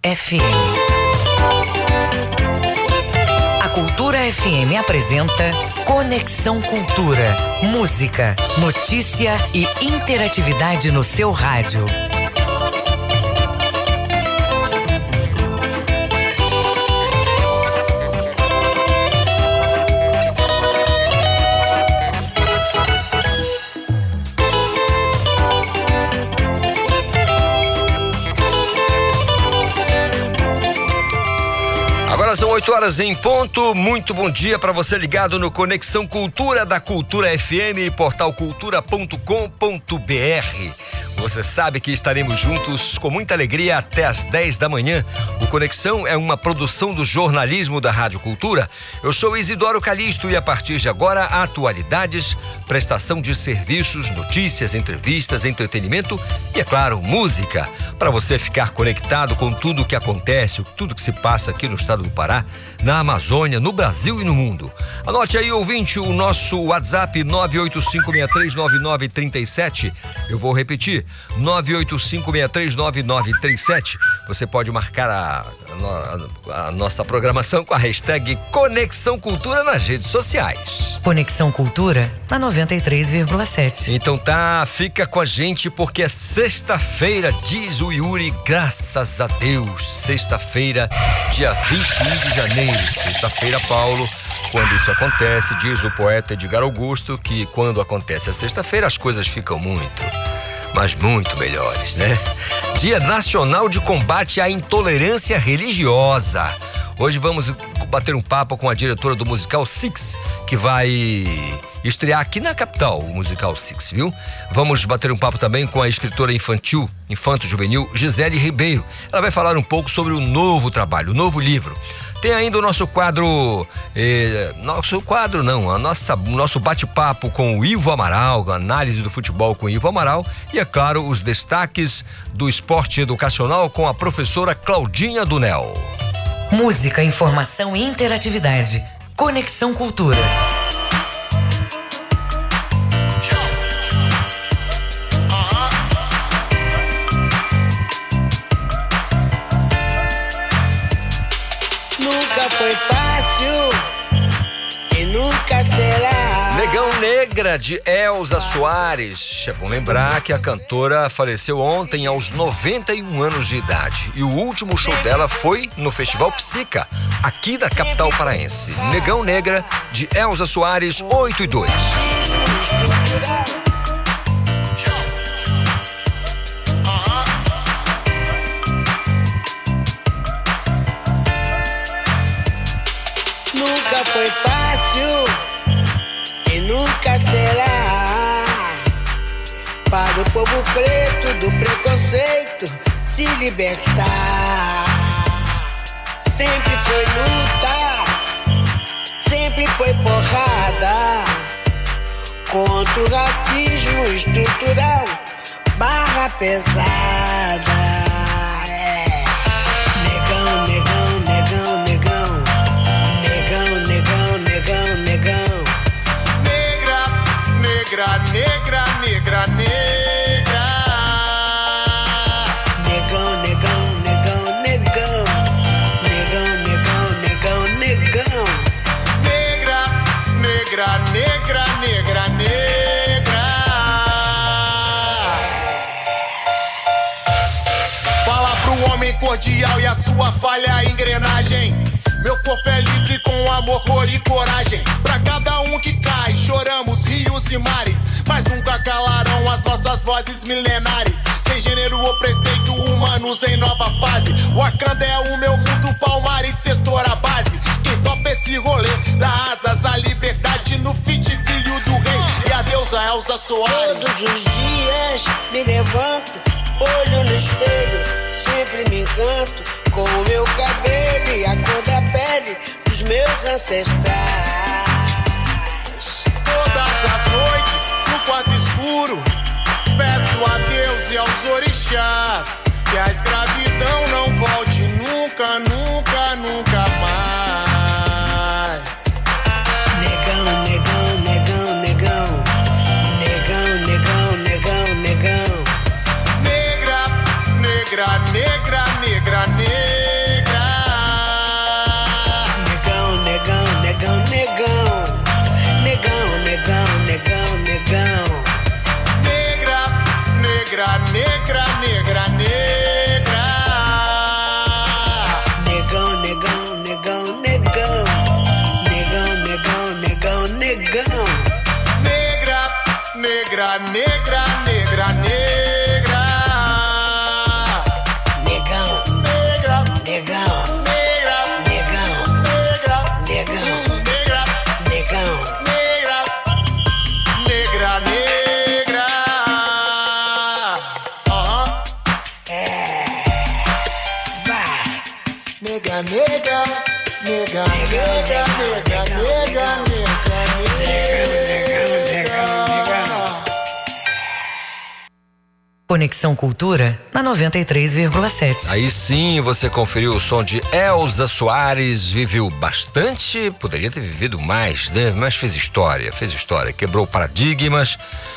FM. A Cultura FM apresenta Conexão Cultura. Música, notícia e interatividade no seu rádio. São 8 horas em ponto. Muito bom dia para você ligado no Conexão Cultura da Cultura FM e portal cultura.com.br. Você sabe que estaremos juntos com muita alegria até às 10 da manhã. O Conexão é uma produção do jornalismo da Rádio Cultura. Eu sou Isidoro Calixto e a partir de agora, atualidades, prestação de serviços, notícias, entrevistas, entretenimento e, é claro, música. Para você ficar conectado com tudo o que acontece, tudo que se passa aqui no estado do Pará, na Amazônia, no Brasil e no mundo. Anote aí, ouvinte, o nosso WhatsApp 985639937. Eu vou repetir, 985639937. Você pode marcar a nossa programação com a hashtag Conexão Cultura nas redes sociais. Conexão Cultura na 93,7. Então tá, fica com a gente porque é sexta-feira, diz o Yuri, graças a Deus. Sexta-feira, dia 21 de janeiro. Sexta-feira, Paulo. Quando isso acontece, diz o poeta Edgar Augusto que quando acontece a sexta-feira as coisas ficam mas muito melhores, né? Dia Nacional de Combate à Intolerância Religiosa. Hoje vamos bater um papo com a diretora do musical Six, que vai estrear aqui na capital, o musical Six, viu? Vamos bater um papo também com a escritora infanto-juvenil Gisele Ribeiro. Ela vai falar um pouco sobre o novo trabalho, o novo livro. Tem ainda o nosso quadro, o nosso bate-papo com o Ivo Amaral, a análise do futebol com o Ivo Amaral e, é claro, os destaques do esporte educacional com a professora Claudinha Dunel. Música, informação e interatividade. Conexão Cultura. Foi fácil e nunca será. Negão Negra, de Elza Soares. É bom lembrar que a cantora faleceu ontem aos 91 anos de idade. E o último show dela foi no Festival Psica, aqui da capital paraense. Negão Negra, de Elza Soares, 8:02. Nunca foi fácil e nunca será para o povo preto do preconceito se libertar. Sempre foi luta, sempre foi porrada contra o racismo estrutural, barra pesada. Negão, negão, negão, negão. Negra, negra, negra, negra. Negão, negão, negão, negão. Negão, negão, negão, negão. Negra, negra, negra, negra, negra. Fala pro homem cordial e a sua falha engrenagem. Meu corpo é livre com amor, cor e coragem. Pra cada um que cai, choramos rios e mares, mas nunca calarão as nossas vozes milenares. Sem gênero ou preceito, humanos em nova fase. Wakanda é o meu mundo, Palmares, setor a base. Quem topa esse rolê, dá asas à liberdade no feat filho do rei e a deusa Elza Soares. Todos os dias me levanto, olho no espelho, sempre me encanto com o meu cabelo e a cor da pele dos meus ancestrais. Todas as noites, no quarto escuro, peço a Deus e aos orixás que a escravidão não volte nunca, nunca, nunca mais. Negão, negão, negão, negão. Negão, negão, negão, negão. Negra, negra, negra, negra, negra. nega, nega, nega, nega, nega, nega, nega. Conexão Cultura na 93,7. Aí sim você conferiu o som de Elza Soares, viveu bastante, poderia ter vivido mais, né? Mas fez história, quebrou paradigmas,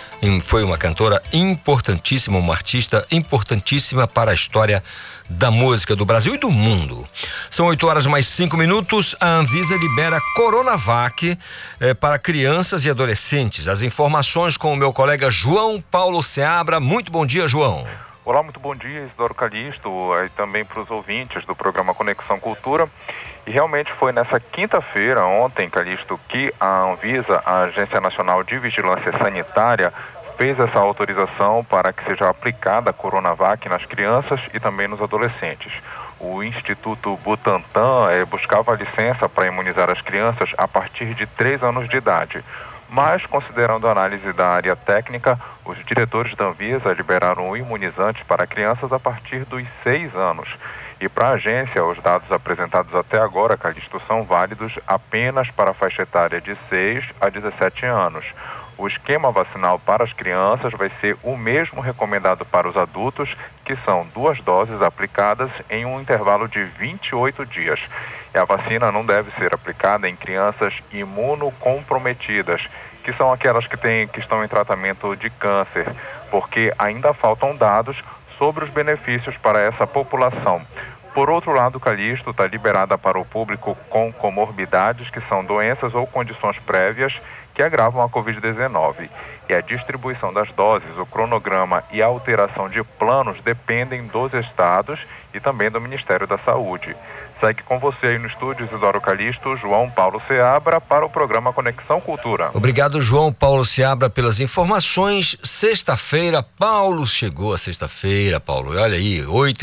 foi uma cantora importantíssima, uma artista importantíssima para a história da música do Brasil e do mundo. São 8h mais 5. A Anvisa libera Coronavac para crianças e adolescentes. As informações com o meu colega João Paulo Seabra. Muito bom dia, João. Olá, muito bom dia, Isidoro Calixto, e também para os ouvintes do programa Conexão Cultura. E realmente foi nessa quinta-feira, ontem, Calixto, que a Anvisa, a Agência Nacional de Vigilância Sanitária, fez essa autorização para que seja aplicada a Coronavac nas crianças e também nos adolescentes. O Instituto Butantan buscava licença para imunizar as crianças a partir de 3 anos de idade. Mas, considerando a análise da área técnica, os diretores da Anvisa liberaram o imunizante para crianças a partir dos 6 anos. E para a agência, os dados apresentados até agora, Calixto, são válidos apenas para a faixa etária de 6 a 17 anos. O esquema vacinal para as crianças vai ser o mesmo recomendado para os adultos, que são 2 doses aplicadas em um intervalo de 28 dias. E a vacina não deve ser aplicada em crianças imunocomprometidas, que são aquelas que estão em tratamento de câncer, porque ainda faltam dados sobre os benefícios para essa população. Por outro lado, Calixto, está liberada para o público com comorbidades, que são doenças ou condições prévias que agravam a Covid-19. E a distribuição das doses, o cronograma e a alteração de planos dependem dos estados e também do Ministério da Saúde. Segue com você aí no estúdio, Isidoro Calixto, João Paulo Seabra, para o programa Conexão Cultura. Obrigado, João Paulo Seabra, pelas informações. Sexta-feira, Paulo, chegou a sexta-feira, Paulo. E olha aí,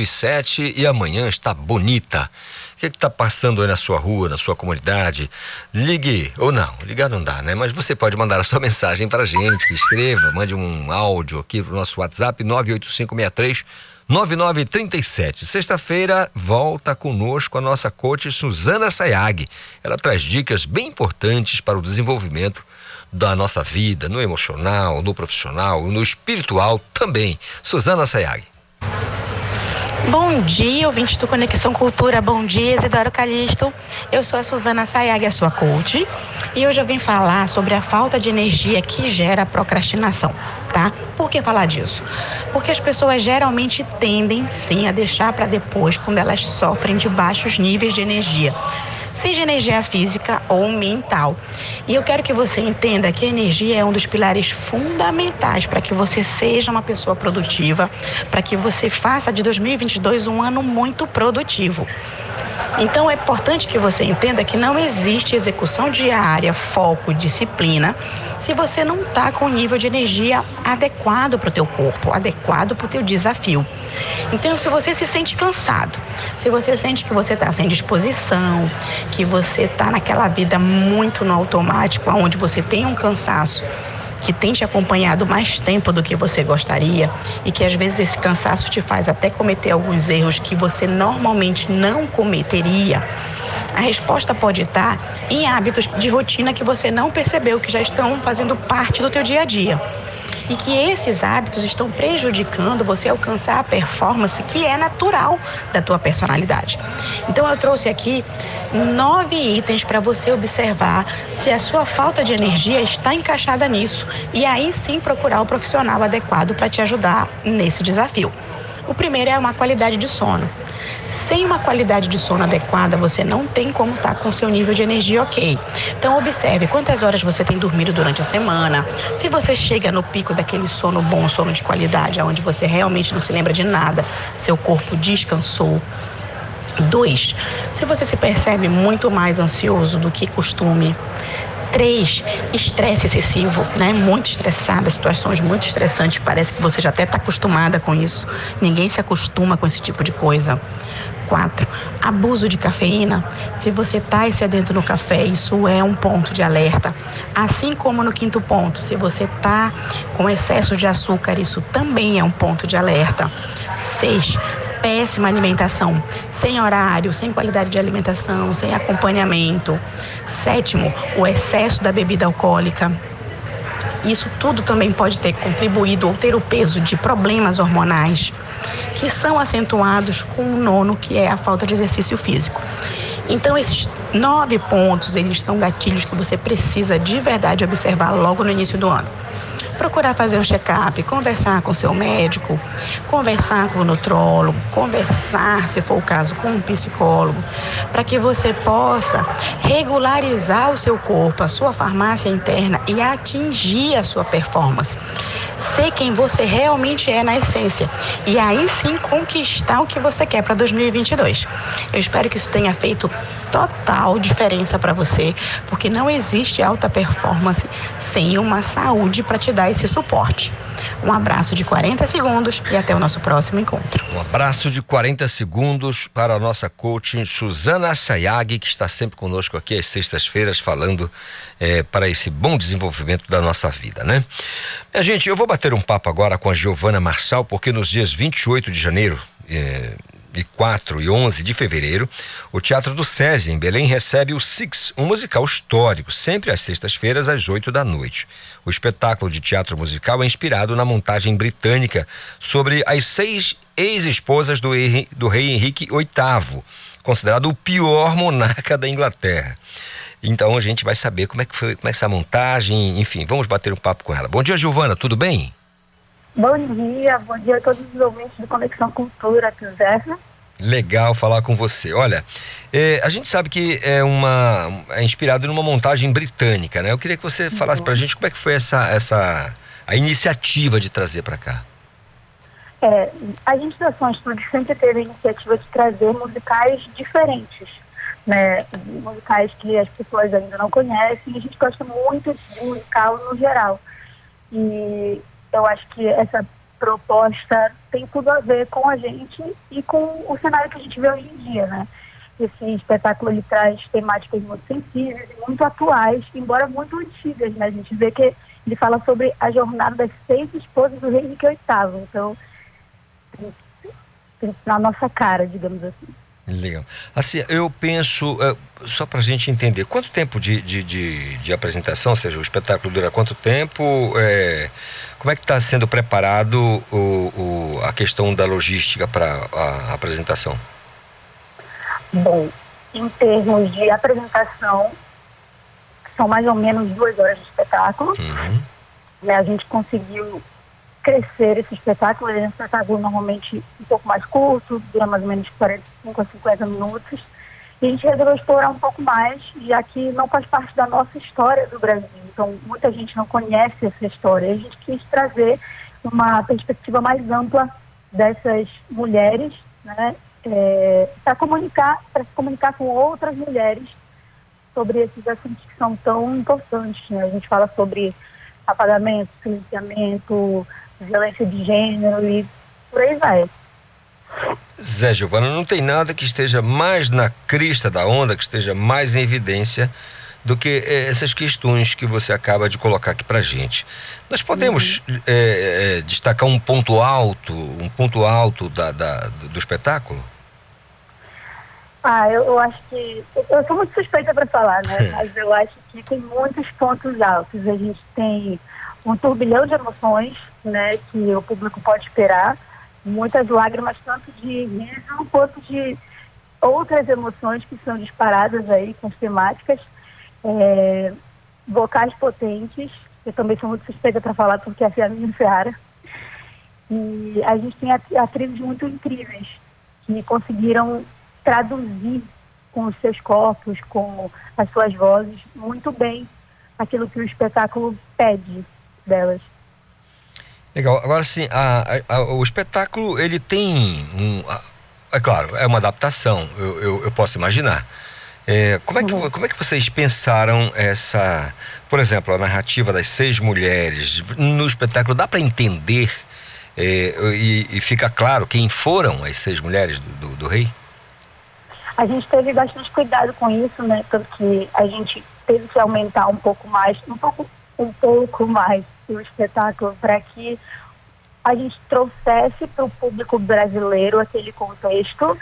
8h07 e amanhã está bonita. O que está passando aí na sua rua, na sua comunidade? Ligue, ou não, ligar não dá, né? Mas você pode mandar a sua mensagem para a gente, escreva, mande um áudio aqui para o nosso WhatsApp, 98563-9937. Sexta-feira, volta conosco a nossa coach Suzana Sayag. Ela traz dicas bem importantes para o desenvolvimento da nossa vida, no emocional, no profissional, no espiritual também. Suzana Sayag. Bom dia, ouvintes do Conexão Cultura. Bom dia, Isidoro Calixto. Eu sou a Suzana Sayag, a sua coach, e hoje eu vim falar sobre a falta de energia que gera procrastinação, tá? Por que falar disso? Porque as pessoas geralmente tendem, sim, a deixar para depois quando elas sofrem de baixos níveis de energia, seja energia física ou mental. E eu quero que você entenda que a energia é um dos pilares fundamentais para que você seja uma pessoa produtiva, para que você faça de 2022 um ano muito produtivo. Então é importante que você entenda que não existe execução diária, foco, disciplina, se você não está com o nível de energia adequado para o teu corpo, adequado para o teu desafio. Então, se você se sente cansado, se você sente que você está sem disposição, que você está naquela vida muito no automático, onde você tem um cansaço que tem te acompanhado mais tempo do que você gostaria e que às vezes esse cansaço te faz até cometer alguns erros que você normalmente não cometeria, a resposta pode estar em hábitos de rotina que você não percebeu, que já estão fazendo parte do teu dia a dia. E que esses hábitos estão prejudicando você alcançar a performance que é natural da tua personalidade. Então eu trouxe aqui 9 itens para você observar se a sua falta de energia está encaixada nisso e aí sim procurar o profissional adequado para te ajudar nesse desafio. O primeiro é uma qualidade de sono. Sem uma qualidade de sono adequada, você não tem como estar com o seu nível de energia ok. Então, observe quantas horas você tem dormido durante a semana, se você chega no pico daquele sono bom, sono de qualidade, onde você realmente não se lembra de nada, seu corpo descansou. 2, se você se percebe muito mais ansioso do que costume. 3, estresse excessivo, né? Muito estressada, situações muito estressantes, parece que você já até está acostumada com isso. Ninguém se acostuma com esse tipo de coisa. 4, abuso de cafeína. Se você está excedendo no café, isso é um ponto de alerta. Assim como no 5º ponto, se você está com excesso de açúcar, isso também é um ponto de alerta. 6, péssima alimentação, sem horário, sem qualidade de alimentação, sem acompanhamento. 7º, o excesso da bebida alcoólica. Isso tudo também pode ter contribuído ou ter o peso de problemas hormonais, que são acentuados com o 9º, que é a falta de exercício físico. Então, esses 9 pontos, eles são gatilhos que você precisa de verdade observar logo no início do ano. Procurar fazer um check-up, conversar com seu médico, conversar com o nutrólogo, conversar, se for o caso, com um psicólogo, para que você possa regularizar o seu corpo, a sua farmácia interna e atingir a sua performance. Ser quem você realmente é na essência e aí sim conquistar o que você quer para 2022. Eu espero que isso tenha feito total diferença para você, porque não existe alta performance sem uma saúde para te dar esse suporte. Um abraço de 40 segundos e até o nosso próximo encontro. Um abraço de 40 segundos para a nossa coach Suzana Sayag, que está sempre conosco aqui às sextas-feiras falando para esse bom desenvolvimento da nossa vida, né? Minha gente, eu vou bater um papo agora com a Giovana Marçal, porque nos dias 28 de janeiro e 4 e 11 de fevereiro, o Teatro do SESI, em Belém, recebe o Six, um musical histórico, sempre às sextas-feiras, às 8 da noite. O espetáculo de teatro musical é inspirado na montagem britânica sobre as 6 ex-esposas do rei Henrique VIII, considerado o pior monarca da Inglaterra. Então a gente vai saber como é que foi essa montagem, enfim, vamos bater um papo com ela. Bom dia, Giovana, tudo bem? Bom dia a todos os ouvintes do Conexão Cultura, tudo certo? Legal falar com você. Olha, a gente sabe que é inspirado numa montagem britânica, né? Eu queria que você falasse pra gente como é que foi a iniciativa de trazer para cá. A gente da Som Estúdio sempre teve a iniciativa de trazer musicais diferentes, né? Musicais que as pessoas ainda não conhecem, e a gente gosta muito de musical no geral. E eu acho que essa proposta tem tudo a ver com a gente e com o cenário que a gente vê hoje em dia, né? Esse espetáculo, ele traz temáticas muito sensíveis e muito atuais, embora muito antigas, né? A gente vê que ele fala sobre a jornada das 6 esposas do rei Henrique VIII, então tem na nossa cara, digamos assim. Legal. Assim, eu penso, só pra gente entender, quanto tempo de apresentação, ou seja, o espetáculo dura quanto tempo, como é que está sendo preparado a questão da logística para a apresentação? Bom, em termos de apresentação, são mais ou menos 2 horas de espetáculo. Uhum. Né, a gente conseguiu crescer esse espetáculo. Ele é um espetáculo normalmente um pouco mais curto, dura mais ou menos 45 a 50 minutos. E a gente resolveu explorar um pouco mais, já que não faz parte da nossa história do Brasil. Então, muita gente não conhece essa história. E a gente quis trazer uma perspectiva mais ampla dessas mulheres, né, para se comunicar com outras mulheres sobre esses assuntos que são tão importantes, né? A gente fala sobre apagamento, silenciamento, violência de gênero e por aí vai. Zé, Giovana, não tem nada que esteja mais na crista da onda, que esteja mais em evidência do que essas questões que você acaba de colocar aqui pra gente. Nós podemos destacar um ponto alto do espetáculo? Eu acho que... Eu sou muito suspeita para falar, né? Mas eu acho que tem muitos pontos altos. A gente tem um turbilhão de emoções, né? Que o público pode esperar. Muitas lágrimas, tanto de riso quanto de outras emoções que são disparadas aí com as temáticas. Vocais potentes. Eu também sou muito suspeita para falar porque essa é a minha seara. E a gente tem atrizes muito incríveis que conseguiram traduzir com os seus corpos, com as suas vozes, muito bem aquilo que o espetáculo pede delas. Legal. Agora sim, o espetáculo, ele tem é claro, é uma adaptação, eu posso imaginar. Como é que vocês pensaram por exemplo, a narrativa das 6 mulheres no espetáculo? Dá para entender e fica claro quem foram as 6 mulheres do rei? A gente teve bastante cuidado com isso, né? Tanto que a gente teve que aumentar um pouco mais o espetáculo para que a gente trouxesse para o público brasileiro aquele contexto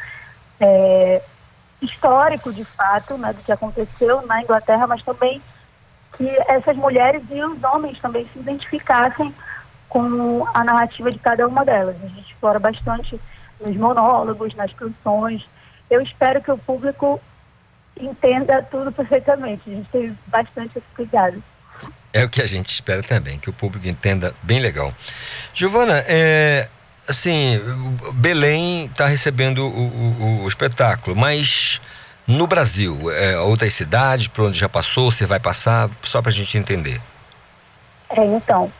histórico, de fato, né, do que aconteceu na Inglaterra, mas também que essas mulheres e os homens também se identificassem com a narrativa de cada uma delas. A gente explora bastante nos monólogos, nas canções. Eu espero que o público entenda tudo perfeitamente. A gente teve bastante esse cuidado. É o que a gente espera também, que o público entenda bem legal. Giovana, assim, Belém está recebendo o espetáculo, mas no Brasil, outras cidades, por onde já passou, você vai passar, só para a gente entender. Então,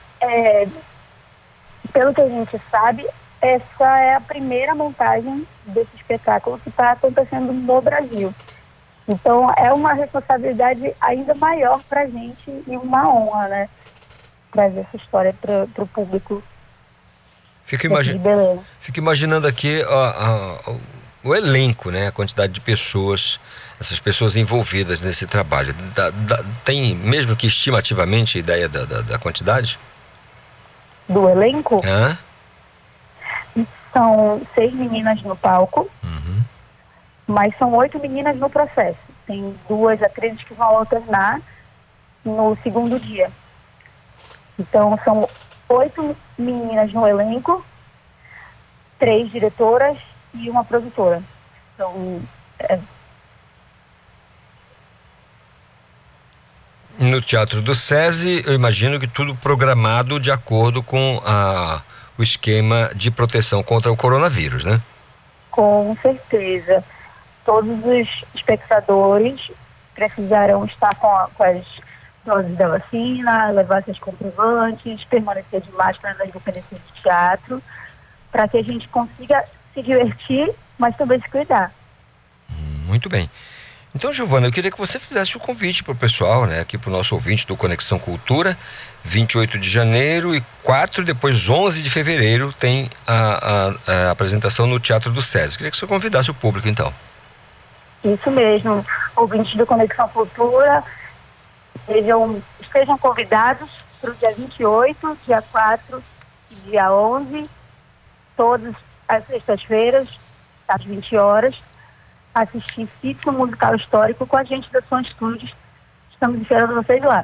pelo que a gente sabe, essa é a primeira montagem desse espetáculo que está acontecendo no Brasil. Então, é uma responsabilidade ainda maior para a gente e uma honra, né? Trazer essa história para o público. Fico imaginando aqui o elenco, né? A quantidade de pessoas, essas pessoas envolvidas nesse trabalho. Tem, mesmo que estimativamente, ideia da quantidade? Do elenco? Hã? São 6 meninas no palco. Uhum. Mas são 8 meninas no processo. Tem 2 atrizes que vão alternar no segundo dia. Então, são 8 meninas no elenco, 3 diretoras e uma produtora. Então, No Teatro do SESI, eu imagino que tudo programado de acordo com o esquema de proteção contra o coronavírus, né? Com certeza. Todos os espectadores precisarão estar com as doses da vacina, levar seus comprovantes, permanecer de máscara nas dependências de teatro, para que a gente consiga se divertir, mas também se cuidar. Muito bem. Então, Giovana, eu queria que você fizesse o convite para o pessoal, né, aqui para o nosso ouvinte do Conexão Cultura. 28 de janeiro e 4, depois 11 de fevereiro tem a apresentação no Teatro do SESI. Queria que você convidasse o público, então. Isso mesmo, ouvintes do Conexão Cultura, estejam convidados para o dia 28, dia 4 e dia 11, todas as sextas-feiras, às 20 horas, assistir Ciclo Musical Histórico com a gente da Som Estúdios. Estamos esperando vocês lá.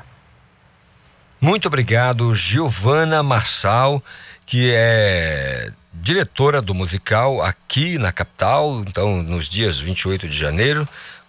Muito obrigado, Giovana Marçal, que é diretora do musical aqui na capital, então nos dias 28 de janeiro,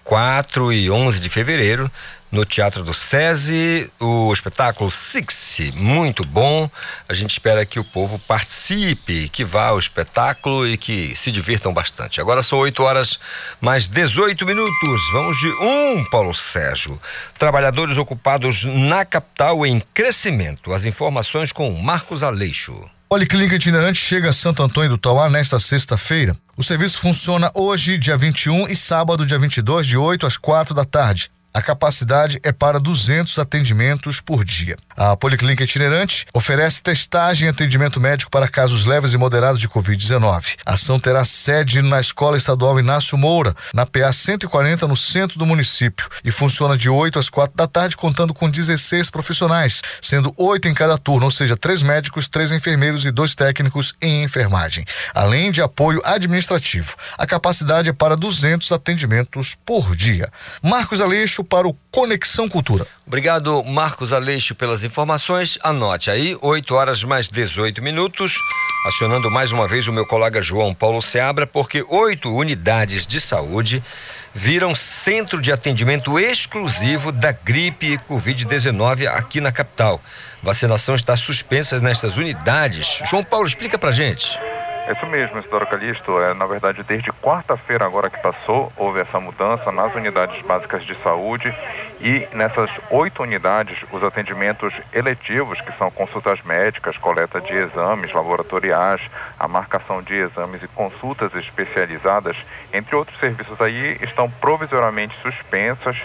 4 e 11 de fevereiro, no Teatro do SESI, o espetáculo Six, muito bom. A gente espera que o povo participe, que vá ao espetáculo e que se divirtam bastante. Agora são 8 horas mais 18 minutos. Vamos de Paulo Sérgio. Trabalhadores ocupados na capital em crescimento. As informações com Marcos Aleixo. Policlínica Itinerante chega a Santo Antônio do Tauá nesta sexta-feira. O serviço funciona hoje, dia 21, e sábado, dia 22, de 8 às 4 da tarde. A capacidade é para 200 atendimentos por dia. A Policlínica Itinerante oferece testagem e atendimento médico para casos leves e moderados de Covid-19. A ação terá sede na Escola Estadual Inácio Moura, na PA 140, no centro do município, e funciona de 8 às 4 da tarde, contando com 16 profissionais, sendo 8 em cada turno, ou seja, 3 médicos, 3 enfermeiros e 2 técnicos em enfermagem, além de apoio administrativo. A capacidade é para 200 atendimentos por dia. Marcos Aleixo para o Conexão Cultura. Obrigado, Marcos Aleixo, pelas informações. Anote aí, 8 horas mais 18 minutos, acionando mais uma vez o meu colega João Paulo Seabra, porque 8 unidades de saúde viram centro de atendimento exclusivo da gripe e Covid-19 aqui na capital. Vacinação está suspensa nestas unidades. João Paulo, explica pra gente. É isso mesmo, Isidoro Calixto. Na verdade, desde quarta-feira agora que passou, houve essa mudança nas unidades básicas de saúde e nessas 8 unidades, os atendimentos eletivos, que são consultas médicas, coleta de exames laboratoriais, a marcação de exames e consultas especializadas, entre outros serviços aí, estão provisoriamente suspensos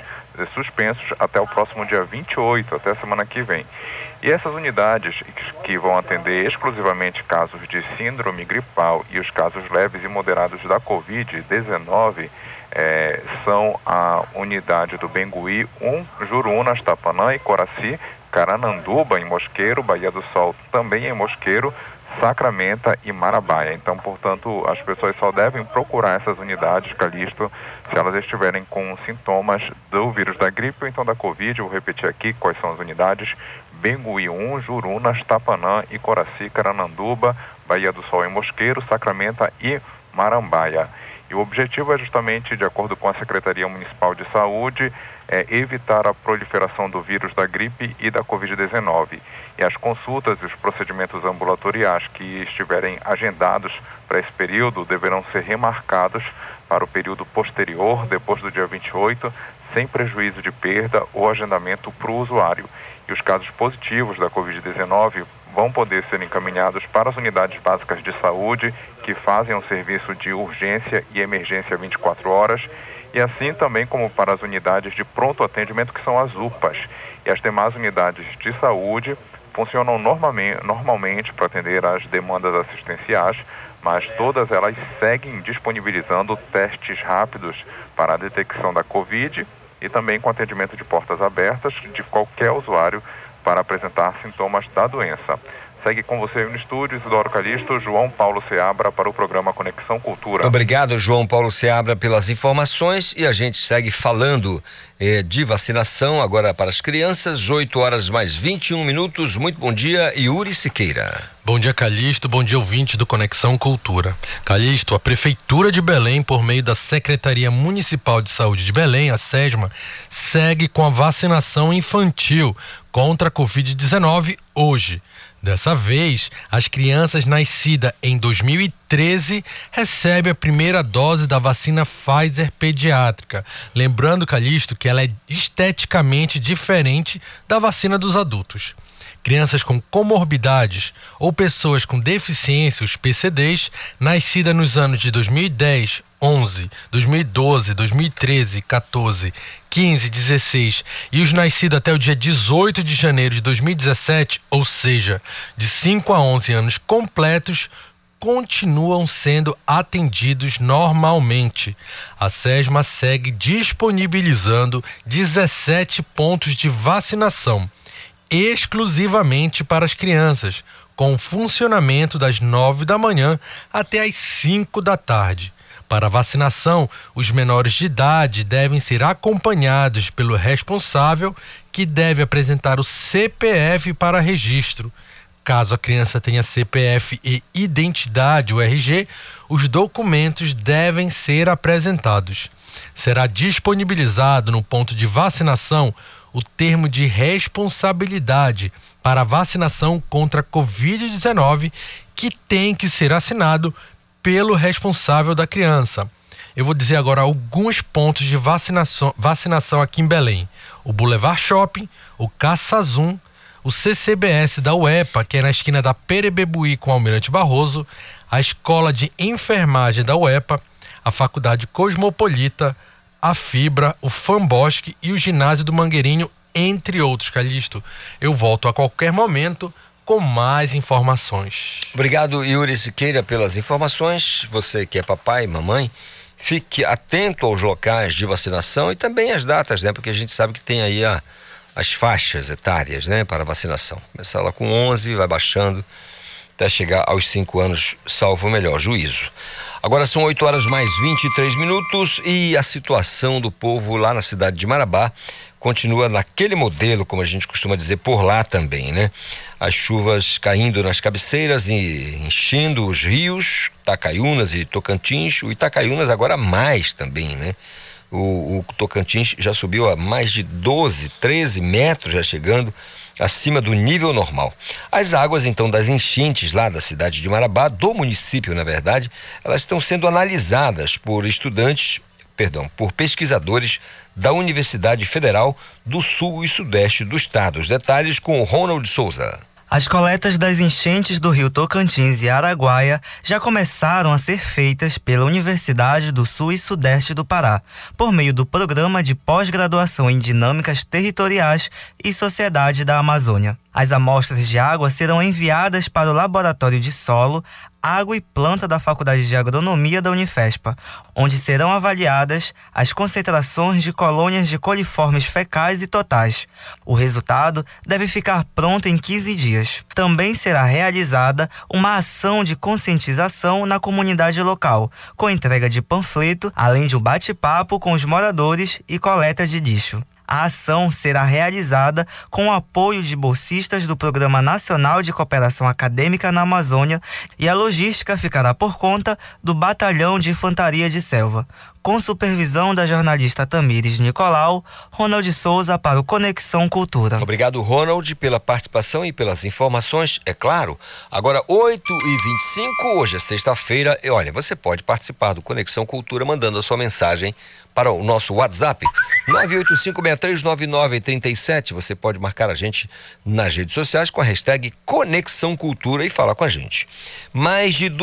até o próximo dia 28, até a semana que vem. E essas unidades que vão atender exclusivamente casos de síndrome gripal e os casos leves e moderados da Covid-19 são a unidade do Bengui, Jurunas, Tapanã e Coraci, Carananduba em Mosqueiro, Bahia do Sol também em Mosqueiro, Sacramento e Marambaia. Então, portanto, as pessoas só devem procurar essas unidades, Calixto, se elas estiverem com sintomas do vírus da gripe ou então da Covid. Eu vou repetir aqui quais são as unidades: Bengui 1, Jurunas, Tapanã, Icoraci, Carananduba, Bahia do Sol e Mosqueiro, Sacramento e Marambaia. E o objetivo é justamente, de acordo com a Secretaria Municipal de Saúde, evitar a proliferação do vírus da gripe e da Covid-19. E as consultas e os procedimentos ambulatoriais que estiverem agendados para esse período deverão ser remarcados para o período posterior, depois do dia 28, sem prejuízo de perda ou agendamento para o usuário. E os casos positivos da Covid-19 vão poder ser encaminhados para as unidades básicas de saúde, que fazem um serviço de urgência e emergência 24 horas, e assim também como para as unidades de pronto atendimento, que são as UPAs. E as demais unidades de saúde funcionam normalmente para atender às demandas assistenciais, mas todas elas seguem disponibilizando testes rápidos para a detecção da Covid e também com atendimento de portas abertas de qualquer usuário para apresentar sintomas da doença. Segue com você no estúdio, Isidoro Calixto, João Paulo Seabra para o programa Conexão Cultura. Obrigado, João Paulo Seabra, pelas informações, e a gente segue falando de vacinação agora para as crianças, 8h mais 21. Muito bom dia, Yuri Siqueira. Bom dia, Calixto, bom dia, ouvinte do Conexão Cultura. Calixto, a Prefeitura de Belém, por meio da Secretaria Municipal de Saúde de Belém, a SESMA, segue com a vacinação infantil contra a Covid-19 hoje. Dessa vez, as crianças nascidas em 2013 recebem a primeira dose da vacina Pfizer pediátrica. Lembrando, Calixto, que ela é esteticamente diferente da vacina dos adultos. Crianças com comorbidades ou pessoas com deficiência, os PCDs, nascidas nos anos de 2010, 11, 2012, 2013, 14, 15, 16 e os nascidos até o dia 18 de janeiro de 2017, ou seja, de 5 a 11 anos completos, continuam sendo atendidos normalmente. A SESMA segue disponibilizando 17 pontos de vacinação, exclusivamente para as crianças, com funcionamento das 9 da manhã até as 5 da tarde. Para a vacinação, os menores de idade devem ser acompanhados pelo responsável, que deve apresentar o CPF para registro. Caso a criança tenha CPF e identidade, o RG, os documentos devem ser apresentados. Será disponibilizado no ponto de vacinação o termo de responsabilidade para a vacinação contra a Covid-19, que tem que ser assinado pelo responsável da criança. Eu vou dizer agora alguns pontos de vacinação aqui em Belém: o Boulevard Shopping, o Caçazum, o CCBS da UEPA, que é na esquina da Perebebuí com Almirante Barroso, a Escola de Enfermagem da UEPA, a Faculdade Cosmopolita, a Fibra, o Fanbosque e o Ginásio do Mangueirinho, entre outros, Calixto. Eu volto a qualquer momento com mais informações. Obrigado, Yuri Siqueira, pelas informações. Você que é papai, mamãe, fique atento aos locais de vacinação e também às datas, né? Porque a gente sabe que tem aí as faixas etárias, né, para vacinação. Começar lá com 11, vai baixando até chegar aos 5 anos, salvo o melhor juízo. Agora são 8h mais 23 e a situação do povo lá na cidade de Marabá continua naquele modelo, como a gente costuma dizer, por lá também, né? As chuvas caindo nas cabeceiras e enchendo os rios, Itacaiunas e Tocantins. O Itacaiunas agora mais também, né? O Tocantins já subiu a mais de 12, 13 metros, já chegando acima do nível normal. As águas, então, das enchentes lá da cidade de Marabá, do município, na verdade, elas estão sendo analisadas por por pesquisadores da Universidade Federal do Sul e Sudeste do Estado. Os detalhes com o Ronald Souza. As coletas das enchentes do rio Tocantins e Araguaia já começaram a ser feitas pela Universidade do Sul e Sudeste do Pará, por meio do Programa de Pós-Graduação em Dinâmicas Territoriais e Sociedade da Amazônia. As amostras de água serão enviadas para o Laboratório de Solo, Água e Planta da Faculdade de Agronomia da Unifespa, onde serão avaliadas as concentrações de colônias de coliformes fecais e totais. O resultado deve ficar pronto em 15 dias. Também será realizada uma ação de conscientização na comunidade local, com entrega de panfleto, além de um bate-papo com os moradores e coleta de lixo. A ação será realizada com o apoio de bolsistas do Programa Nacional de Cooperação Acadêmica na Amazônia e a logística ficará por conta do Batalhão de Infantaria de Selva. Com supervisão da jornalista Tamires Nicolau, Ronald Souza para o Conexão Cultura. Obrigado, Ronald, pela participação e pelas informações, é claro. Agora, 8h25, hoje é sexta-feira, e olha, você pode participar do Conexão Cultura mandando a sua mensagem para o nosso WhatsApp, 985639937. Você pode marcar a gente nas redes sociais com a hashtag Conexão Cultura e falar com a gente. Mais de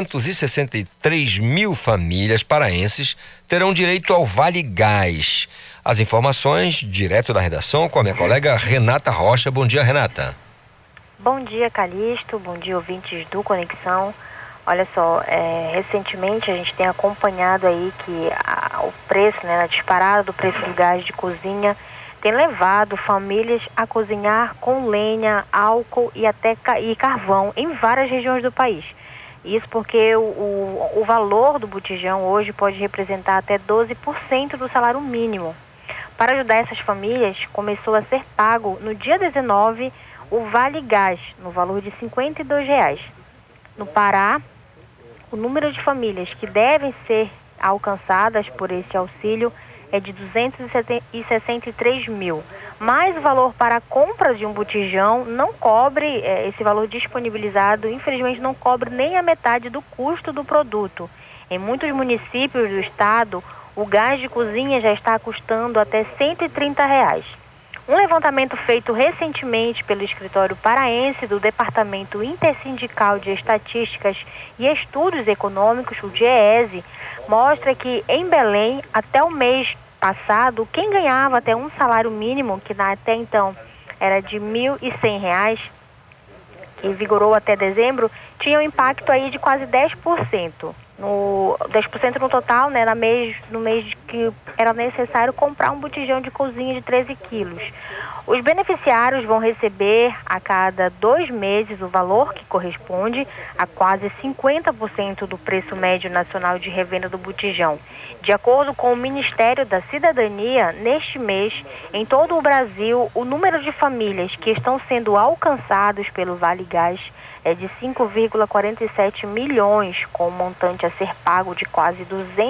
263 mil famílias paraenses terão direito ao Vale Gás. As informações direto da redação com a minha colega Renata Rocha. Bom dia, Renata. Bom dia, Calixto. Bom dia, ouvintes do Conexão. Olha só, recentemente a gente tem acompanhado aí que o preço, a disparada do preço do gás de cozinha tem levado famílias a cozinhar com lenha, álcool e até carvão em várias regiões do país. Isso porque o valor do botijão hoje pode representar até 12% do salário mínimo. Para ajudar essas famílias, começou a ser pago no dia 19 o Vale Gás, no valor de R$ 52. No Pará, o número de famílias que devem ser alcançadas por esse auxílio é de 263 mil. Mas o valor para a compra de um botijão não cobre, esse valor disponibilizado, infelizmente não cobre nem a metade do custo do produto. Em muitos municípios do estado, o gás de cozinha já está custando até R$ 130. Um levantamento feito recentemente pelo Escritório Paraense do Departamento Intersindical de Estatísticas e Estudos Econômicos, o DIEESE, mostra que em Belém, até o mês passado, quem ganhava até um salário mínimo, que até então era de R$ 1.100, que vigorou até dezembro, tinha um impacto aí de quase 10%. 10% no total, no mês que era necessário comprar um botijão de cozinha de 13 quilos. Os beneficiários vão receber a cada 2 meses o valor que corresponde a quase 50% do preço médio nacional de revenda do botijão. De acordo com o Ministério da Cidadania, neste mês, em todo o Brasil, o número de famílias que estão sendo alcançados pelo Vale Gás é de 5,47 milhões, com um montante a ser pago de quase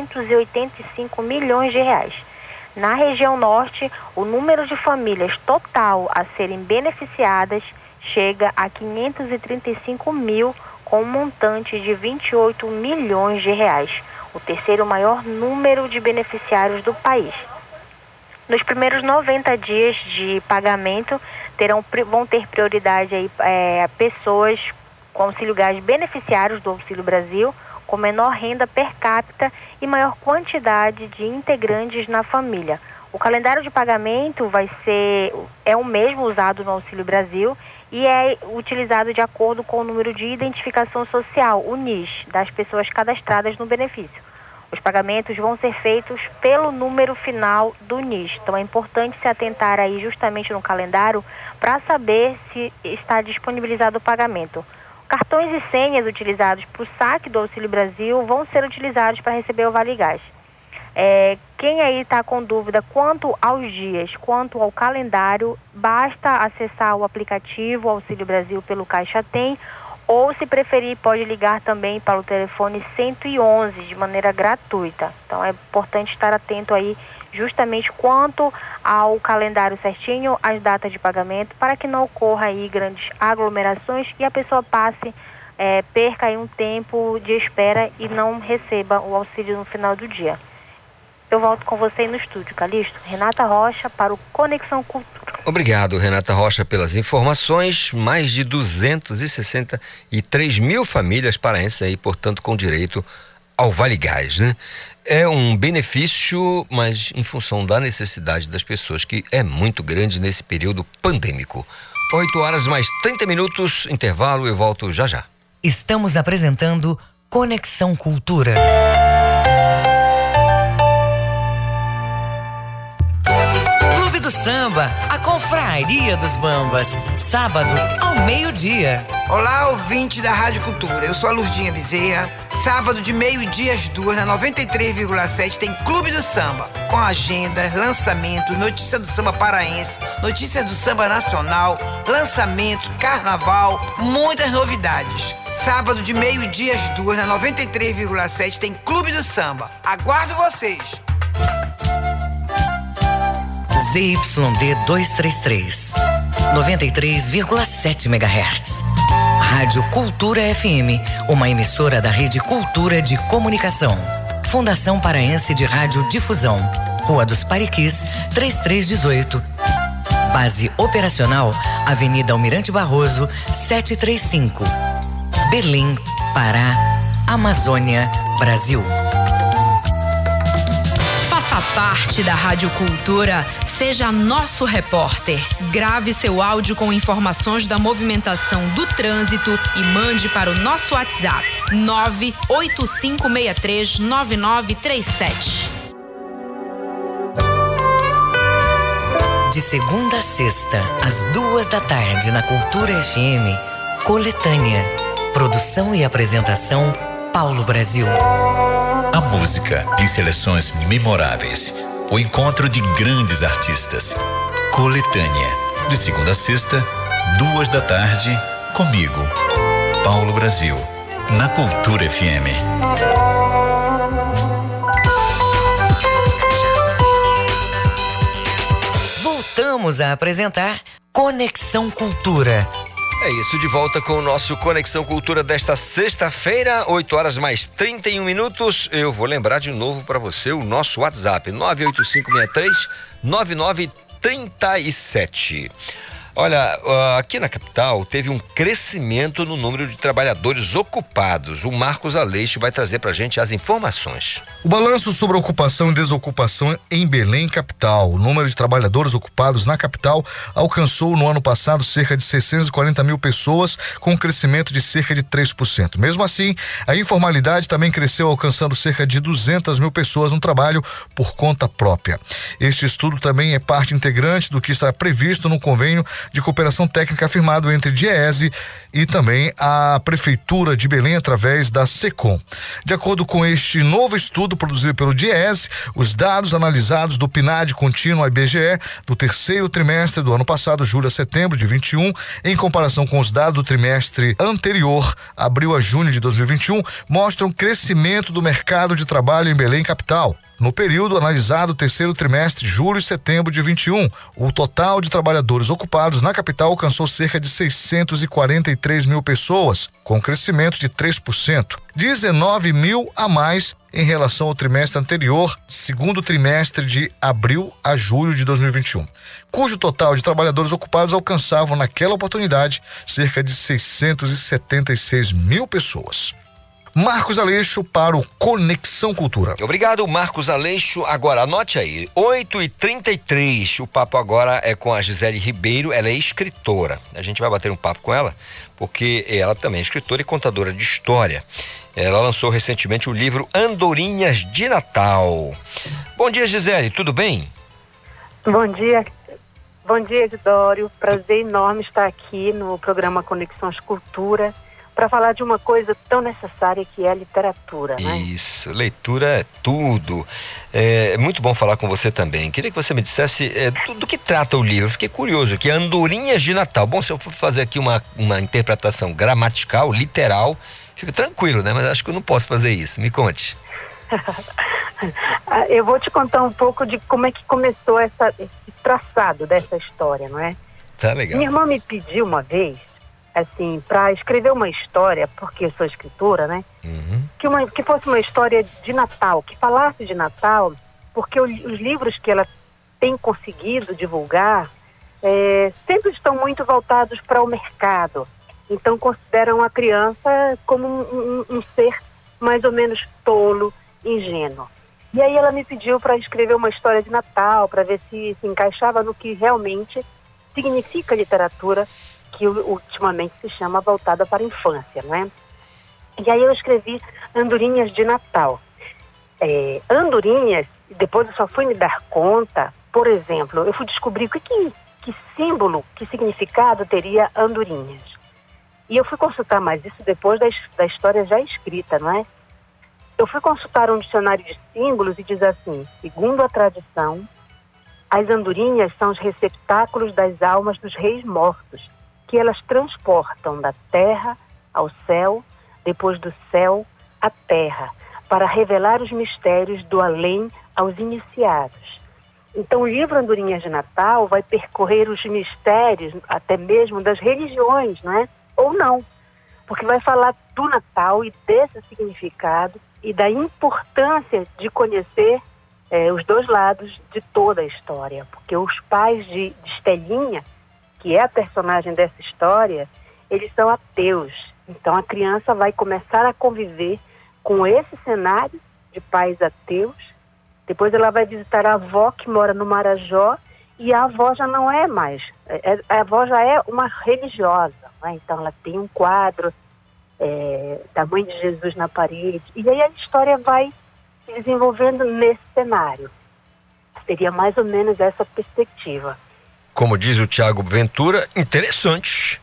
285 milhões de reais. Na região norte, o número de famílias total a serem beneficiadas chega a 535 mil, com um montante de 28 milhões de reais, o terceiro maior número de beneficiários do país. Nos primeiros 90 dias de pagamento, vão ter prioridade aí, pessoas com auxílio gás beneficiários do Auxílio Brasil, com menor renda per capita e maior quantidade de integrantes na família. O calendário de pagamento é o mesmo usado no Auxílio Brasil e é utilizado de acordo com o número de identificação social, o NIS, das pessoas cadastradas no benefício. Os pagamentos vão ser feitos pelo número final do NIS. Então é importante se atentar aí justamente no calendário para saber se está disponibilizado o pagamento. Cartões e senhas utilizados para o saque do Auxílio Brasil vão ser utilizados para receber o Vale Gás. Quem aí está com dúvida quanto aos dias, quanto ao calendário, basta acessar o aplicativo Auxílio Brasil pelo Caixa Tem, ou se preferir pode ligar também para o telefone 111 de maneira gratuita. Então é importante estar atento aí justamente quanto ao calendário certinho, as datas de pagamento, para que não ocorra aí grandes aglomerações e a pessoa perca aí um tempo de espera e não receba o auxílio no final do dia. Eu volto com você aí no estúdio, Calixto. Renata Rocha para o Conexão Cultura. Obrigado, Renata Rocha, pelas informações. Mais de 263 mil famílias paraenses aí, portanto, com direito ao Vale Gás, né? É um benefício, mas em função da necessidade das pessoas, que é muito grande nesse período pandêmico. 8 horas mais 30 minutos, intervalo, eu volto já já. Estamos apresentando Conexão Cultura. Clube do Samba, a confraria dos bambas, sábado ao meio-dia. Olá, ouvinte da Rádio Cultura, eu sou a Lurdinha Bezerra. Sábado de meio-dia às 2, na 93,7, tem Clube do Samba, com agenda, lançamento, notícia do samba paraense, notícias do samba nacional, lançamentos, carnaval, muitas novidades. Sábado de meio-dia às 2, na 93,7, tem Clube do Samba. Aguardo vocês! ZYD 233, 93,7 MHz. Rádio Cultura FM, uma emissora da Rede Cultura de Comunicação. Fundação Paraense de Rádio Difusão, Rua dos Pariquis, 3318. Base operacional, Avenida Almirante Barroso, 735. Belém, Pará, Amazônia, Brasil. Faça parte da Rádio Cultura, seja nosso repórter. Grave seu áudio com informações da movimentação do trânsito e mande para o nosso WhatsApp 985639937. De segunda a sexta, às 2 da tarde, na Cultura FM, Coletânea. Produção e apresentação, Paulo Brasil. A música em seleções memoráveis. O encontro de grandes artistas. Coletânea. De segunda a sexta, 2 da tarde, comigo, Paulo Brasil, na Cultura FM. Voltamos a apresentar Conexão Cultura. É isso, de volta com o nosso Conexão Cultura desta sexta-feira, 8 horas mais 31 minutos. Eu vou lembrar de novo para você o nosso WhatsApp, 98563-9937. Olha, aqui na capital teve um crescimento no número de trabalhadores ocupados. O Marcos Aleixo vai trazer pra gente as informações. O balanço sobre a ocupação e desocupação em Belém, capital. O número de trabalhadores ocupados na capital alcançou no ano passado cerca de 640 mil pessoas, com um crescimento de cerca de 3%. Mesmo assim, a informalidade também cresceu, alcançando cerca de 200 mil pessoas no trabalho por conta própria. Este estudo também é parte integrante do que está previsto no convênio de cooperação técnica firmado entre DIEESE e também a Prefeitura de Belém através da SECOM. De acordo com este novo estudo produzido pelo DIEESE, os dados analisados do PNAD contínuo IBGE do terceiro trimestre do ano passado, julho a setembro de 21, em comparação com os dados do trimestre anterior, abril a junho de 2021, mostram crescimento do mercado de trabalho em Belém capital. No período analisado, terceiro trimestre, julho e setembro de 21, o total de trabalhadores ocupados na capital alcançou cerca de 643 mil pessoas, com crescimento de 3%, 19 mil a mais em relação ao trimestre anterior, segundo trimestre de abril a julho de 2021, cujo total de trabalhadores ocupados alcançavam naquela oportunidade cerca de 676 mil pessoas. Marcos Aleixo para o Conexão Cultura. Obrigado, Marcos Aleixo. Agora, anote aí, 8h33. O papo agora é com a Gisele Ribeiro. Ela é escritora. A gente vai bater um papo com ela, porque ela também é escritora e contadora de história. Ela lançou recentemente o livro Andorinhas de Natal. Bom dia, Gisele. Tudo bem? Bom dia. Bom dia, Isidório. Prazer enorme estar aqui no programa Conexões Cultura, para falar de uma coisa tão necessária que é a literatura, né? Isso, leitura é tudo. É muito bom falar com você também. Queria que você me dissesse do que trata o livro. Fiquei curioso, que é Andorinhas de Natal. Bom, se eu for fazer aqui uma interpretação gramatical, literal, fica tranquilo, né? Mas acho que eu não posso fazer isso. Me conte. Eu vou te contar um pouco de como é que começou esse traçado dessa história, não é? Tá legal. Minha irmã me pediu uma vez, assim, para escrever uma história, porque eu sou escritora, né? Uhum. Que fosse uma história de Natal, que falasse de Natal, porque os livros que ela tem conseguido divulgar sempre estão muito voltados para o mercado. Então consideram a criança como um ser mais ou menos tolo, ingênuo. E aí ela me pediu para escrever uma história de Natal, para ver se encaixava no que realmente significa literatura, que ultimamente se chama voltada para a infância, não é? E aí eu escrevi Andorinhas de Natal. Andorinhas, depois eu só fui me dar conta, por exemplo, eu fui descobrir que símbolo, que significado teria andorinhas. E eu fui consultar mais isso depois da história já escrita, não é? Eu fui consultar um dicionário de símbolos e diz assim: segundo a tradição, as andorinhas são os receptáculos das almas dos reis mortos, que elas transportam da terra ao céu, depois do céu à terra, para revelar os mistérios do além aos iniciados. Então o livro Andorinhas de Natal vai percorrer os mistérios, até mesmo das religiões, não é? Ou não, porque vai falar do Natal e desse significado e da importância de conhecer os dois lados de toda a história, porque os pais de Estelinha, que é a personagem dessa história, eles são ateus. Então a criança vai começar a conviver com esse cenário de pais ateus. Depois ela vai visitar a avó que mora no Marajó, e a avó já não é mais, a avó já é uma religiosa, né? Então ela tem um quadro da Mãe de Jesus na parede, e aí a história vai se desenvolvendo nesse cenário. Seria mais ou menos essa perspectiva. Como diz o Tiago Ventura, interessante.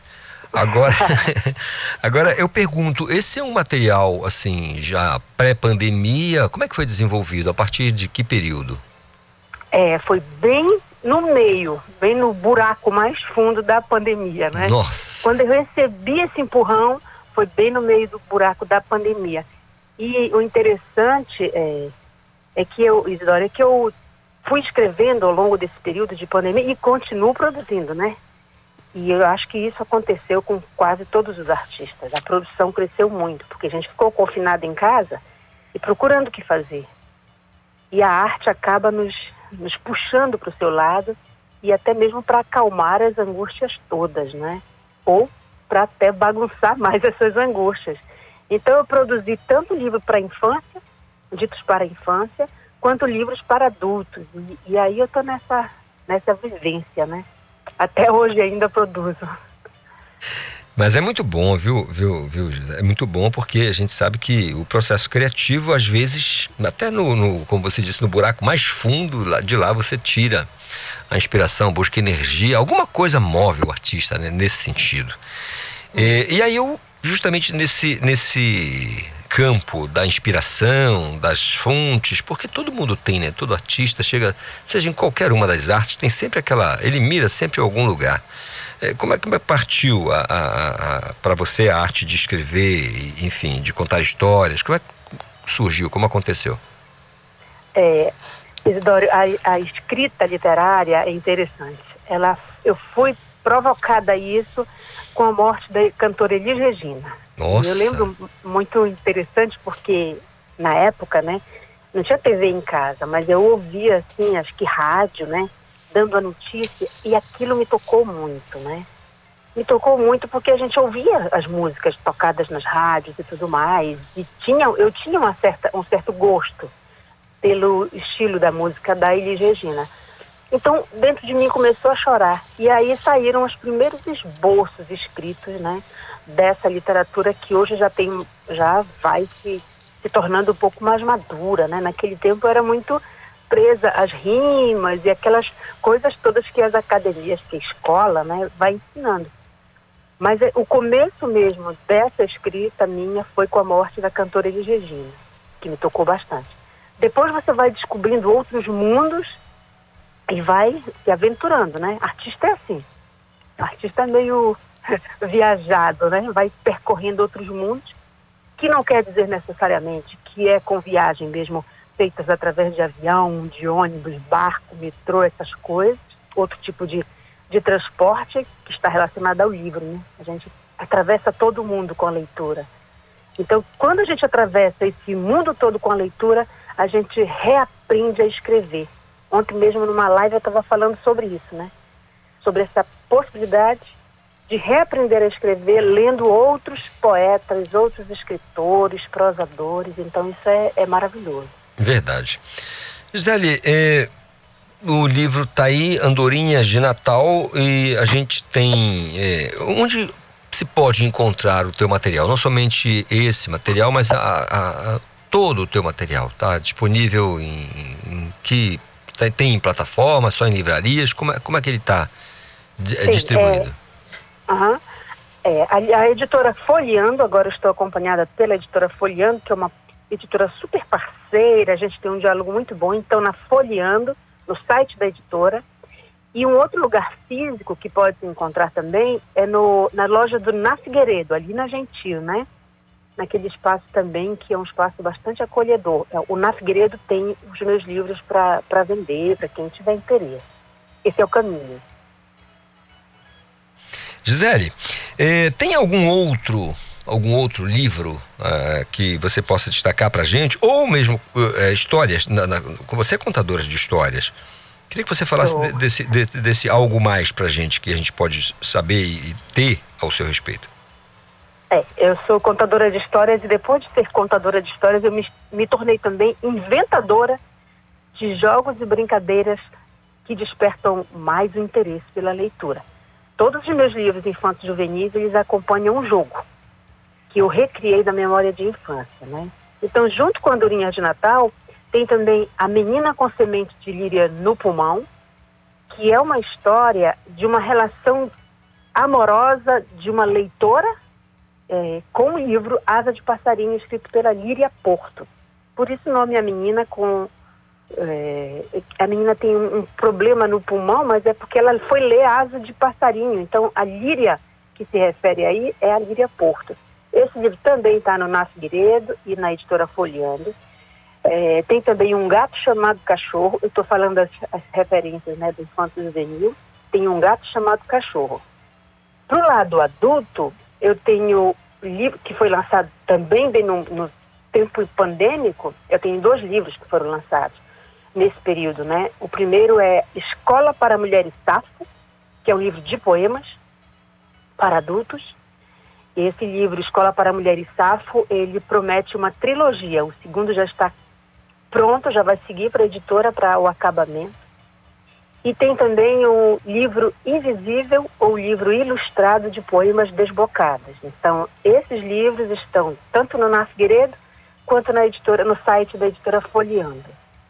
Agora eu pergunto, esse é um material assim, já pré-pandemia, como é que foi desenvolvido? A partir de que período? Foi bem no meio, bem no buraco mais fundo da pandemia, né? Nossa! Quando eu recebi esse empurrão, foi bem no meio do buraco da pandemia. E o interessante é que eu fui escrevendo ao longo desse período de pandemia e continuo produzindo, né? E eu acho que isso aconteceu com quase todos os artistas. A produção cresceu muito, porque a gente ficou confinado em casa e procurando o que fazer. E a arte acaba nos puxando para o seu lado e até mesmo para acalmar as angústias todas, né? Ou para até bagunçar mais essas angústias. Então eu produzi tanto livro para a infância, ditos para a infância, quanto livros para adultos. E aí eu estou nessa vivência, né? Até hoje ainda produzo. Mas é muito bom, viu, José? É muito bom porque a gente sabe que o processo criativo, às vezes, até como você disse, no buraco mais fundo, de lá você tira a inspiração, busca energia, alguma coisa move o artista, né, nesse sentido. E aí eu, justamente nesse campo da inspiração, das fontes, porque todo mundo tem, né? Todo artista chega, seja em qualquer uma das artes, tem sempre ele mira sempre em algum lugar. Como é que partiu para você a arte de escrever, enfim, de contar histórias? Como é que surgiu? Como aconteceu? Isidoro, a escrita literária é interessante. Eu fui provocada a isso com a morte da cantora Elis Regina. Nossa. Eu lembro muito interessante porque na época, né, não tinha TV em casa, mas eu ouvia assim, acho que rádio, né, dando a notícia, e aquilo me tocou muito, né? Me tocou muito porque a gente ouvia as músicas tocadas nas rádios e tudo mais, e eu tinha um certo gosto pelo estilo da música da Elis Regina. Então, dentro de mim começou a chorar. E aí saíram os primeiros esboços escritos, né, dessa literatura que hoje já vai se tornando um pouco mais madura, né? Naquele tempo eu era muito presa às rimas e aquelas coisas todas que as academias, que a escola, né, vai ensinando. Mas o começo mesmo dessa escrita minha foi com a morte da cantora Elis Regina, que me tocou bastante. Depois você vai descobrindo outros mundos e vai se aventurando, né? Artista é assim. Artista é meio viajado, né? Vai percorrendo outros mundos, que não quer dizer necessariamente que é com viagem mesmo, feitas através de avião, de ônibus, barco, metrô, essas coisas. Outro tipo de transporte que está relacionado ao livro, né? A gente atravessa todo mundo com a leitura. Então, quando a gente atravessa esse mundo todo com a leitura, a gente reaprende a escrever. Ontem mesmo numa live eu estava falando sobre isso, né? Sobre essa possibilidade de reaprender a escrever lendo outros poetas, outros escritores, prosadores. Então isso é maravilhoso. Verdade. Gisele, o livro está aí, Andorinhas de Natal, e a gente tem... onde se pode encontrar o teu material? Não somente esse material, mas todo o teu material. Está disponível em que... Tem em plataforma, só em livrarias? Como é que ele está distribuído? A editora Folheando, agora eu estou acompanhada pela editora Folheando, que é uma editora super parceira, a gente tem um diálogo muito bom, então na Folheando, no site da editora. E um outro lugar físico que pode se encontrar também é na loja do Na Figueiredo, ali na Gentil, né? Naquele espaço também, que é um espaço bastante acolhedor. O Na Figueiredo tem os meus livros para vender, para quem tiver interesse. Esse é o caminho. Gisele, tem algum outro livro que você possa destacar para a gente? Ou mesmo histórias, você é contadora de histórias. Queria que você falasse desse algo mais para a gente, que a gente pode saber e ter ao seu respeito. Eu sou contadora de histórias e depois de ser contadora de histórias eu me tornei também inventadora de jogos e brincadeiras que despertam mais o interesse pela leitura. Todos os meus livros infantos juvenis, eles acompanham um jogo que eu recriei da memória de infância, né? Então, junto com a Andorinha de Natal, tem também A Menina com Semente de Líria no Pulmão, que é uma história de uma relação amorosa de uma leitora com o livro Asa de Passarinho, escrito pela Líria Porto. Por isso o nome A Menina com... a menina tem um problema no pulmão, mas é porque ela foi ler Asa de Passarinho. Então, a Líria que se refere aí é a Líria Porto. Esse livro também está no Na Figueiredo e na editora Folheando. Tem também Um Gato Chamado Cachorro. Eu estou falando as referências, né, do infanto juvenil. Tem Um Gato Chamado Cachorro. Para o lado adulto, eu tenho livro que foi lançado também bem no tempo pandêmico. Eu tenho 2 livros que foram lançados nesse período, né? O primeiro é Escola para Mulheres Safo, que é um livro de poemas para adultos. Esse livro, Escola para Mulheres Safo, ele promete uma trilogia. O segundo já está pronto, já vai seguir para a editora para o acabamento. E tem também o livro Invisível, ou livro ilustrado de poemas desbocados. Então, esses livros estão tanto no Na Figueiredo quanto na editora, no site da editora Folheando.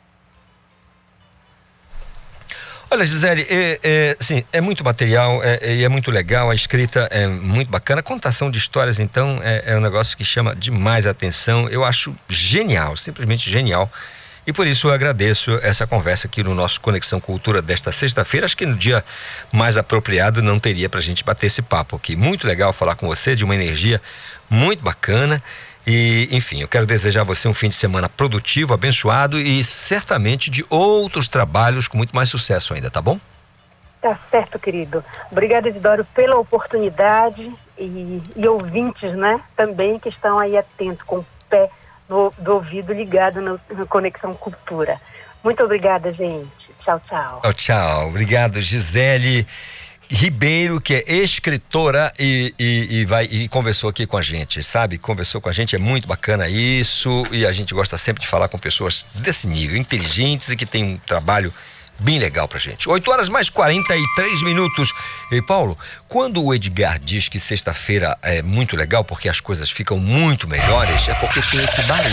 Olha, Gisele, sim, é muito material e é muito legal, a escrita é muito bacana. A contação de histórias, então, é um negócio que chama demais a atenção. Eu acho genial, simplesmente genial. E por isso eu agradeço essa conversa aqui no nosso Conexão Cultura desta sexta-feira. Acho que no dia mais apropriado não teria pra gente bater esse papo aqui. Muito legal falar com você, de uma energia muito bacana. E, enfim, eu quero desejar a você um fim de semana produtivo, abençoado e certamente de outros trabalhos com muito mais sucesso ainda, tá bom? Tá certo, querido. Obrigada, Isidoro, pela oportunidade e ouvintes, né, também que estão aí atentos, com o pé do ouvido ligado no Conexão Cultura. Muito obrigada, gente. Tchau, tchau. Tchau, tchau. Obrigado, Gisele Ribeiro, que é escritora e conversou aqui com a gente, sabe? Conversou com a gente, é muito bacana isso, e a gente gosta sempre de falar com pessoas desse nível, inteligentes e que tem um trabalho bem legal pra gente. 8h mais 43 minutos. E Paulo, quando o Edgar diz que sexta-feira é muito legal porque as coisas ficam muito melhores, é porque tem esse barulho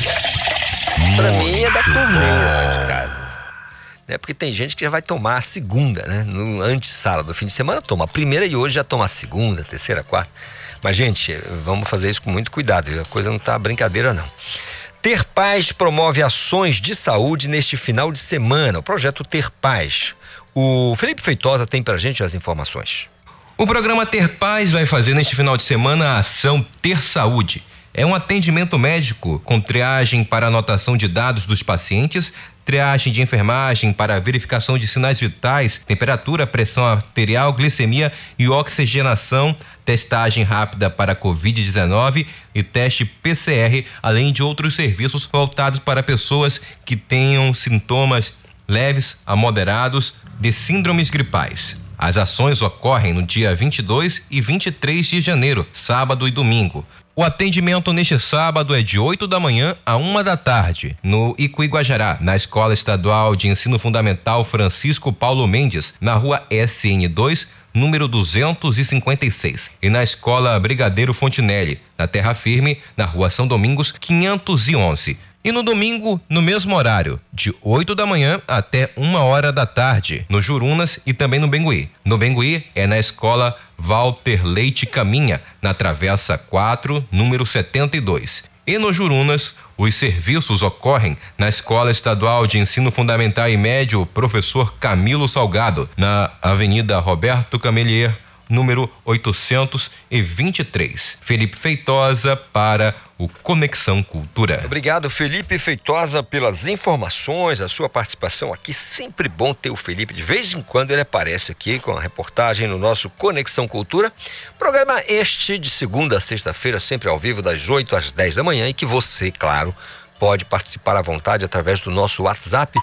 aí. Pra mim é da torneira de casa. Porque tem gente que já vai tomar a segunda, né? No antessala do fim de semana toma a primeira e hoje já toma a segunda, terceira, quarta. Mas, gente, vamos fazer isso com muito cuidado, viu? A coisa não tá brincadeira, não. Ter Paz promove ações de saúde neste final de semana. O projeto Ter Paz. O Felipe Feitosa tem pra gente as informações. O programa Ter Paz vai fazer neste final de semana a ação Ter Saúde. É um atendimento médico com triagem para anotação de dados dos pacientes, triagem de enfermagem para verificação de sinais vitais, temperatura, pressão arterial, glicemia e oxigenação, testagem rápida para Covid-19 e teste PCR, além de outros serviços voltados para pessoas que tenham sintomas leves a moderados de síndromes gripais. As ações ocorrem no dia 22 e 23 de janeiro, sábado e domingo. O atendimento neste sábado é de 8 da manhã a 1 da tarde, no Icuiguajará, na Escola Estadual de Ensino Fundamental Francisco Paulo Mendes, na rua SN2, número 256, e na Escola Brigadeiro Fontinelli, na Terra Firme, na rua São Domingos, 511. E no domingo, no mesmo horário, de 8 da manhã até 1 da tarde, no Jurunas e também no Bengui. No Bengui é na Escola Walter Leite Caminha, na Travessa 4, número 72. E no Jurunas, os serviços ocorrem na Escola Estadual de Ensino Fundamental e Médio Professor Camilo Salgado, na Avenida Roberto Camelier, número 823. Felipe Feitosa para o Conexão Cultura. Obrigado, Felipe Feitosa, pelas informações, a sua participação aqui. Sempre bom ter o Felipe. De vez em quando ele aparece aqui com a reportagem no nosso Conexão Cultura. Programa este de segunda a sexta-feira, sempre ao vivo, das 8 às 10 da manhã, e que você, claro, pode participar à vontade através do nosso WhatsApp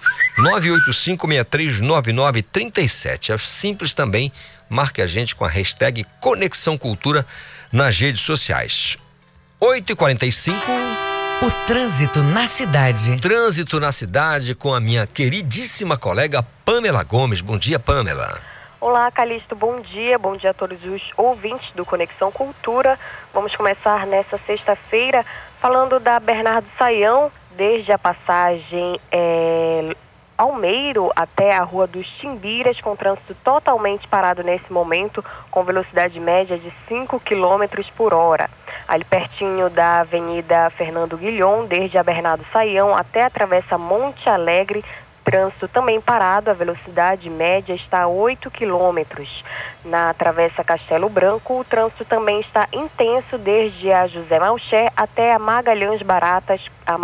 985639937. É simples também, marque a gente com a hashtag Conexão Cultura nas redes sociais. 8h45. O trânsito na cidade. Trânsito na cidade com a minha queridíssima colega Pamela Gomes. Bom dia, Pamela. Olá, Calixto, bom dia a todos os ouvintes do Conexão Cultura. Vamos começar nessa sexta-feira falando da Bernardo Saião, desde a passagem Almeiro até a Rua dos Timbiras, com trânsito totalmente parado nesse momento, com velocidade média de 5 km por hora. Ali pertinho da Avenida Fernando Guilhom, desde a Bernardo Saião até a Travessa Monte Alegre, trânsito também parado, a velocidade média está a 8 km. Na Travessa Castelo Branco, o trânsito também está intenso desde a José Malcher até a Magalhães Barata,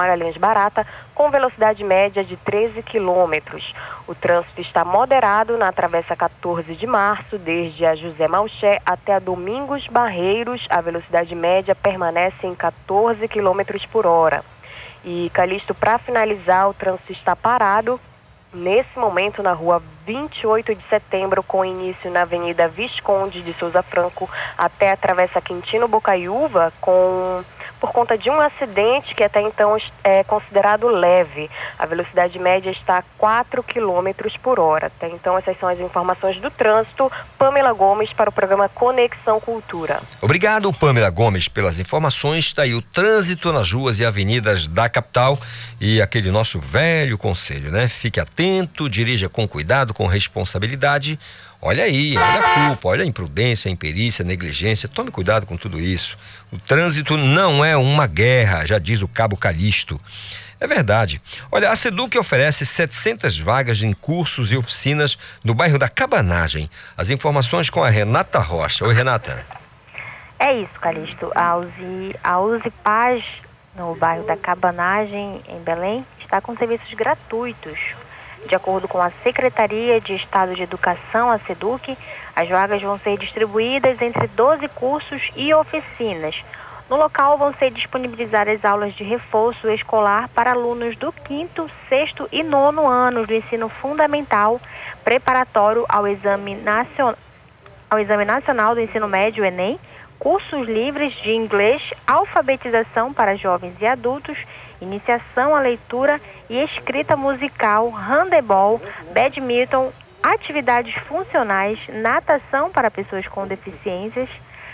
com velocidade média de 13 km. O trânsito está moderado na Travessa 14 de Março, desde a José Malcher até a Domingos Barreiros, a velocidade média permanece em 14 km por hora. E, Calixto, para finalizar, o trânsito está parado nesse momento na rua 28 de setembro, com início na Avenida Visconde de Souza Franco até a Travessa Quintino Bocaiúva, por conta de um acidente que até então é considerado leve. A velocidade média está a 4 km por hora. Até então, essas são as informações do trânsito. Pamela Gomes para o programa Conexão Cultura. Obrigado, Pamela Gomes, pelas informações. Está aí o trânsito nas ruas e avenidas da capital e aquele nosso velho conselho, né? Fique atento, dirija com cuidado, com responsabilidade. Olha aí, olha a culpa, olha a imprudência, a imperícia, a negligência. Tome cuidado com tudo isso. O trânsito não é uma guerra, já diz o Cabo Calixto. É verdade. Olha, a SEDUC oferece 700 vagas em cursos e oficinas no bairro da Cabanagem. As informações com a Renata Rocha. Oi, Renata. É isso, Calixto. A USE Paz, no bairro da Cabanagem, em Belém, está com serviços gratuitos. De acordo com a Secretaria de Estado de Educação, a SEDUC, as vagas vão ser distribuídas entre 12 cursos e oficinas. No local vão ser disponibilizadas aulas de reforço escolar para alunos do 5º, 6º e 9º anos do ensino fundamental, preparatório ao Exame Nacional do Ensino Médio, ENEM, cursos livres de inglês, alfabetização para jovens e adultos, iniciação à leitura e escrita musical, handebol, badminton, atividades funcionais, natação para pessoas com deficiências.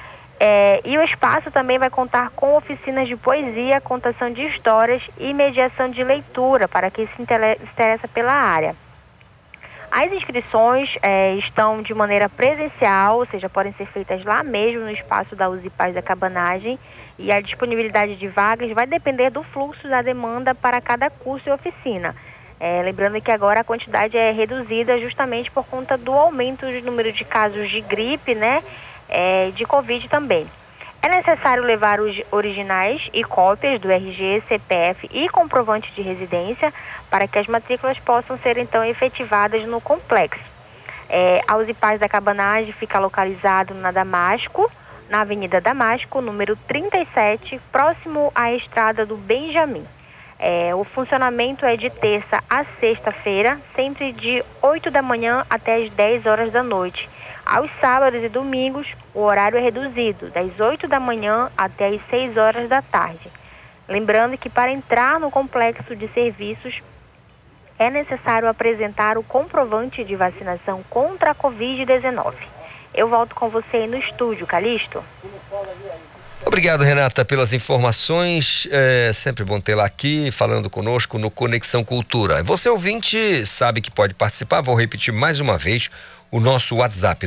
E o espaço também vai contar com oficinas de poesia, contação de histórias e mediação de leitura para quem se interessa pela área. As inscrições estão de maneira presencial, ou seja, podem ser feitas lá mesmo no espaço da USE Paz da Cabanagem, e a disponibilidade de vagas vai depender do fluxo da demanda para cada curso e oficina. Lembrando que agora a quantidade é reduzida justamente por conta do aumento do número de casos de gripe, né, de Covid também. É necessário levar os originais e cópias do RG, CPF e comprovante de residência para que as matrículas possam ser então efetivadas no complexo. A USE Paz da Cabanagem fica localizado na Avenida Damasco, número 37, próximo à Estrada do Benjamin. O funcionamento é de terça a sexta-feira, sempre de 8 da manhã até as 10 horas da noite. Aos sábados e domingos, o horário é reduzido, das 8 da manhã até as 6 horas da tarde. Lembrando que para entrar no complexo de serviços é necessário apresentar o comprovante de vacinação contra a Covid-19. Eu volto com você aí no estúdio, Calixto. Obrigado, Renata, pelas informações. É sempre bom tê-la aqui falando conosco no Conexão Cultura. Você, ouvinte, sabe que pode participar. Vou repetir mais uma vez o nosso WhatsApp,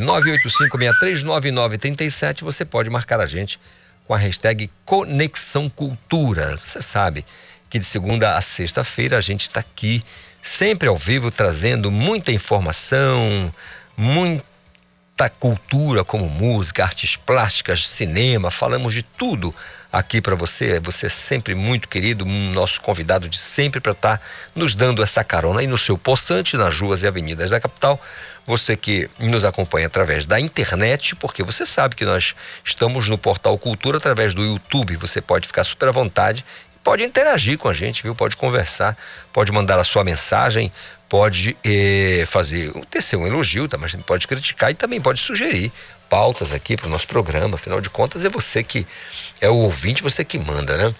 985639937. Você pode marcar a gente com a hashtag Conexão Cultura. Você sabe que de segunda a sexta-feira a gente está aqui, sempre ao vivo, trazendo muita informação, muita cultura, como música, artes plásticas, cinema. Falamos de tudo aqui para você. Você é sempre muito querido, nosso convidado de sempre para estar nos dando essa carona aí no seu poçante, nas ruas e avenidas da capital. Você que nos acompanha através da internet, porque você sabe que nós estamos no Portal Cultura através do YouTube. Você pode ficar super à vontade, pode interagir com a gente, viu? Pode conversar, pode mandar a sua mensagem, pode tecer um elogio, tá? Mas pode criticar e também pode sugerir pautas aqui para o nosso programa. Afinal de contas, é você que é o ouvinte, você que manda, né?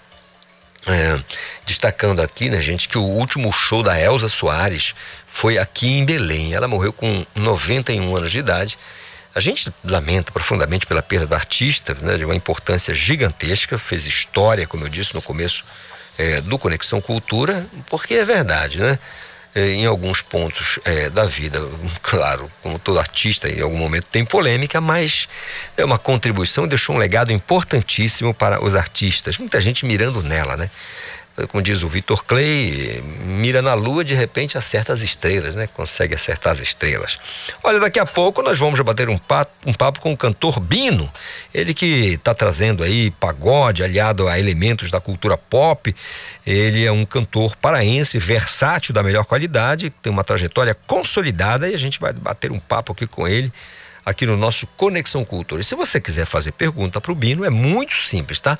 Destacando aqui, né, gente, que o último show da Elza Soares foi aqui em Belém. Ela morreu com 91 anos de idade. A gente lamenta profundamente pela perda da artista, né, de uma importância gigantesca, fez história, como eu disse no começo do Conexão Cultura, porque é verdade, né? Em alguns pontos da vida, claro, como todo artista, em algum momento tem polêmica, mas é uma contribuição, deixou um legado importantíssimo para os artistas. Muita gente mirando nela, né? Como diz o Vitor Clay, mira na lua, de repente acerta as estrelas, né? Consegue acertar as estrelas. Olha, daqui a pouco nós vamos bater um papo com o cantor Bino, ele que está trazendo aí pagode aliado a elementos da cultura pop. Ele é um cantor paraense, versátil, da melhor qualidade, tem uma trajetória consolidada, e a gente vai bater um papo aqui com ele, aqui no nosso Conexão Cultura. E se você quiser fazer pergunta para o Bino, é muito simples, tá?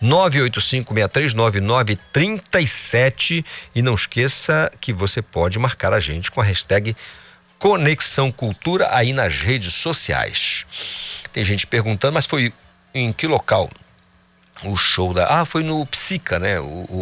985639937, e não esqueça que você pode marcar a gente com a hashtag Conexão Cultura aí nas redes sociais. Tem gente perguntando, mas foi em que local o show da... foi no Psica, né?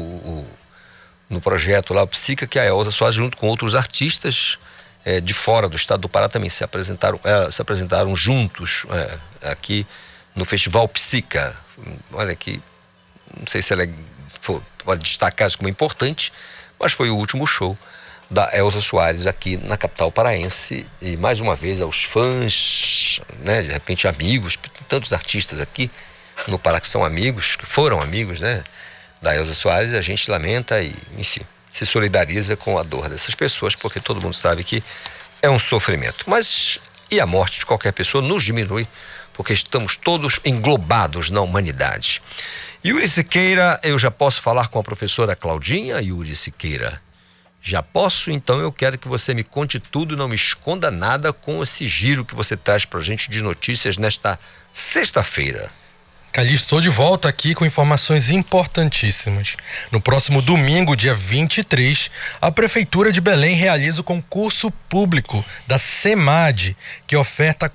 No projeto lá, o Psica, que a Elza Soares, junto com outros artistas de fora do estado do Pará, também se apresentaram juntos aqui no Festival Psica. Olha aqui, não sei se pode destacar isso como importante, mas foi o último show da Elza Soares aqui na capital paraense. E mais uma vez aos fãs, né, de repente amigos, tantos artistas aqui no Pará que são amigos, que foram amigos, né, da Elza Soares. A gente lamenta e, enfim, se solidariza com a dor dessas pessoas, porque todo mundo sabe que é um sofrimento. Mas e a morte de qualquer pessoa nos diminui, porque estamos todos englobados na humanidade. Yuri Siqueira, eu já posso falar com a professora Claudinha? Yuri Siqueira, já posso? Então eu quero que você me conte tudo, não me esconda nada com esse giro que você traz pra gente de notícias nesta sexta-feira. Calixto, estou de volta aqui com informações importantíssimas. No próximo domingo, dia 23, a Prefeitura de Belém realiza o concurso público da SEMAD, que oferta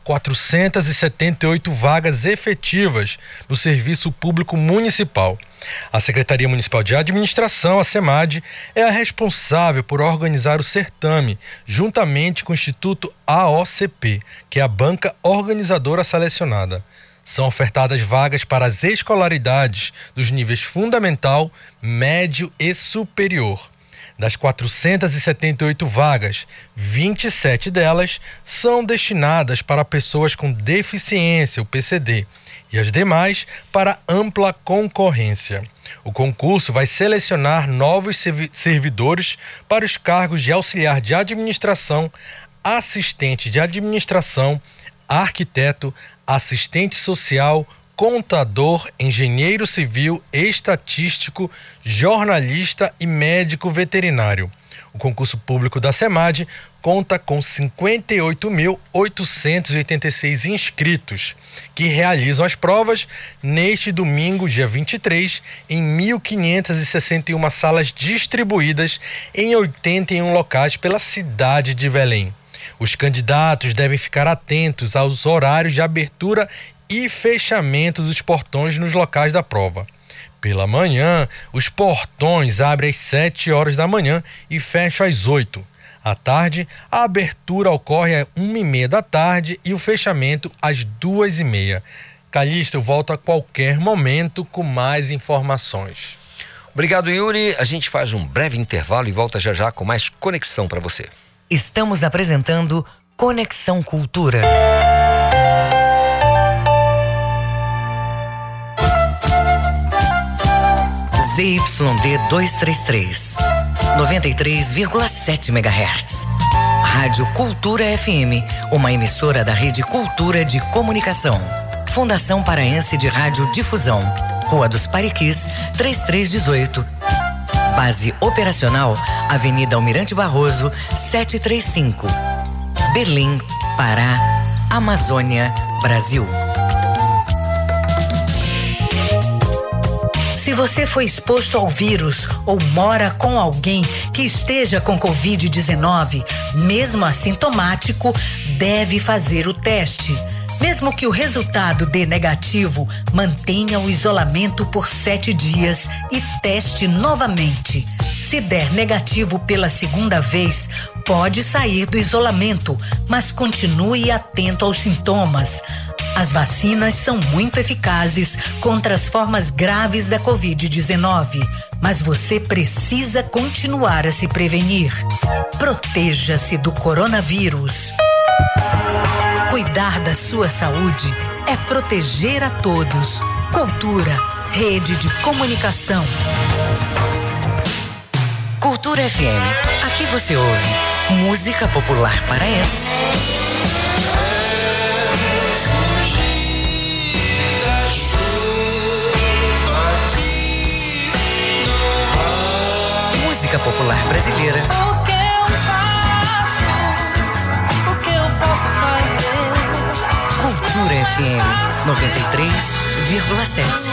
478 vagas efetivas no Serviço Público Municipal. A Secretaria Municipal de Administração, a SEMAD, é a responsável por organizar o certame, juntamente com o Instituto AOCP, que é a banca organizadora selecionada. São ofertadas vagas para as escolaridades dos níveis fundamental, médio e superior. Das 478 vagas, 27 delas são destinadas para pessoas com deficiência, o PCD, e as demais para ampla concorrência. O concurso vai selecionar novos servidores para os cargos de auxiliar de administração, assistente de administração, arquiteto, assistente social, contador, engenheiro civil, estatístico, jornalista e médico veterinário. O concurso público da SEMAD conta com 58.886 inscritos, que realizam as provas neste domingo, dia 23, em 1.561 salas distribuídas em 81 locais pela cidade de Belém. Os candidatos devem ficar atentos aos horários de abertura e fechamento dos portões nos locais da prova. Pela manhã, os portões abrem às 7 horas da manhã e fecham às 8. À tarde, a abertura ocorre às 1h30 da tarde e o fechamento às 2h30. Calixto, eu volto a qualquer momento com mais informações. Obrigado, Yuri. A gente faz um breve intervalo e volta já já com mais conexão para você. Estamos apresentando Conexão Cultura. ZYD 233, 93,7 MHz. Rádio Cultura FM, uma emissora da Rede Cultura de Comunicação. Fundação Paraense de Rádio Difusão, Rua dos Pariquis, 3318. Base operacional, Avenida Almirante Barroso, 735. Belém, Pará, Amazônia, Brasil. Se você foi exposto ao vírus ou mora com alguém que esteja com Covid-19, mesmo assintomático, deve fazer o teste. Mesmo que o resultado dê negativo, mantenha o isolamento por 7 dias e teste novamente. Se der negativo pela segunda vez, pode sair do isolamento, mas continue atento aos sintomas. As vacinas são muito eficazes contra as formas graves da Covid-19, mas você precisa continuar a se prevenir. Proteja-se do coronavírus. Cuidar da sua saúde é proteger a todos. Cultura, rede de comunicação. Cultura FM. Aqui você ouve música popular paraense. Música popular brasileira. O que eu faço? O que eu posso fazer? Cultura FM 93,7.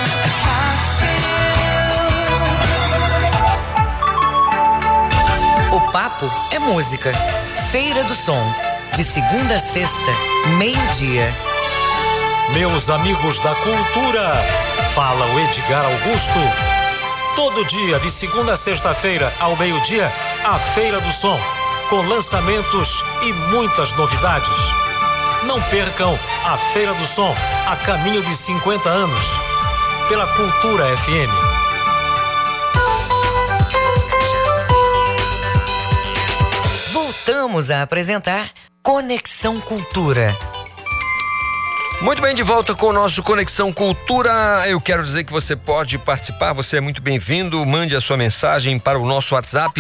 O papo é música. Feira do Som, de segunda a sexta, meio-dia. Meus amigos da cultura, fala o Edgar Augusto. Todo dia, de segunda a sexta-feira, ao meio-dia, a Feira do Som, com lançamentos e muitas novidades. Não percam a Feira do Som, a caminho de 50 anos, pela Cultura FM. Voltamos a apresentar Conexão Cultura. Muito bem, de volta com o nosso Conexão Cultura. Eu quero dizer que você pode participar, você é muito bem-vindo. Mande a sua mensagem para o nosso WhatsApp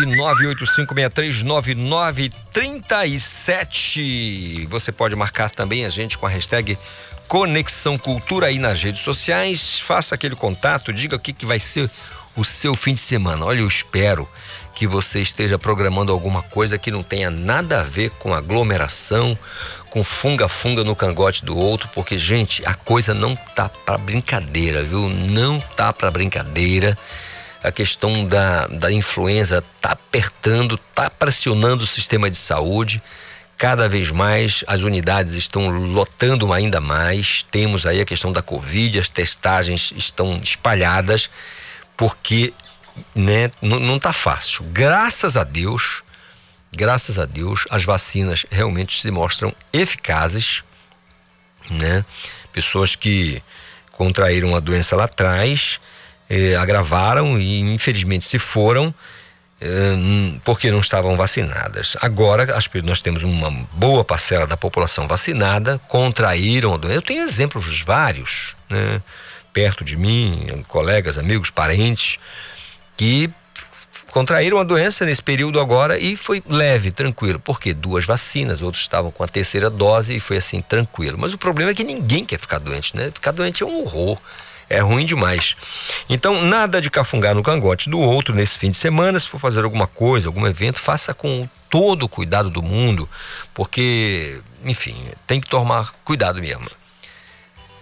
985639937. Você pode marcar também a gente com a hashtag Conexão Cultura aí nas redes sociais. Faça aquele contato, diga o que vai ser o seu fim de semana. Olha, eu espero que você esteja programando alguma coisa que não tenha nada a ver com aglomeração, com funga-funga no cangote do outro, porque, gente, a coisa não tá para brincadeira, viu? Não tá para brincadeira. A questão da influenza tá apertando, tá pressionando o sistema de saúde. Cada vez mais as unidades estão lotando ainda mais. Temos aí a questão da Covid, as testagens estão espalhadas, porque, né, não tá fácil. Graças a Deus, as vacinas realmente se mostram eficazes, né? Pessoas que contraíram a doença lá atrás, agravaram e infelizmente se foram porque não estavam vacinadas. Agora, nós temos uma boa parcela da população vacinada, contraíram a doença. Eu tenho exemplos vários, né, perto de mim, colegas, amigos, parentes, que contraíram a doença nesse período agora e foi leve, tranquilo. Porque 2 vacinas, outros estavam com a 3ª dose e foi assim, tranquilo. Mas o problema é que ninguém quer ficar doente, né? Ficar doente é um horror, é ruim demais. Então, nada de cafungar no cangote do outro nesse fim de semana. Se for fazer alguma coisa, algum evento, faça com todo o cuidado do mundo, porque, enfim, tem que tomar cuidado mesmo.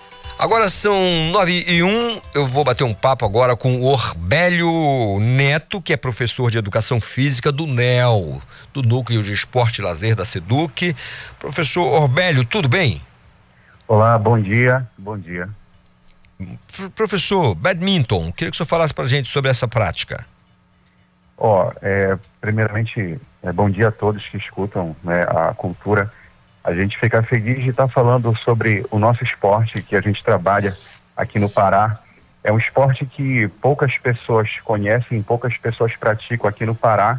Agora são 9h01, eu vou bater um papo agora com o Orbélio Neto, que é professor de Educação Física do NEL, do Núcleo de Esporte e Lazer da SEDUC. Professor Orbélio, tudo bem? Olá, bom dia. Bom dia. Professor, badminton, queria que o senhor falasse pra gente sobre essa prática. Primeiramente, bom dia a todos que escutam, né, a cultura. A gente fica feliz de estar falando sobre o nosso esporte que a gente trabalha aqui no Pará. É um esporte que poucas pessoas conhecem, poucas pessoas praticam aqui no Pará.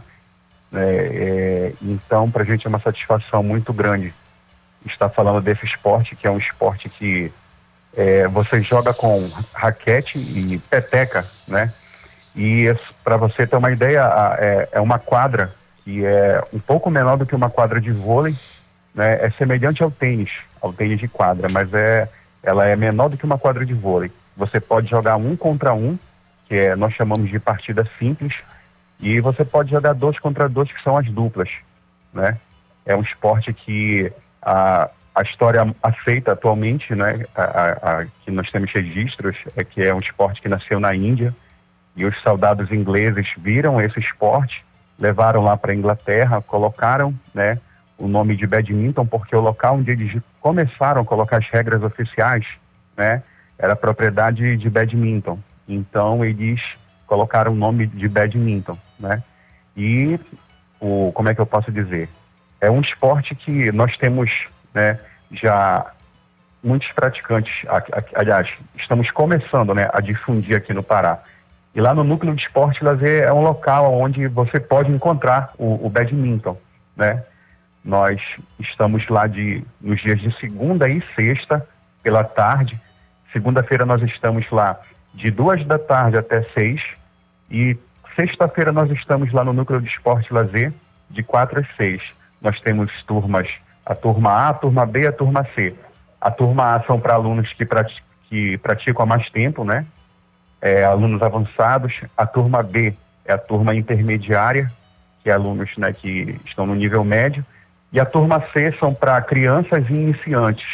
Então, para a gente é uma satisfação muito grande estar falando desse esporte, que é um esporte que você joga com raquete e peteca, né? E para você ter uma ideia, é uma quadra que é um pouco menor do que uma quadra de vôlei, né? É semelhante ao tênis de quadra, mas ela é menor do que uma quadra de vôlei. Você pode jogar 1 contra 1, que nós chamamos de partida simples, e você pode jogar 2 contra 2, que são as duplas, né? É um esporte que a história aceita atualmente, né? Que nós temos registros, que é um esporte que nasceu na Índia, e os soldados ingleses viram esse esporte, levaram lá para a Inglaterra, colocaram, né, o nome de badminton, porque o local onde eles começaram a colocar as regras oficiais, né, era propriedade de badminton. Então eles colocaram o nome de badminton, né? E como é que eu posso dizer? É um esporte que nós temos, né, já muitos praticantes. Aliás, estamos começando, né, a difundir aqui no Pará. E lá no Núcleo de Esporte e Lazer é um local onde você pode encontrar o badminton, né? Nós estamos lá nos dias de segunda e sexta, pela tarde. Segunda-feira nós estamos lá de 2 da tarde até 6. E sexta-feira nós estamos lá no Núcleo de Esporte e Lazer, de 4 às 6. Nós temos turmas, a turma A, a turma B e a turma C. A turma A são para alunos que praticam há mais tempo, né? Alunos avançados. A turma B é a turma intermediária, que é alunos, né, que estão no nível médio. E a turma C são para crianças e iniciantes.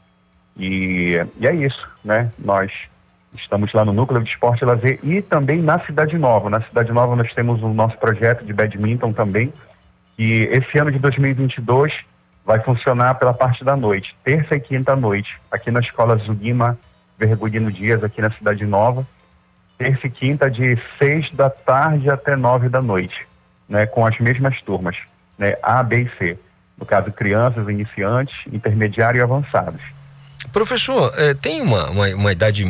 E é isso, né? Nós estamos lá no Núcleo de Esporte e Lazer e também na Cidade Nova. Na Cidade Nova nós temos o nosso projeto de badminton também, que esse ano de 2022 vai funcionar pela parte da noite, terça e quinta à noite, aqui na Escola Zugima Vergudino Dias, aqui na Cidade Nova. Terça e quinta de 6 da tarde até 9 da noite, né? Com as mesmas turmas, né? A, B e C. No caso, crianças, iniciantes, intermediários e avançados. Professor, tem uma idade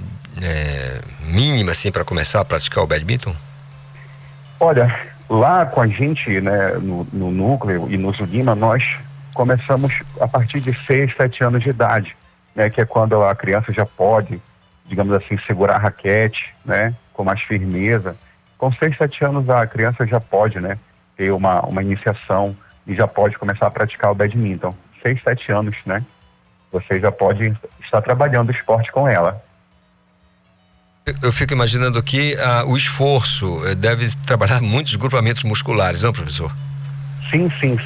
mínima assim para começar a praticar o badminton? Olha, lá com a gente, né, no núcleo e no Zugima, nós começamos a partir de 6, 7 anos de idade, né, que é quando a criança já pode, digamos assim, segurar a raquete, né, com mais firmeza. Com 6, 7 anos a criança já pode, né, ter uma iniciação e já pode começar a praticar o badminton. 6, 7 anos, né? Você já pode estar trabalhando o esporte com ela. Eu fico imaginando que o esforço deve trabalhar muitos grupamentos musculares, não, professor? Sim.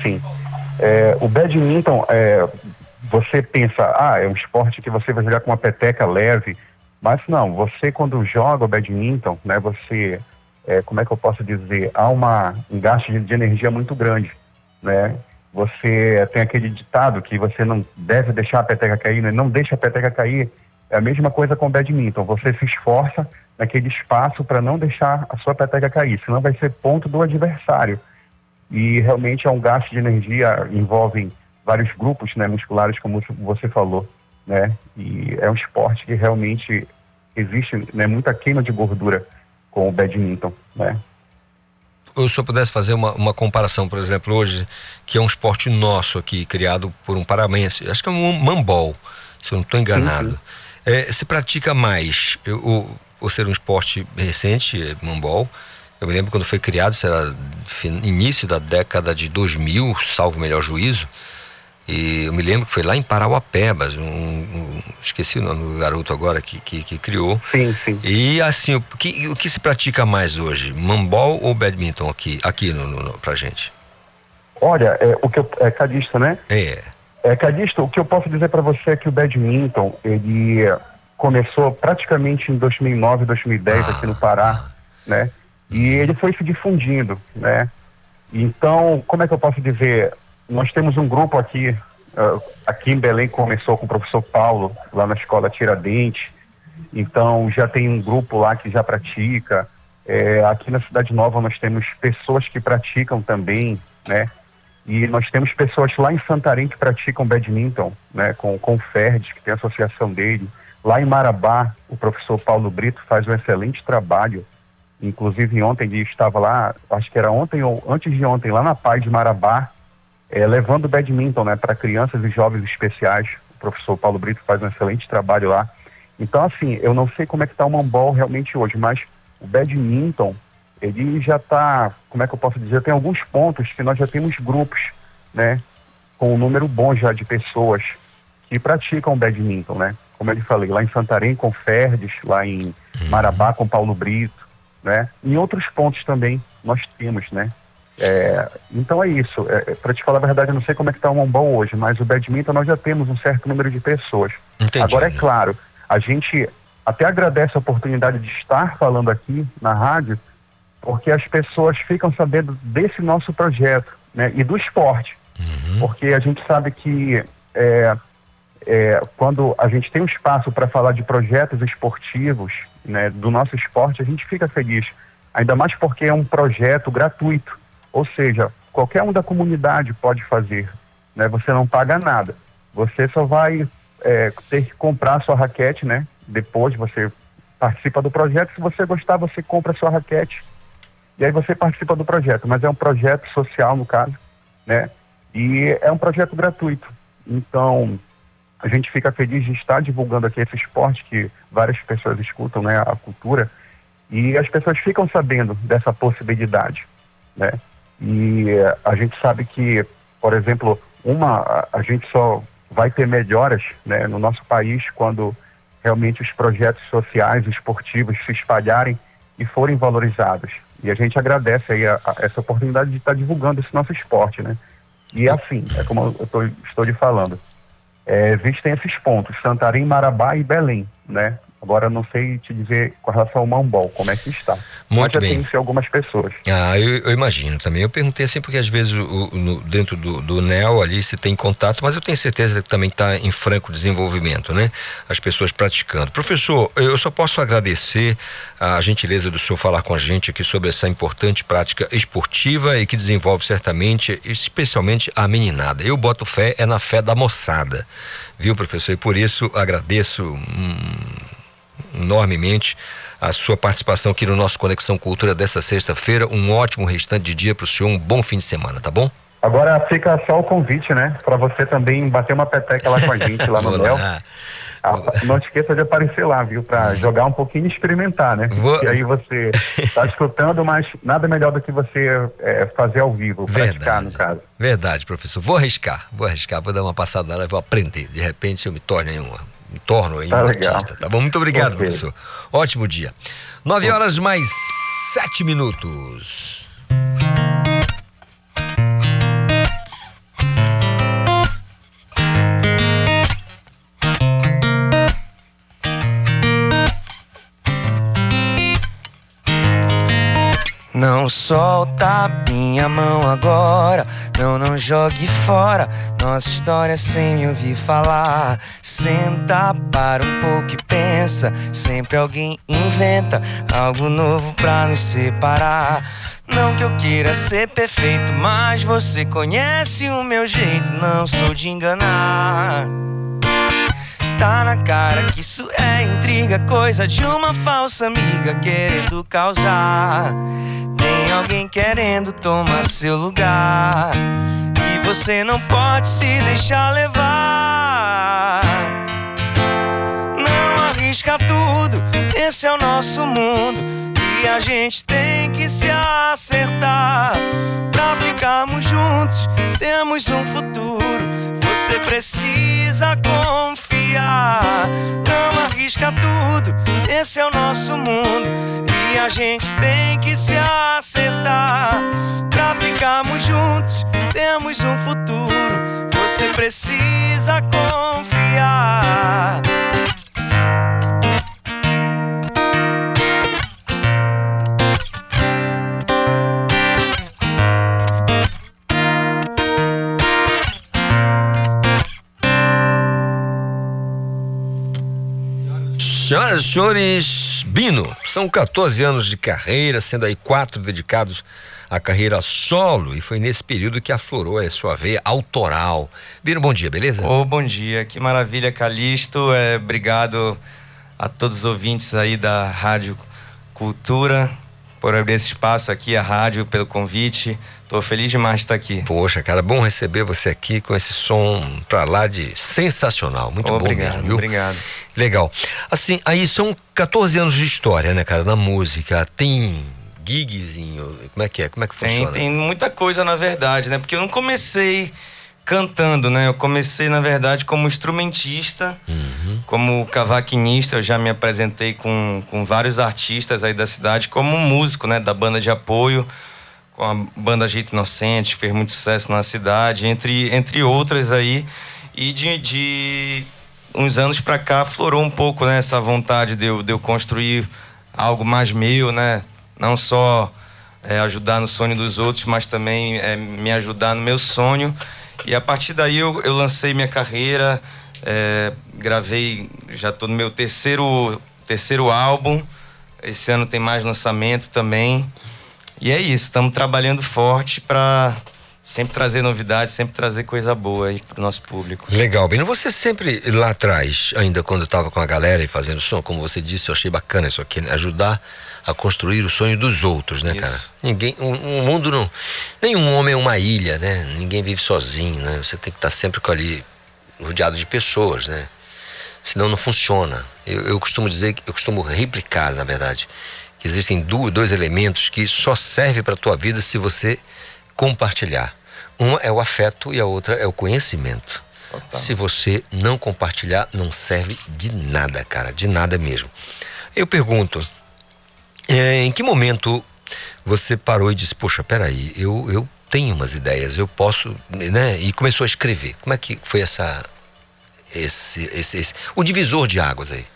O badminton, você pensa, é um esporte que você vai jogar com uma peteca leve, mas não, você quando joga o badminton, né, você, como é que eu posso dizer, há um gasto de energia muito grande, né? Você tem aquele ditado que você não deve deixar a peteca cair, né? Não deixa a peteca cair. É a mesma coisa com o badminton. Você se esforça naquele espaço para não deixar a sua peteca cair, senão vai ser ponto do adversário. E realmente é um gasto de energia, envolve vários grupos, né, musculares, como você falou, né? E é um esporte que realmente existe, né, muita queima de gordura com o badminton, né? Se o senhor pudesse fazer uma comparação, por exemplo, hoje, que é um esporte nosso aqui, criado por um paramense, acho que é um mambol, se eu não estou enganado. Sim. Se pratica mais, ou ser um esporte recente, mambol, eu me lembro quando foi criado, isso era início da década de 2000, salvo o melhor juízo, e eu me lembro que foi lá em Parauapebas, esqueci o nome do garoto agora que criou. Sim. E assim, o que se pratica mais hoje? Mambol ou badminton aqui pra gente? Olha, Calixto, né? Calixto, o que eu posso dizer para você é que o badminton, ele começou praticamente em 2009, 2010 aqui no Pará, né? E ele foi se difundindo, né? Então, como é que eu posso dizer? Nós temos um grupo aqui em Belém, começou com o professor Paulo, lá na escola Tiradentes. Então, já tem um grupo lá que já pratica. Aqui na Cidade Nova nós temos pessoas que praticam também, né? E nós temos pessoas lá em Santarém que praticam badminton, né? Com o Ferdes, que tem a associação dele. Lá em Marabá, o professor Paulo Brito faz um excelente trabalho. Inclusive, ontem ele estava lá, acho que era ontem ou antes de ontem, lá na Paz de Marabá, levando badminton, né, para crianças e jovens especiais. O professor Paulo Brito faz um excelente trabalho lá. Então, assim, eu não sei como é que está o Mambol realmente hoje, mas o badminton, ele já está, como é que eu posso dizer, tem alguns pontos que nós já temos grupos, né, com um número bom já de pessoas que praticam badminton, né? Como eu lhe falei, lá em Santarém com Ferdes, lá em Marabá com Paulo Brito, né? Em outros pontos também nós temos, né? Então é isso. Para te falar a verdade, eu não sei como é que está o Mambol hoje, mas o badminton nós já temos um certo número de pessoas. Entendi. Agora, é claro, a gente até agradece a oportunidade de estar falando aqui na rádio, porque as pessoas ficam sabendo desse nosso projeto, né? E do esporte. Porque a gente sabe que quando a gente tem um espaço para falar de projetos esportivos, né, do nosso esporte, a gente fica feliz. Ainda mais porque é um projeto gratuito. Ou seja, qualquer um da comunidade pode fazer, né? Você não paga nada. Você só vai ter que comprar a sua raquete, né? Depois você participa do projeto. Se você gostar, você compra a sua raquete. E aí você participa do projeto. Mas é um projeto social, no caso, né? E é um projeto gratuito. Então, a gente fica feliz de estar divulgando aqui esse esporte que várias pessoas escutam, né? A cultura. E as pessoas ficam sabendo dessa possibilidade, né? E a gente sabe que, por exemplo, a gente só vai ter melhoras, né, no nosso país quando realmente os projetos sociais, esportivos se espalharem e forem valorizados. E a gente agradece aí essa oportunidade de estar divulgando esse nosso esporte, né? E assim, como eu estou lhe falando, existem esses pontos, Santarém, Marabá e Belém, né? Agora, não sei te dizer com relação ao Mambol, como é que está. Muito bem. Mas já tem algumas pessoas. Eu imagino também. Eu perguntei assim porque às vezes dentro do NEL ali se tem contato, mas eu tenho certeza que também está em franco desenvolvimento, né? As pessoas praticando. Professor, eu só posso agradecer a gentileza do senhor falar com a gente aqui sobre essa importante prática esportiva e que desenvolve certamente, especialmente a meninada. Eu boto fé, na fé da moçada, viu, professor? E por isso agradeço enormemente a sua participação aqui no nosso Conexão Cultura dessa sexta-feira. Um ótimo restante de dia para o senhor, um bom fim de semana, tá bom? Agora fica só o convite, né? Para você também bater uma peteca lá com a gente, lá no NEL. Não te esqueça de aparecer lá, viu? Para jogar um pouquinho e experimentar, né? E aí você está escutando, mas nada melhor do que você fazer ao vivo, praticar, no caso. Verdade, professor. Vou arriscar, vou dar uma passada lá e vou aprender. De repente eu me torno um artista, tá bom? Muito obrigado, professor. Ótimo dia. 9h mais 7 minutos. Não solta minha mão agora, não jogue fora nossa história sem me ouvir falar. Senta, para um pouco e pensa, sempre alguém inventa algo novo pra nos separar. Não que eu queira ser perfeito, mas você conhece o meu jeito, não sou de enganar. Tá na cara que isso é intriga, coisa de uma falsa amiga querendo causar. Tem alguém querendo tomar seu lugar e você não pode se deixar levar. Não arrisca tudo, esse é o nosso mundo e a gente tem que se acertar. Pra ficarmos juntos, temos um futuro, você precisa confiar. Não arrisca tudo, esse é o nosso mundo e a gente tem que se acertar. Pra ficarmos juntos, temos um futuro, você precisa confiar. Senhoras e senhores, Bino, são 14 anos de carreira, sendo aí 4 dedicados à carreira solo, e foi nesse período que aflorou a sua veia autoral. Bino, bom dia, beleza? Bom dia, que maravilha, Calixto. Obrigado a todos os ouvintes aí da Rádio Cultura por abrir esse espaço aqui, a rádio, pelo convite. Tô feliz demais de estar aqui. Poxa, cara, bom receber você aqui com esse som pra lá de sensacional. Muito bom mesmo, viu? Obrigado. Legal. Assim, aí são 14 anos de história, né, cara, na música. Tem gigs, como é que funciona? Tem muita coisa, na verdade, né? Porque eu não comecei cantando, né? Eu comecei, na verdade, como instrumentista, como cavaquinista. Eu já me apresentei com vários artistas aí da cidade, como músico, né? Da banda de apoio, com a banda Jeito Inocente, fez muito sucesso na cidade, entre outras aí. E de uns anos pra cá, florou um pouco, né? Essa vontade de eu construir algo mais meu, né? Não só ajudar no sonho dos outros, mas também me ajudar no meu sonho. E a partir daí eu lancei minha carreira, gravei, já estou no meu terceiro álbum. Esse ano tem mais lançamento também. E é isso, estamos trabalhando forte para sempre trazer novidades, sempre trazer coisa boa aí pro nosso público. Legal, Bino. Você sempre lá atrás, ainda quando eu tava com a galera e fazendo som, como você disse, eu achei bacana isso aqui, né? Ajudar a construir o sonho dos outros, né, cara? O mundo não... Nenhum homem é uma ilha, né? Ninguém vive sozinho, né? Você tem que estar sempre ali rodeado de pessoas, né? Senão não funciona. Eu costumo dizer, eu costumo replicar, na verdade, que existem dois elementos que só servem para a tua vida se você compartilhar. Uma é o afeto e a outra é o conhecimento. Total. Se você não compartilhar, não serve de nada, cara, de nada mesmo. Eu pergunto, em que momento você parou e disse, poxa, peraí, eu tenho umas ideias, eu posso, né? E começou a escrever. Como é que foi o divisor de águas aí?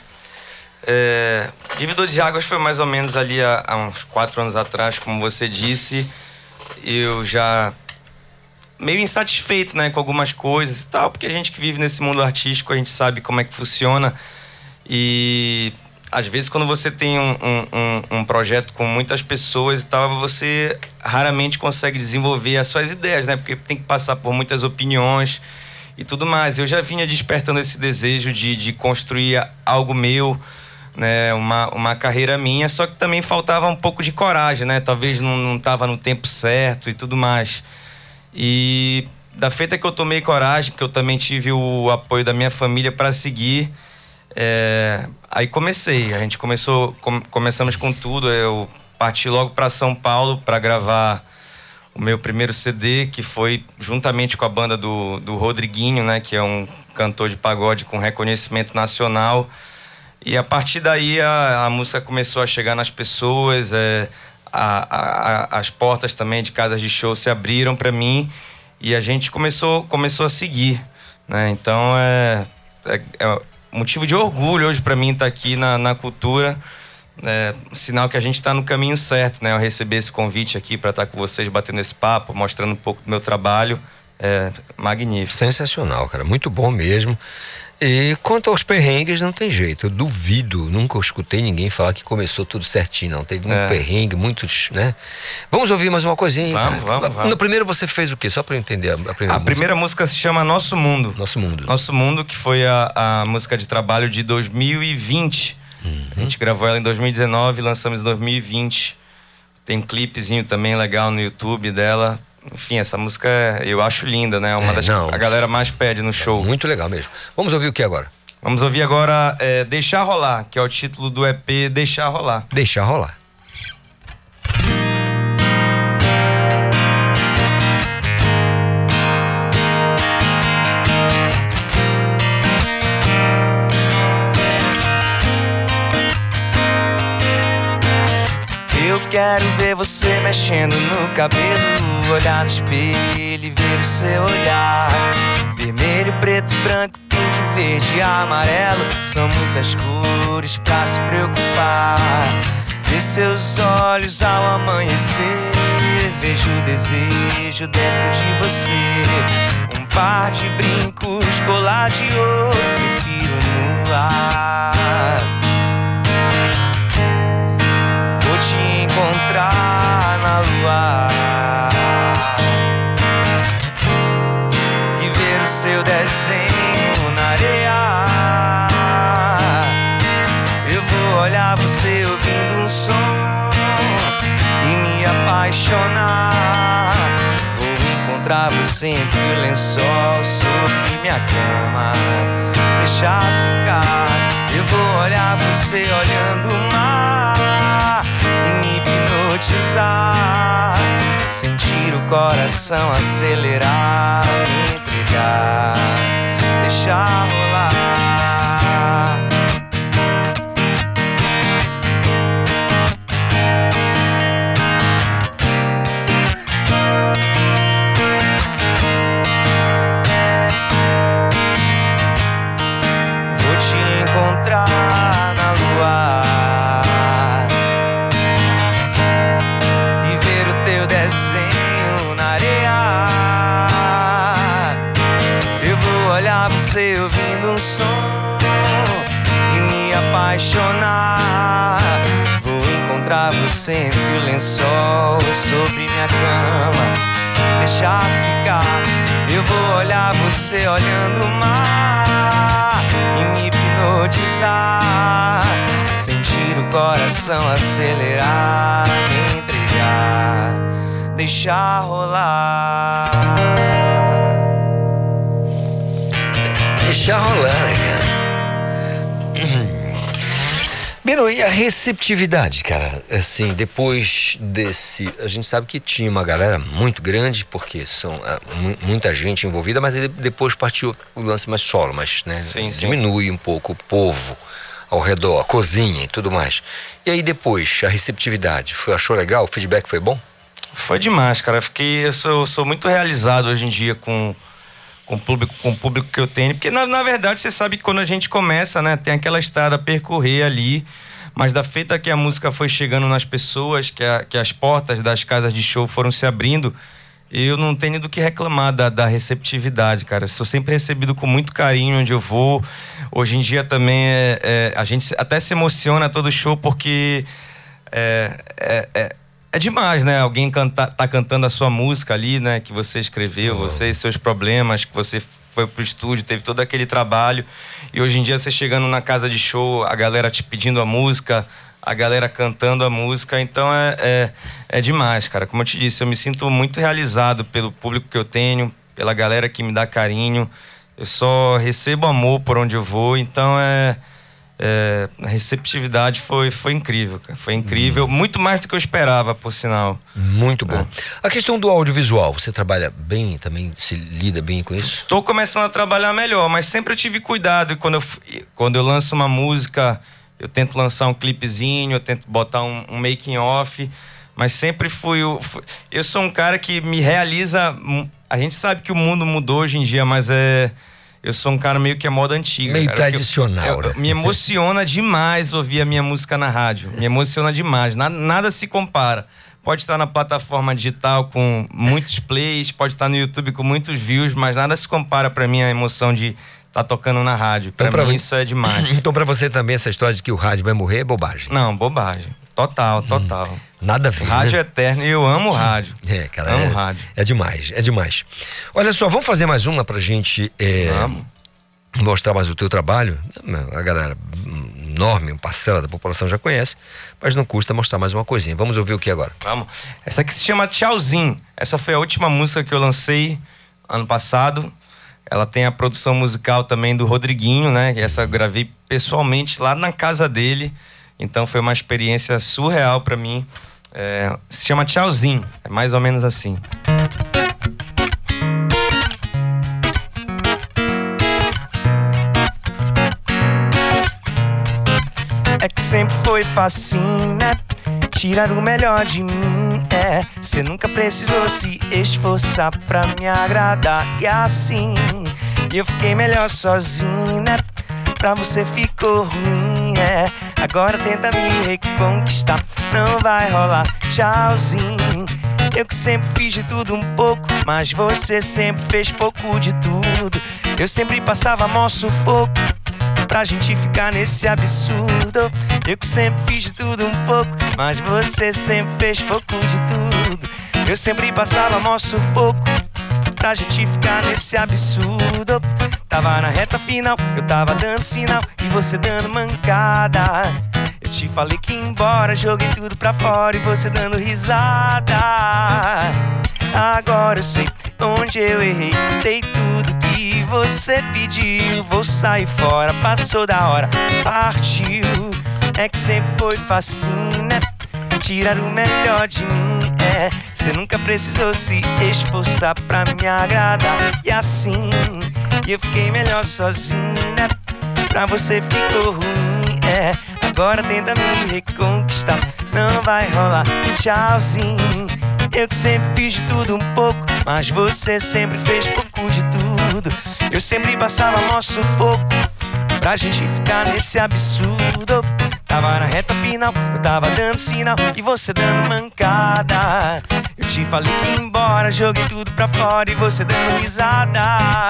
Divisor de águas foi mais ou menos ali há uns 4 anos atrás, como você disse. Eu já meio insatisfeito, né, com algumas coisas e tal, porque a gente que vive nesse mundo artístico, a gente sabe como é que funciona. E às vezes quando você tem um projeto com muitas pessoas e tal, você raramente consegue desenvolver as suas ideias, né, porque tem que passar por muitas opiniões e tudo mais. Eu já vinha despertando esse desejo de construir algo meu, né, uma carreira minha, só que também faltava um pouco de coragem, né? Talvez não estava no tempo certo e tudo mais. E da feita que eu tomei coragem, que eu também tive o apoio da minha família para seguir, aí a gente começamos com tudo. Eu parti logo para São Paulo para gravar o meu primeiro CD, que foi juntamente com a banda do Rodriguinho, né, que é um cantor de pagode com reconhecimento nacional. E a partir daí a música começou a chegar nas pessoas, as portas também de casas de show se abriram para mim e a gente começou a seguir, né? Então é motivo de orgulho hoje para mim estar aqui na cultura, sinal que a gente está no caminho certo, né? Eu receber esse convite aqui para estar com vocês, batendo esse papo, mostrando um pouco do meu trabalho, magnífico. Sensacional, cara, muito bom mesmo. E quanto aos perrengues, não tem jeito. Eu duvido, nunca escutei ninguém falar que começou tudo certinho, não. Teve muito perrengue, muitos, né? Vamos ouvir mais uma coisinha aí. Vamos. No primeiro você fez o quê? Só para eu entender a primeira música se chama Nosso Mundo. Nosso Mundo. Nosso Mundo, que foi a música de trabalho de 2020. A gente gravou ela em 2019 e lançamos em 2020. Tem um clipezinho também legal no YouTube dela. Enfim, essa música eu acho linda, né? Uma das que a galera mais pede no show. Muito legal mesmo. Vamos ouvir o que agora? Vamos ouvir agora Deixar Rolar, que é o título do EP Deixar Rolar. Deixar Rolar. Eu quero ver você mexendo no cabelo, olhar no espelho e ver o seu olhar. Vermelho, preto, branco, pink, verde e amarelo, são muitas cores pra se preocupar. Ver seus olhos ao amanhecer, vejo o desejo dentro de você. Um par de brincos, colar de ouro, prefiro no ar. seu desenho na areia. Eu vou olhar você ouvindo um som e me apaixonar. Vou encontrar você entre o lençol sobre minha cama, deixar ficar. Eu vou olhar você olhando o mar e me hipnotizar, sentir o coração acelerar, me entregar, deixar rolar. Vou te encontrar na lua e ver o teu desenho na areia. Eu vou olhar você ouvindo um som e me apaixonar. Vou encontrar você entre o lençol sobre minha cama, deixar ficar. Eu vou olhar você olhando o mar e me hipnotizar, sentir o coração acelerar, me entregar, deixar rolar. Deixar rolar, né, cara? Beno, e a receptividade, cara? Assim, depois desse... A gente sabe que tinha uma galera muito grande, porque são muita gente envolvida, mas depois partiu o lance mais solo, mas né, sim. Diminui um pouco o povo ao redor, a cozinha e tudo mais. E aí depois, a receptividade, achou legal? O feedback foi bom? Foi demais, cara. Eu sou muito realizado hoje em dia com o público que eu tenho, porque na verdade você sabe que quando a gente começa, né, tem aquela estrada a percorrer ali, mas da feita que a música foi chegando nas pessoas, que as portas das casas de show foram se abrindo, eu não tenho do que reclamar da receptividade, cara. Eu sou sempre recebido com muito carinho onde eu vou. Hoje em dia também a gente até se emociona todo show, porque é demais, né? Alguém tá cantando a sua música ali, né? Que você escreveu, você e seus problemas, que você foi pro estúdio, teve todo aquele trabalho. E hoje em dia você chegando na casa de show, a galera te pedindo a música, a galera cantando a música. Então é demais, cara. Como eu te disse, eu me sinto muito realizado pelo público que eu tenho, pela galera que me dá carinho. Eu só recebo amor por onde eu vou, então a receptividade foi incrível, cara. Foi incrível, muito mais do que eu esperava, por sinal. Muito bom. A questão do audiovisual, você trabalha bem também, se lida bem com isso? Tô começando a trabalhar melhor, mas sempre eu tive cuidado. Quando eu lanço uma música, eu tento lançar um clipezinho, eu tento botar um making off, mas sempre eu sou um cara que me realiza. A gente sabe que o mundo mudou hoje em dia, mas eu sou um cara meio que a moda antiga. Meio tradicional. Me emociona demais ouvir a minha música na rádio. Me emociona demais. Nada se compara. Pode estar na plataforma digital com muitos plays, pode estar no YouTube com muitos views, mas nada se compara pra mim a emoção de estar tocando na rádio. Pra mim isso é demais. Então pra você também essa história de que o rádio vai morrer é bobagem? Não, bobagem. Total. Nada a ver, rádio né? é eterno e eu amo rádio. Cara, amo rádio. É demais. Olha só, vamos fazer mais uma pra gente mostrar mais o teu trabalho. A galera enorme, uma parcela da população já conhece, mas não custa mostrar mais uma coisinha. Vamos ouvir o que agora? Vamos. Essa aqui se chama Tchauzinho. Essa foi a última música que eu lancei ano passado. Ela tem a produção musical também do Rodriguinho, né? Essa eu gravei pessoalmente lá na casa dele. Então foi uma experiência surreal pra mim. Se chama Tchauzinho. É mais ou menos assim. É que sempre foi facinho, né? Tirar o melhor de mim, Cê nunca precisou se esforçar pra me agradar. E assim, eu fiquei melhor sozinho, né? Pra você ficou ruim, Agora tenta me reconquistar, não vai rolar. Tchauzinho. Eu que sempre fiz de tudo um pouco, mas você sempre fez pouco de tudo. Eu sempre passava mó sufoco pra gente ficar nesse absurdo. Eu que sempre fiz de tudo um pouco, mas você sempre fez pouco de tudo. Eu sempre passava mó sufoco pra gente ficar nesse absurdo. Tava na reta final, eu tava dando sinal e você dando mancada. Eu te falei que ia embora, joguei tudo pra fora e você dando risada. Agora eu sei onde eu errei, dei tudo que você pediu. Vou sair fora, passou da hora, partiu. É que sempre foi facinho, né? Tirar o melhor de mim, cê nunca precisou se esforçar pra me agradar. E assim, eu fiquei melhor sozinho, né? Pra você ficou ruim, agora tenta me reconquistar, não vai rolar, tchauzinho. Eu que sempre fiz de tudo um pouco, mas você sempre fez pouco de tudo. Eu sempre passava mó sufoco pra gente ficar nesse absurdo. Tava na reta final, eu tava dando sinal e você dando mancada. Eu te falei que ia embora, joguei tudo pra fora e você dando risada.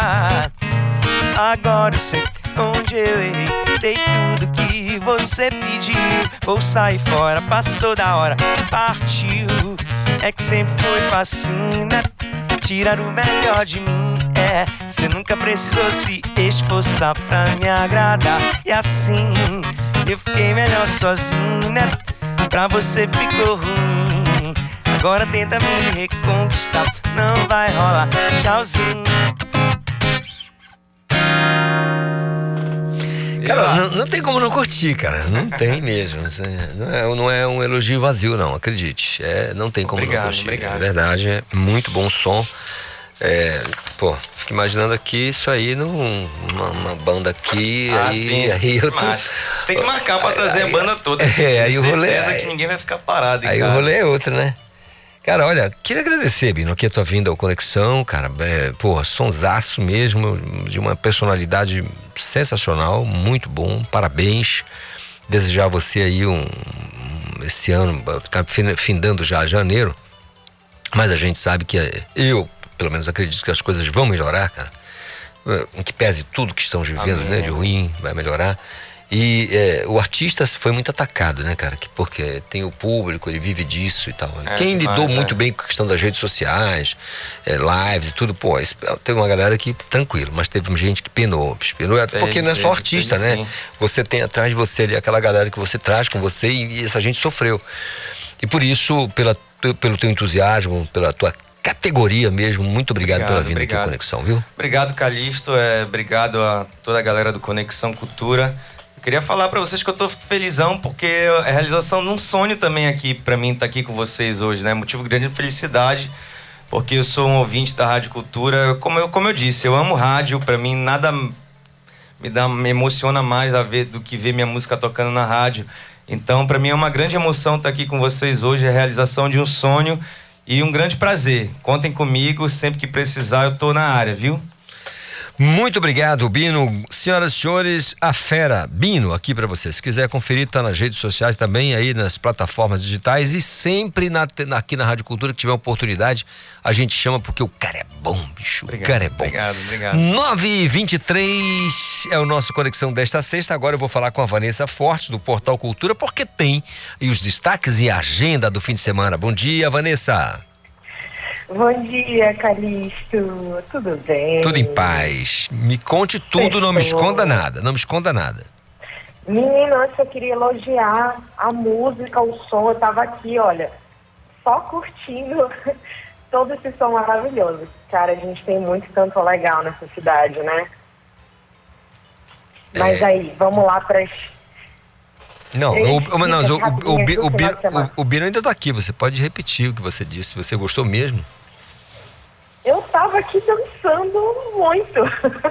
Agora eu sei onde eu errei, dei tudo que você pediu. Vou sair fora, passou da hora, partiu. É que sempre foi facinho, né? Tirar o melhor de mim, cê nunca precisou se esforçar pra me agradar. E assim, eu fiquei melhor sozinho, né? Pra você ficou ruim. Agora tenta me reconquistar, não vai rolar, tchauzinho. Cara, não tem como não curtir, cara. Não tem mesmo. Não é um elogio vazio, não, acredite. Não tem como não curtir. Obrigado. É verdade, é muito bom som. Fico imaginando aqui isso aí numa banda aqui. Aí eu tô... Você tem que marcar pra trazer a banda toda. Aí o rolê. Que ninguém vai ficar parado em aí casa. O rolê é outro, né? Cara, olha, queria agradecer, Bino, aqui a tua vinda ao Conexão, cara, sonsaço mesmo, de uma personalidade sensacional, muito bom, parabéns. Desejar a você aí esse ano, tá findando já janeiro, mas a gente sabe que eu, pelo menos acredito que as coisas vão melhorar, cara, em que pese tudo que estamos vivendo, né, de ruim, vai melhorar. E o artista foi muito atacado, né, cara? Porque tem o público, ele vive disso e tal. Quem lidou muito bem com a questão das redes sociais, lives e tudo, teve uma galera que tranquilo, mas teve gente que penou, porque não é só artista, né? Sim. Você tem atrás de você ali aquela galera que você traz com você e essa gente sofreu. E por isso, pelo teu entusiasmo, pela tua categoria mesmo, muito obrigado pela vinda aqui ao Conexão, viu? Obrigado, Calixto, obrigado a toda a galera do Conexão Cultura. Eu queria falar pra vocês que eu tô felizão, porque é a realização de um sonho também aqui, pra mim, estar aqui com vocês hoje, né? Motivo de grande felicidade, porque eu sou um ouvinte da Rádio Cultura. Como eu disse, eu amo rádio, pra mim nada me emociona mais do que ver minha música tocando na rádio. Então, pra mim é uma grande emoção estar aqui com vocês hoje, é a realização de um sonho e um grande prazer. Contem comigo, sempre que precisar eu tô na área, viu? Muito obrigado, Bino. Senhoras e senhores, a fera Bino aqui pra vocês. Se quiser conferir, tá nas redes sociais também, aí nas plataformas digitais e sempre aqui na Rádio Cultura, que tiver oportunidade, a gente chama porque o cara é bom, bicho. O cara é bom. Obrigado. 9h23 é o nosso Conexão desta sexta. Agora eu vou falar com a Vanessa Fortes, do Portal Cultura, porque tem os destaques e a agenda do fim de semana. Bom dia, Vanessa. Bom dia, Calixto. Tudo bem? Tudo em paz. Me conte tudo, não me esconda nada. Não me esconda nada. Menino, eu só queria elogiar a música, o som. Eu tava aqui, olha, só curtindo todo esse som maravilhoso. Cara, a gente tem muito canto legal nessa cidade, né? Mas aí, vamos lá para as... O Bino ainda tá aqui. Você pode repetir o que você disse. Você gostou mesmo? Eu tava aqui dançando muito.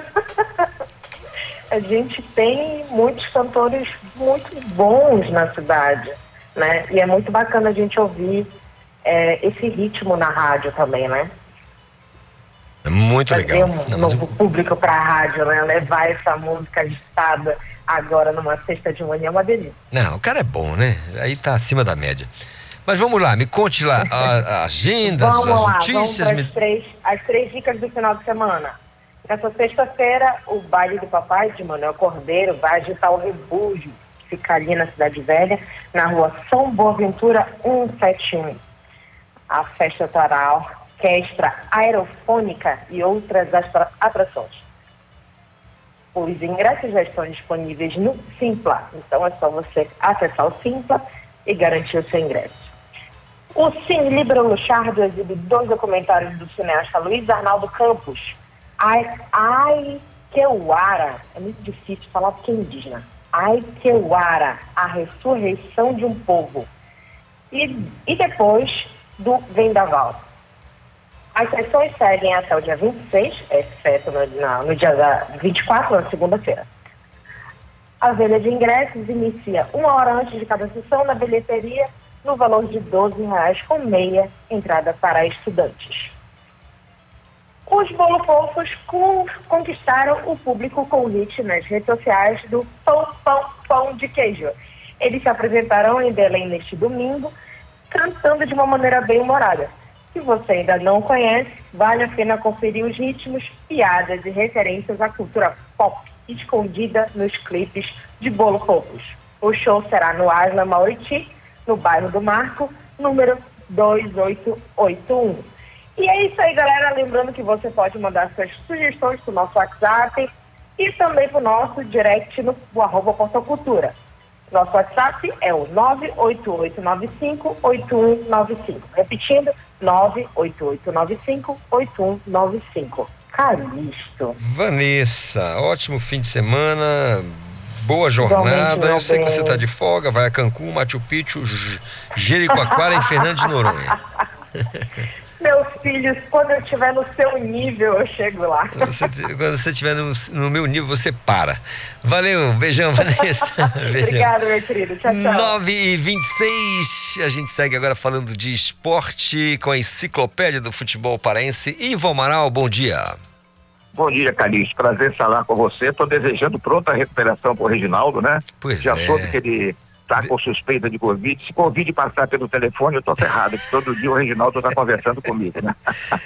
A gente tem muitos cantores muito bons na cidade, né? E é muito bacana a gente ouvir esse ritmo na rádio também, né? É muito legal. Trazer um novo público para a rádio, né? Levar essa música agitada agora numa sexta de manhã é uma delícia. Não, o cara é bom, né? Aí tá acima da média. Mas vamos lá, me conte lá a agenda, as notícias. Vamos para as três dicas do final de semana. Nessa sexta-feira, o baile do papai de Manuel Cordeiro vai agitar o Refúgio, que fica ali na Cidade Velha, na rua São Boaventura 171. A festa toral orquestra aerofônica e outras atrações. Os ingressos já estão disponíveis no Simpla, então é só você acessar o Simpla e garantir o seu ingresso. O Cine Libra Luchardo exibe 2 documentários do cineasta Luiz Arnaldo Campos. Aikewara, é muito difícil falar porque é indígena. Aikewara, a ressurreição de um povo. E depois do Vendaval. As sessões seguem até o dia 26, exceto no dia 24, na segunda-feira. A venda de ingressos inicia 1 hora antes de cada sessão na bilheteria, no valor de R$12 com meia entrada para estudantes. Os Bolo Fofos conquistaram o público com o hit nas redes sociais do Pão de Queijo. Eles se apresentarão em Belém neste domingo, cantando de uma maneira bem humorada. Se você ainda não conhece, vale a pena conferir os ritmos, piadas e referências à cultura pop escondida nos clipes de Bolo Fofos. O show será no Asla Mauriti, no bairro do Marco, número 2881. E é isso aí, galera. Lembrando que você pode mandar suas sugestões para o nosso WhatsApp e também para o nosso direct no @portalcultura. Nosso WhatsApp é o 988958195. Repetindo, 988958195. Calixto. Vanessa, ótimo fim de semana, boa jornada. Eu sei que você está de folga, vai a Cancún, Machu Picchu, Jericoacoara e Fernando de Noronha. Meus filhos, quando eu estiver no seu nível, eu chego lá. Quando você estiver no meu nível, você para. Valeu, beijão, Vanessa. Obrigada, meu querido. Tchau, tchau. 9h26, a gente segue agora falando de esporte com a enciclopédia do futebol paraense. Ivo Amaral, bom dia. Bom dia, Calixto. Prazer falar com você. Estou desejando pronta recuperação para o Reginaldo, né? Pois Já soube que ele está com suspeita de Covid. Se Covid passar pelo telefone, eu estou ferrado, que todo dia o Reginaldo está conversando comigo, né?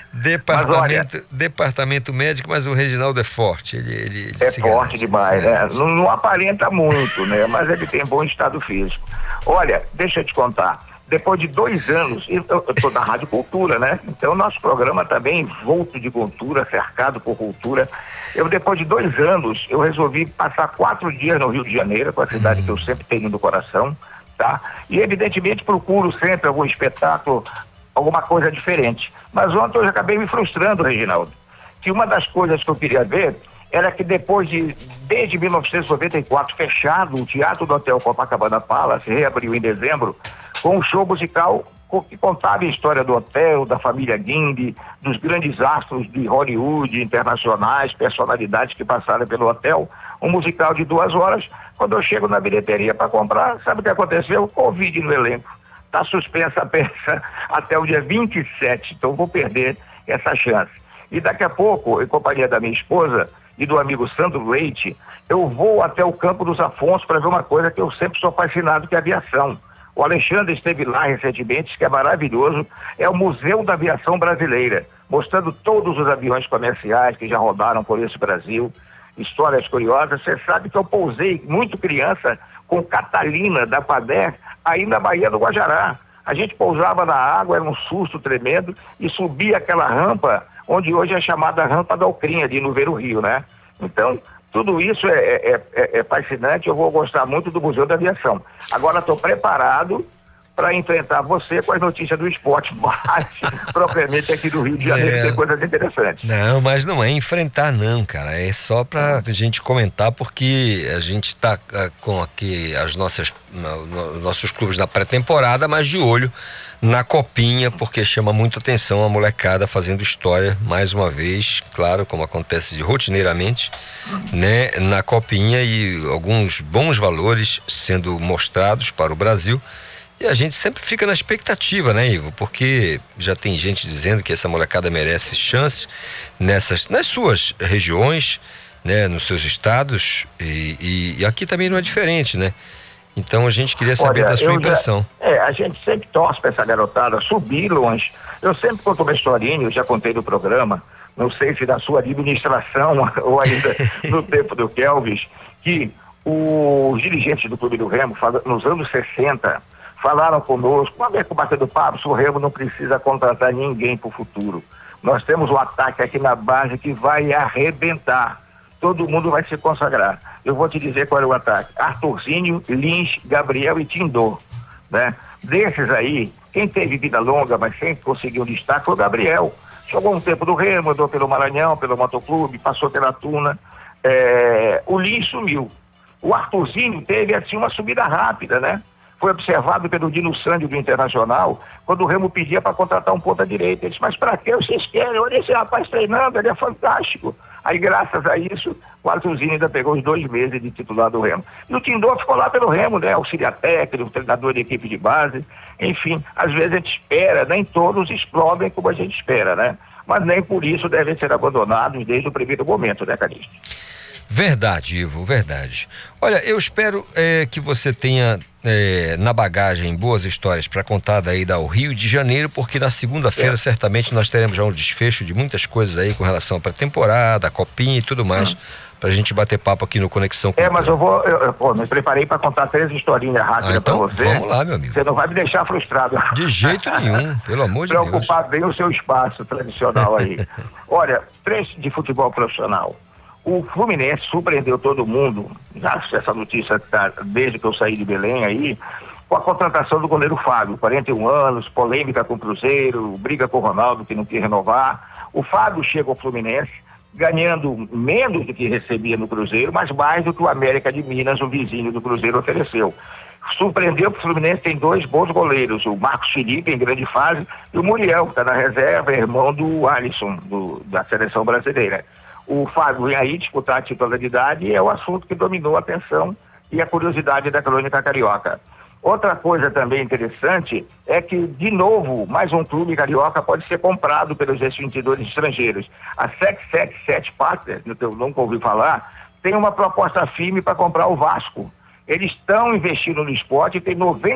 Departamento médico, mas o Reginaldo é forte. Ele é forte demais, né? Não aparenta muito, né? Mas ele tem bom estado físico. Olha, deixa eu te contar. Depois de 2 anos, eu estou na Rádio Cultura, né? Então, nosso programa também envolto de cultura, cercado por cultura. Depois de 2 anos, eu resolvi passar 4 dias no Rio de Janeiro, com a cidade que eu sempre tenho no coração, tá? E, evidentemente, procuro sempre algum espetáculo, alguma coisa diferente. Mas ontem eu já acabei me frustrando, Reginaldo, que uma das coisas que eu queria ver era que desde 1994, fechado, o Teatro do Hotel Copacabana Palace reabriu em dezembro, com um show musical que contava a história do hotel, da família Guindy, dos grandes astros de Hollywood, internacionais, personalidades que passaram pelo hotel. Um musical de 2 horas. Quando eu chego na bilheteria para comprar, sabe o que aconteceu? Covid no elenco. Está suspensa a peça até o dia 27, então vou perder essa chance. E daqui a pouco, em companhia da minha esposa e do amigo Sandro Leite, eu vou até o Campo dos Afonsos para ver uma coisa que eu sempre sou fascinado, que é a aviação. O Alexandre esteve lá recentemente, que é maravilhoso, é o Museu da Aviação Brasileira, mostrando todos os aviões comerciais que já rodaram por esse Brasil, histórias curiosas. Você sabe que eu pousei muito criança com Catalina da Padé, aí na Baía do Guajará. A gente pousava na água, era um susto tremendo, e subia aquela rampa, onde hoje é chamada Rampa da Alcrim, ali no Ver o Rio, né? Então, tudo isso é fascinante. Eu vou gostar muito do Museu da Aviação. Agora estou preparado para enfrentar você com as notícias do esporte, mas propriamente aqui do Rio de Janeiro tem coisas interessantes. Não, mas não é enfrentar não, cara. É só para a gente comentar, porque a gente está com aqui nossos clubes da pré-temporada, mas de olho na Copinha, porque chama muito atenção a molecada fazendo história mais uma vez, claro, como acontece rotineiramente, né, na Copinha, e alguns bons valores sendo mostrados para o Brasil. E a gente sempre fica na expectativa, né, Ivo? Porque já tem gente dizendo que essa molecada merece chance nas suas regiões, né, nos seus estados, e aqui também não é diferente, né? Então a gente queria saber da sua impressão. A gente sempre torce para essa garotada subir longe. Eu sempre conto uma historinha, eu já contei no programa, não sei se da sua administração ou ainda no tempo do Kelvis, que os dirigentes do Clube do Remo, nos anos 60, falaram conosco, uma vez que batendo papo, o Remo não precisa contratar ninguém para o futuro. Nós temos um ataque aqui na base que vai arrebentar. Todo mundo vai se consagrar. Eu vou te dizer qual é o ataque. Arthurzinho, Lins, Gabriel e Tindô, né? Desses aí, quem teve vida longa, mas sempre conseguiu um destaque, foi o Gabriel. Jogou um tempo do Remo, andou pelo Maranhão, pelo Motoclube, passou pela Tuna. O Lins sumiu. O Arthurzinho teve, assim, uma subida rápida, né? Foi observado pelo Dino Sandi do Internacional, quando o Remo pedia para contratar um ponta-direita. Ele disse, mas para que vocês querem? Olha esse rapaz treinando, ele é fantástico. Aí, graças a isso, o Arthurzinho ainda pegou os 2 meses de titular do Remo. E o Tindô ficou lá pelo Remo, né? Auxiliar técnico, treinador de equipe de base. Enfim, às vezes a gente espera, nem todos explodem como a gente espera, né? Mas nem por isso devem ser abandonados desde o primeiro momento, né, Calixto? Verdade, Ivo, verdade. Olha, eu espero que você tenha na bagagem boas histórias para contar daí do Rio de Janeiro, porque na segunda-feira certamente nós teremos já um desfecho de muitas coisas aí com relação à pré-temporada, a copinha e tudo mais, pra gente bater papo aqui no Conexão Cultura. Mas eu me preparei para contar 3 historinhas rápidas então, para você. Vamos lá, meu amigo. Você não vai me deixar frustrado. De jeito nenhum, pelo amor de Deus. Preocupar bem o seu espaço tradicional aí. Olha, 3 de futebol profissional. O Fluminense surpreendeu todo mundo, já essa notícia tá desde que eu saí de Belém aí, com a contratação do goleiro Fábio, 41 anos, polêmica com o Cruzeiro, briga com o Ronaldo que não quer renovar. O Fábio chega ao Fluminense ganhando menos do que recebia no Cruzeiro, mas mais do que o América de Minas, o vizinho do Cruzeiro, ofereceu. Surpreendeu que o Fluminense tem 2 bons goleiros, o Marcos Felipe em grande fase e o Muriel, que está na reserva, irmão do Alisson, da seleção brasileira. O Fábio vem aí disputar a titularidade e é o assunto que dominou a atenção e a curiosidade da crônica carioca. Outra coisa também interessante é que, de novo, mais um clube carioca pode ser comprado pelos investidores estrangeiros. A 777 Partners, que eu nunca ouvi falar, tem uma proposta firme para comprar o Vasco. Eles estão investindo no esporte e tem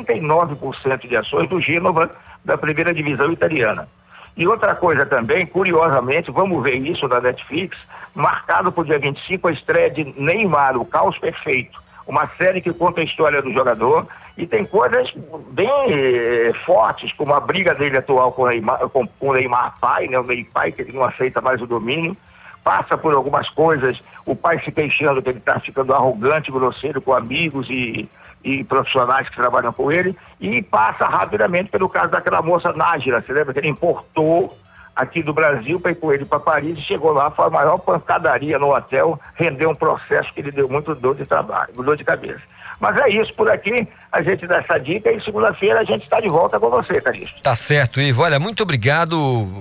99% de ações do Gênova da primeira divisão italiana. E outra coisa também, curiosamente, vamos ver isso na Netflix, marcado para o dia 25 a estreia de Neymar, o Caos Perfeito, uma série que conta a história do jogador e tem coisas bem fortes, como a briga dele atual com o Neymar pai, né, o Ney pai, que ele não aceita mais o domínio, passa por algumas coisas, o pai se queixando que ele está ficando arrogante, grosseiro com amigos e profissionais que trabalham com ele, e passa rapidamente pelo caso daquela moça Nájila, você lembra que ele importou aqui do Brasil para ir com ele para Paris e chegou lá, foi a maior pancadaria no hotel, rendeu um processo que ele deu muito dor de cabeça. Mas é isso, por aqui a gente dá essa dica e segunda-feira a gente está de volta com você, Calixto. Tá certo, Ivo. Olha, muito obrigado,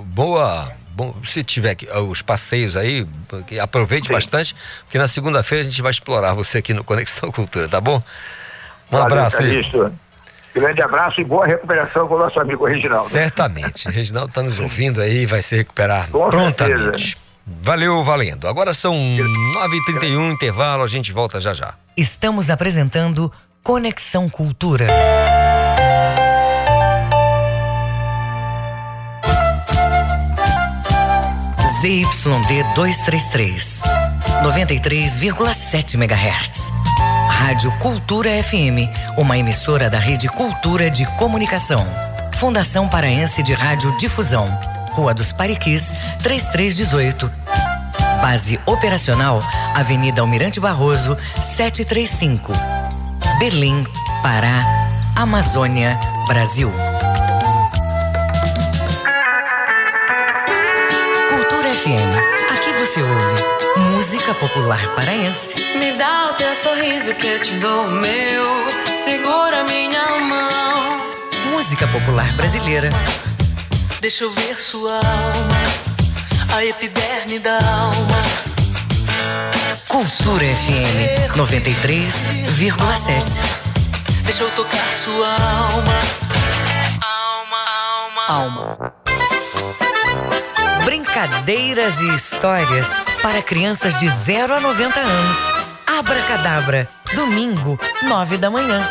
se tiver os passeios aí, aproveite bastante, porque na segunda-feira a gente vai explorar você aqui no Conexão Cultura, tá bom? Um abraço aí. Grande abraço e boa recuperação com o nosso amigo Reginaldo. Certamente. Reginaldo está nos ouvindo aí, vai se recuperar prontamente. Valeu, valendo. Agora são 9h31, intervalo, a gente volta já já. Estamos apresentando Conexão Cultura. ZYD 233, 93,7 MHz. Rádio Cultura FM, uma emissora da Rede Cultura de Comunicação. Fundação Paraense de Rádio Difusão, Rua dos Pariquis, 3318. Base operacional, Avenida Almirante Barroso, 735. Belém, Pará, Amazônia, Brasil. Cultura FM, aqui você ouve música popular paraense. Me dá o teu sorriso que eu te dou o meu, segura minha mão. Música popular brasileira. Deixa eu ver sua alma, a epiderme da alma. Cultura FM 93,7. Deixa eu tocar sua alma, alma. Brincadeiras e histórias para crianças de 0 a 90 anos. Abracadabra, domingo, 9 da manhã.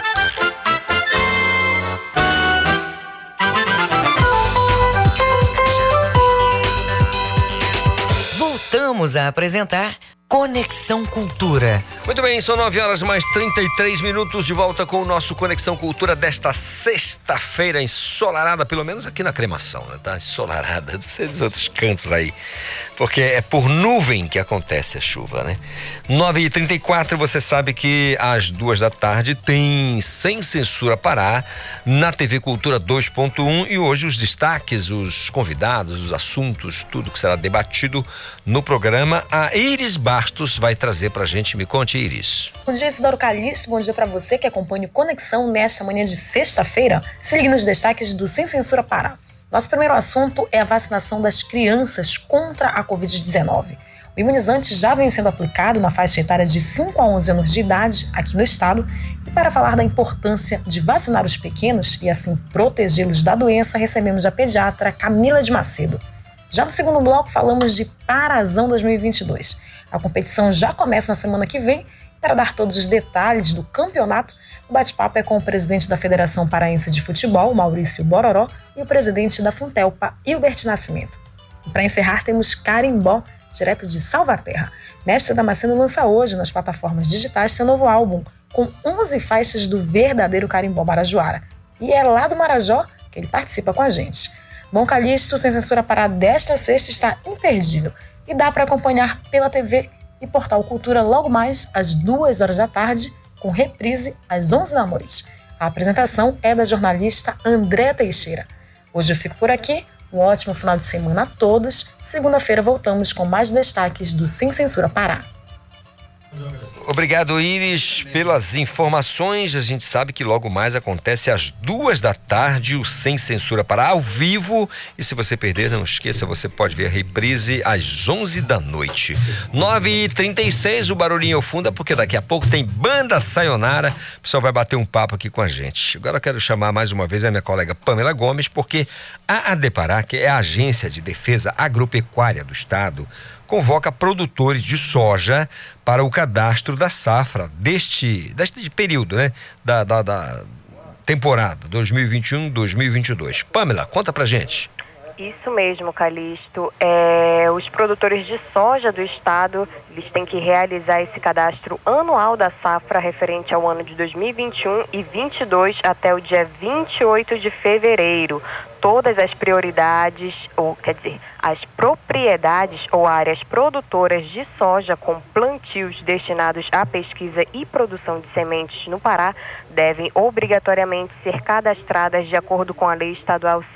Voltamos a apresentar Conexão Cultura. Muito bem, são 9h mais 33 minutos, de volta com o nosso Conexão Cultura desta sexta-feira ensolarada, pelo menos aqui na Cremação, né? Tá ensolarada, não sei dos outros cantos aí, porque é por nuvem que acontece a chuva, né? 9h34, você sabe que às 14h tem Sem Censura Pará na TV Cultura 2.1 e hoje os destaques, os convidados, os assuntos, tudo que será debatido no programa, a Iris Bastos vai trazer pra gente. Me conte, Iris. Bom dia, Isidoro Calixto. Bom dia para você que acompanha o Conexão nesta manhã de sexta-feira. Se ligue nos destaques do Sem Censura Pará. Nosso primeiro assunto é a vacinação das crianças contra a Covid-19. O imunizante já vem sendo aplicado na faixa etária de 5 a 11 anos de idade aqui no estado. E para falar da importância de vacinar os pequenos e assim protegê-los da doença, recebemos a pediatra Camila de Macedo. Já no segundo bloco, falamos de Parazão 2022. A competição já começa na semana que vem. Para dar todos os detalhes do campeonato, o bate-papo é com o presidente da Federação Paraense de Futebol, Maurício Bororó, e o presidente da Funtelpa, Hilbert Nascimento. E para encerrar, temos Carimbó, direto de Salvaterra. Mestre Damasceno lança hoje nas plataformas digitais seu novo álbum, com 11 faixas do verdadeiro Carimbó Marajoara. E é lá do Marajó que ele participa com a gente. Bom, Calixto, Sem Censura Pará desta sexta está imperdível e dá para acompanhar pela TV e Portal Cultura logo mais às 2h da tarde, com reprise às 11 da noite. A apresentação é da jornalista André Teixeira. Hoje eu fico por aqui, um ótimo final de semana a todos. Segunda-feira voltamos com mais destaques do Sem Censura Pará. Obrigado, Iris, pelas informações. A gente sabe que logo mais acontece às 2 da tarde o Sem Censura Pará ao vivo. E se você perder, não esqueça, você pode ver a reprise às 11 da noite. 9h36, o barulhinho ao fundo é porque daqui a pouco tem Banda Sayonara. O pessoal vai bater um papo aqui com a gente. Agora eu quero chamar mais uma vez a minha colega Pamela Gomes, porque a ADEPARÁ, que é a Agência de Defesa Agropecuária do Estado, convoca produtores de soja para o cadastro da safra deste período, né? Da temporada 2021-2022. Pamela, conta pra gente. Isso mesmo, Calixto. Os produtores de soja do estado, eles têm que realizar esse cadastro anual da safra referente ao ano de 2021 e 2022 até o dia 28 de fevereiro. Todas as prioridades, as propriedades ou áreas produtoras de soja com plantios destinados à pesquisa e produção de sementes no Pará devem obrigatoriamente ser cadastradas de acordo com a Lei Estadual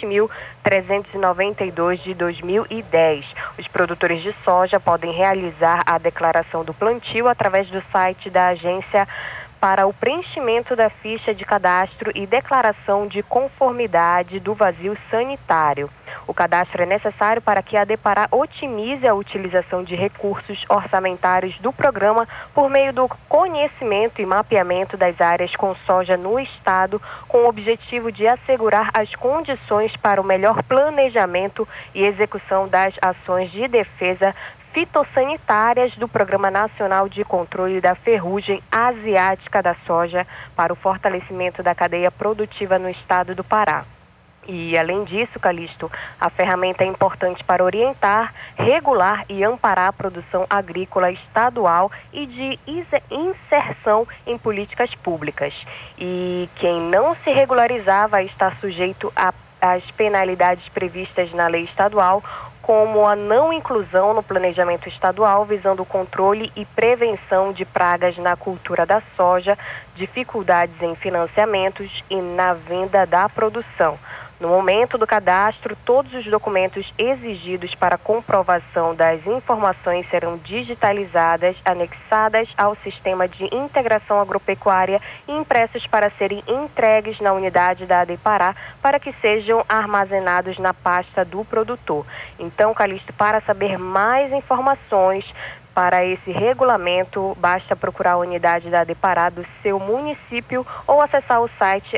7.392 de 2010. Os produtores de soja podem realizar a declaração do plantio através do site da agência para o preenchimento da ficha de cadastro e declaração de conformidade do vazio sanitário. O cadastro é necessário para que a ADEPARÁ otimize a utilização de recursos orçamentários do programa por meio do conhecimento e mapeamento das áreas com soja no estado, com o objetivo de assegurar as condições para o melhor planejamento e execução das ações de defesa fitossanitárias do Programa Nacional de Controle da Ferrugem Asiática da Soja para o fortalecimento da cadeia produtiva no estado do Pará. E, além disso, Calixto, a ferramenta é importante para orientar, regular e amparar a produção agrícola estadual e de inserção em políticas públicas. E quem não se regularizar vai estar sujeito às penalidades previstas na lei estadual, como a não inclusão no planejamento estadual visando o controle e prevenção de pragas na cultura da soja, dificuldades em financiamentos e na venda da produção. No momento do cadastro, todos os documentos exigidos para comprovação das informações serão digitalizadas, anexadas ao sistema de integração agropecuária e impressos para serem entregues na unidade da ADEPARÁ para que sejam armazenados na pasta do produtor. Então, Calixto, para saber mais informações para esse regulamento, basta procurar a unidade da ADEPARÁ do seu município ou acessar o site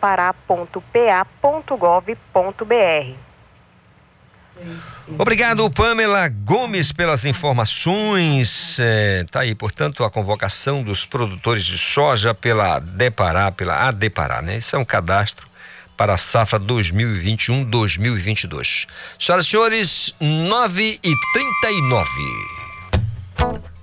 adepará.pa.gov.br. Obrigado, Pamela Gomes, pelas informações. Tá aí, portanto, a convocação dos produtores de soja pela ADEPARÁ, né? Isso é um cadastro para a safra 2021-2022. Senhoras e senhores, 9h39.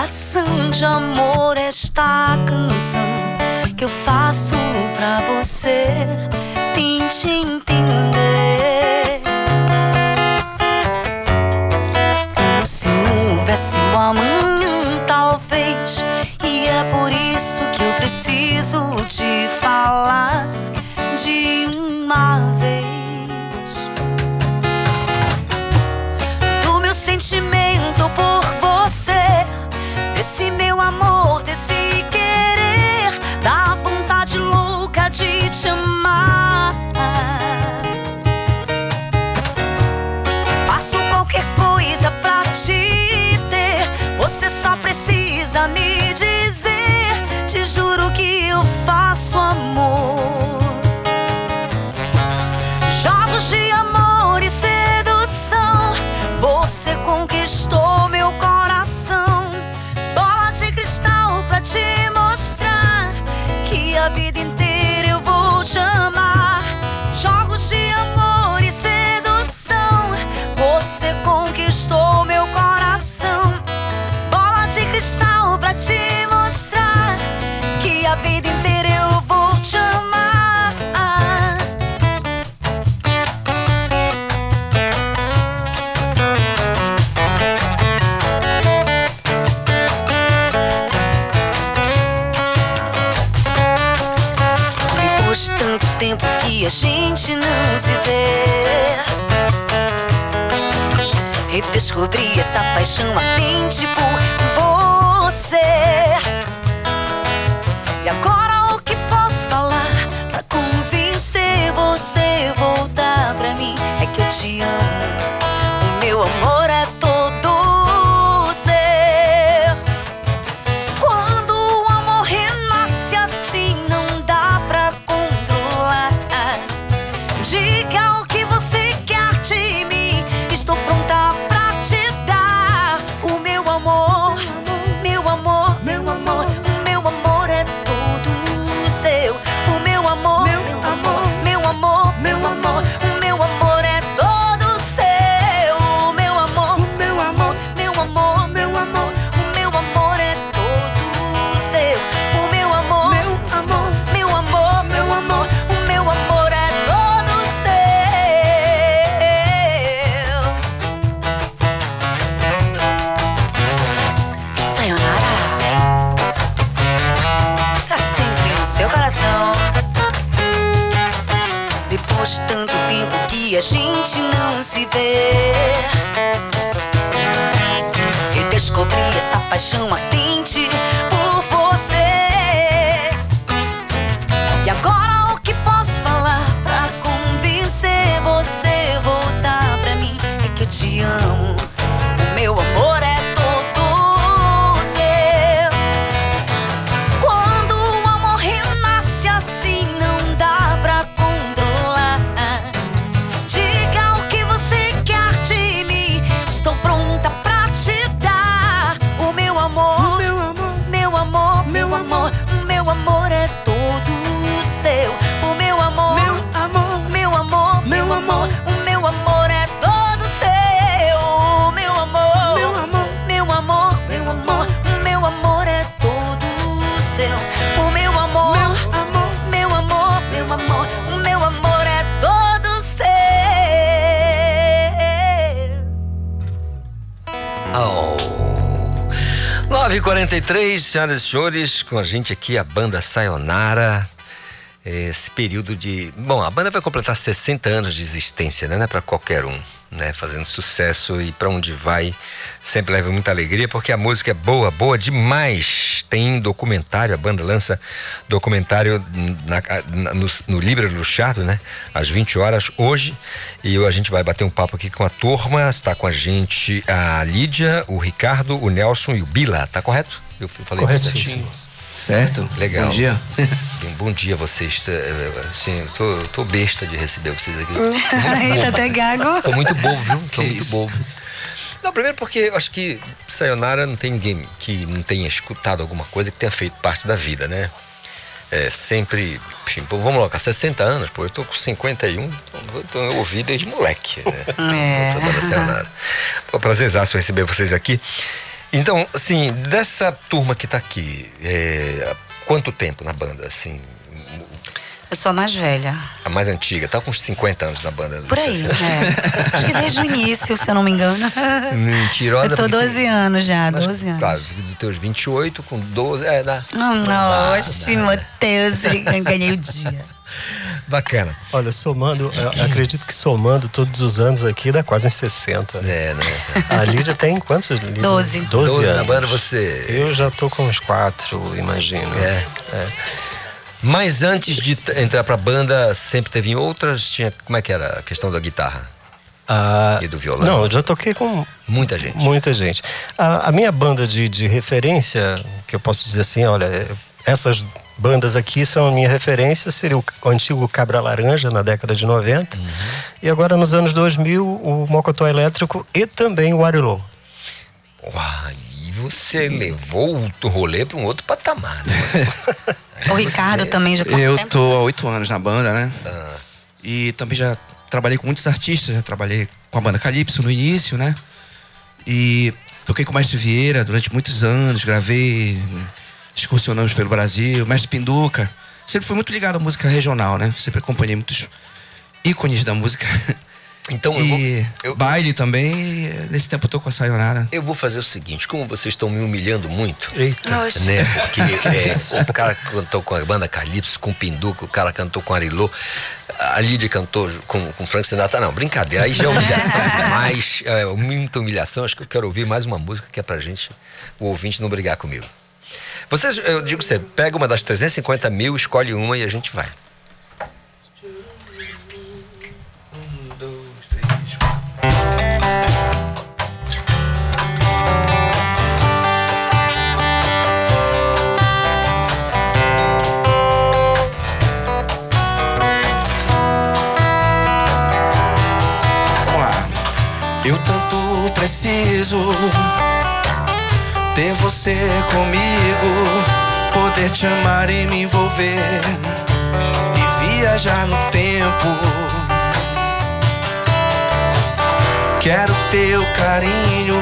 declaração de amor, esta canção que eu faço pra você. Tente entender, como se não houvesse um amanhã, talvez. E é por isso que eu preciso te falar de uma vez do meu sentimento por você, desse meu amor, desse querer, da vontade louca de te amar. Faço qualquer coisa pra te ter, você só precisa me dizer. Te juro que eu faço amor, jogos de amor e sedução. Você conquistou meu coração, bola de cristal pra te mostrar que a vida inteira eu vou te amar. Jogos de amor e sedução. Você conquistou meu coração, bola de cristal pra te mostrar que a vida inteira eu vou te amar. Depois de tanto tempo que a gente não se vê, redescobri essa paixão ardente por você. E agora o que posso falar pra convencer você voltar pra mim? É que eu te amo, o meu amor é todo seu. Quando o amor renasce assim, não dá pra controlar. Diga o que você quer de mim, estou pronta pra te dar o meu amor, meu amor, meu amor. O meu amor é todo seu. O meu amor, meu amor, meu amor, meu amor. O meu amor é todo seu. O meu amor, meu amor, meu amor, meu amor. O meu amor é todo seu. O meu amor, meu amor, meu amor, meu amor. O meu amor é todo seu. Sayonara, pra sempre no seu coração. Depois de tanto tempo que a gente não se vê, redescobri essa paixão ardente por você. E agora o que posso falar pra convencer você voltar pra mim? É que eu te amo, o meu amor é todo seu. Quando o amor renasce assim, não dá pra controlar. Diga o que você quer de mim, estou pronta pra te dar o meu amor, meu amor, meu amor, meu amor. O meu amor é todo seu. O meu amor, meu amor, meu amor, meu amor. O meu amor é todo seu. O meu amor, meu amor, meu amor, meu amor. O meu amor é todo seu. O meu amor, meu amor, meu amor, meu amor. O meu amor é todo seu. Oh. 9h43, senhoras e senhores, com a gente aqui a banda Sayonara. Esse período de... Bom, a banda vai completar 60 anos de existência, né? Não é pra qualquer um, né? Fazendo sucesso e pra onde vai sempre leva muita alegria, porque a música é boa, boa demais. Tem documentário, a banda lança documentário no Libra Luchardo, né? Às 20 horas hoje. E a gente vai bater um papo aqui com a turma. Está com a gente a Lídia, o Ricardo, o Nelson e o Bila, tá correto? Eu falei corretinho. Certo? Legal. Bom dia. Bom dia a vocês. Assim, tô besta de receber vocês aqui. Tá até gago. Tô muito bobo, viu? Tô muito bobo. Não, primeiro porque eu acho que Sayonara não tem ninguém que não tenha escutado alguma coisa que tenha feito parte da vida, né? É sempre, enfim, pô, vamos colocar 60 anos, pô, eu tô com 51, então eu ouvi desde moleque, né? Sayonara. Foi um prazerzaço receber vocês aqui. Então, assim, dessa turma que tá aqui, quanto tempo na banda, assim? Eu sou a mais velha. A mais antiga, tá com uns 50 anos na banda. Por aí, Acho que desde o início, se eu não me engano. Mentirosa. Eu tô 12 anos já, 12 anos. Claro, dos teus 28 com 12, dá. Oxe, Matheus, eu ganhei o dia. Bacana. Olha, somando, eu acredito que somando todos os anos aqui dá quase uns 60. Né? A Lídia tem quantos? 12. 12 anos. Na banda você... Eu já tô com uns 4, imagino. Mas antes de entrar pra banda, sempre teve em outras? Como é que era a questão da guitarra? E do violão? Não, eu já toquei com... Muita gente? Muita gente. A minha banda de referência, que eu posso dizer assim, olha, essas bandas aqui são a minha referência, seria o antigo Cabra Laranja, na década de 90. E agora, nos anos 2000, o Mocotó Elétrico e também o Arilô. E você levou o rolê para um outro patamar, né? O Ricardo também já quanto Eu tempo? tô há 8 anos na banda, né? E também já trabalhei com muitos artistas, já trabalhei com a banda Calypso no início, né? E toquei com o Mestre Vieira durante muitos anos, gravei, excursionamos pelo Brasil, Mestre Pinduca. Sempre fui muito ligado à música regional, né? Sempre acompanhei muitos ícones da música. Então baile também, nesse tempo eu tô com a Sayonara. Eu vou fazer o seguinte, como vocês estão me humilhando muito, Eita. né? Porque o cara cantou com a banda Calypso, com Pinduca, o cara cantou com Arilô, a Lídia cantou com Frank Sinatra. Não, brincadeira, aí já é humilhação demais, muita humilhação. Acho que eu quero ouvir mais uma música que é pra gente, o ouvinte, não brigar comigo. Vocês, eu digo você, pega uma das 350 mil, escolhe uma e a gente vai. Eu tanto preciso ter você comigo, poder te amar e me envolver e viajar no tempo. Quero teu carinho,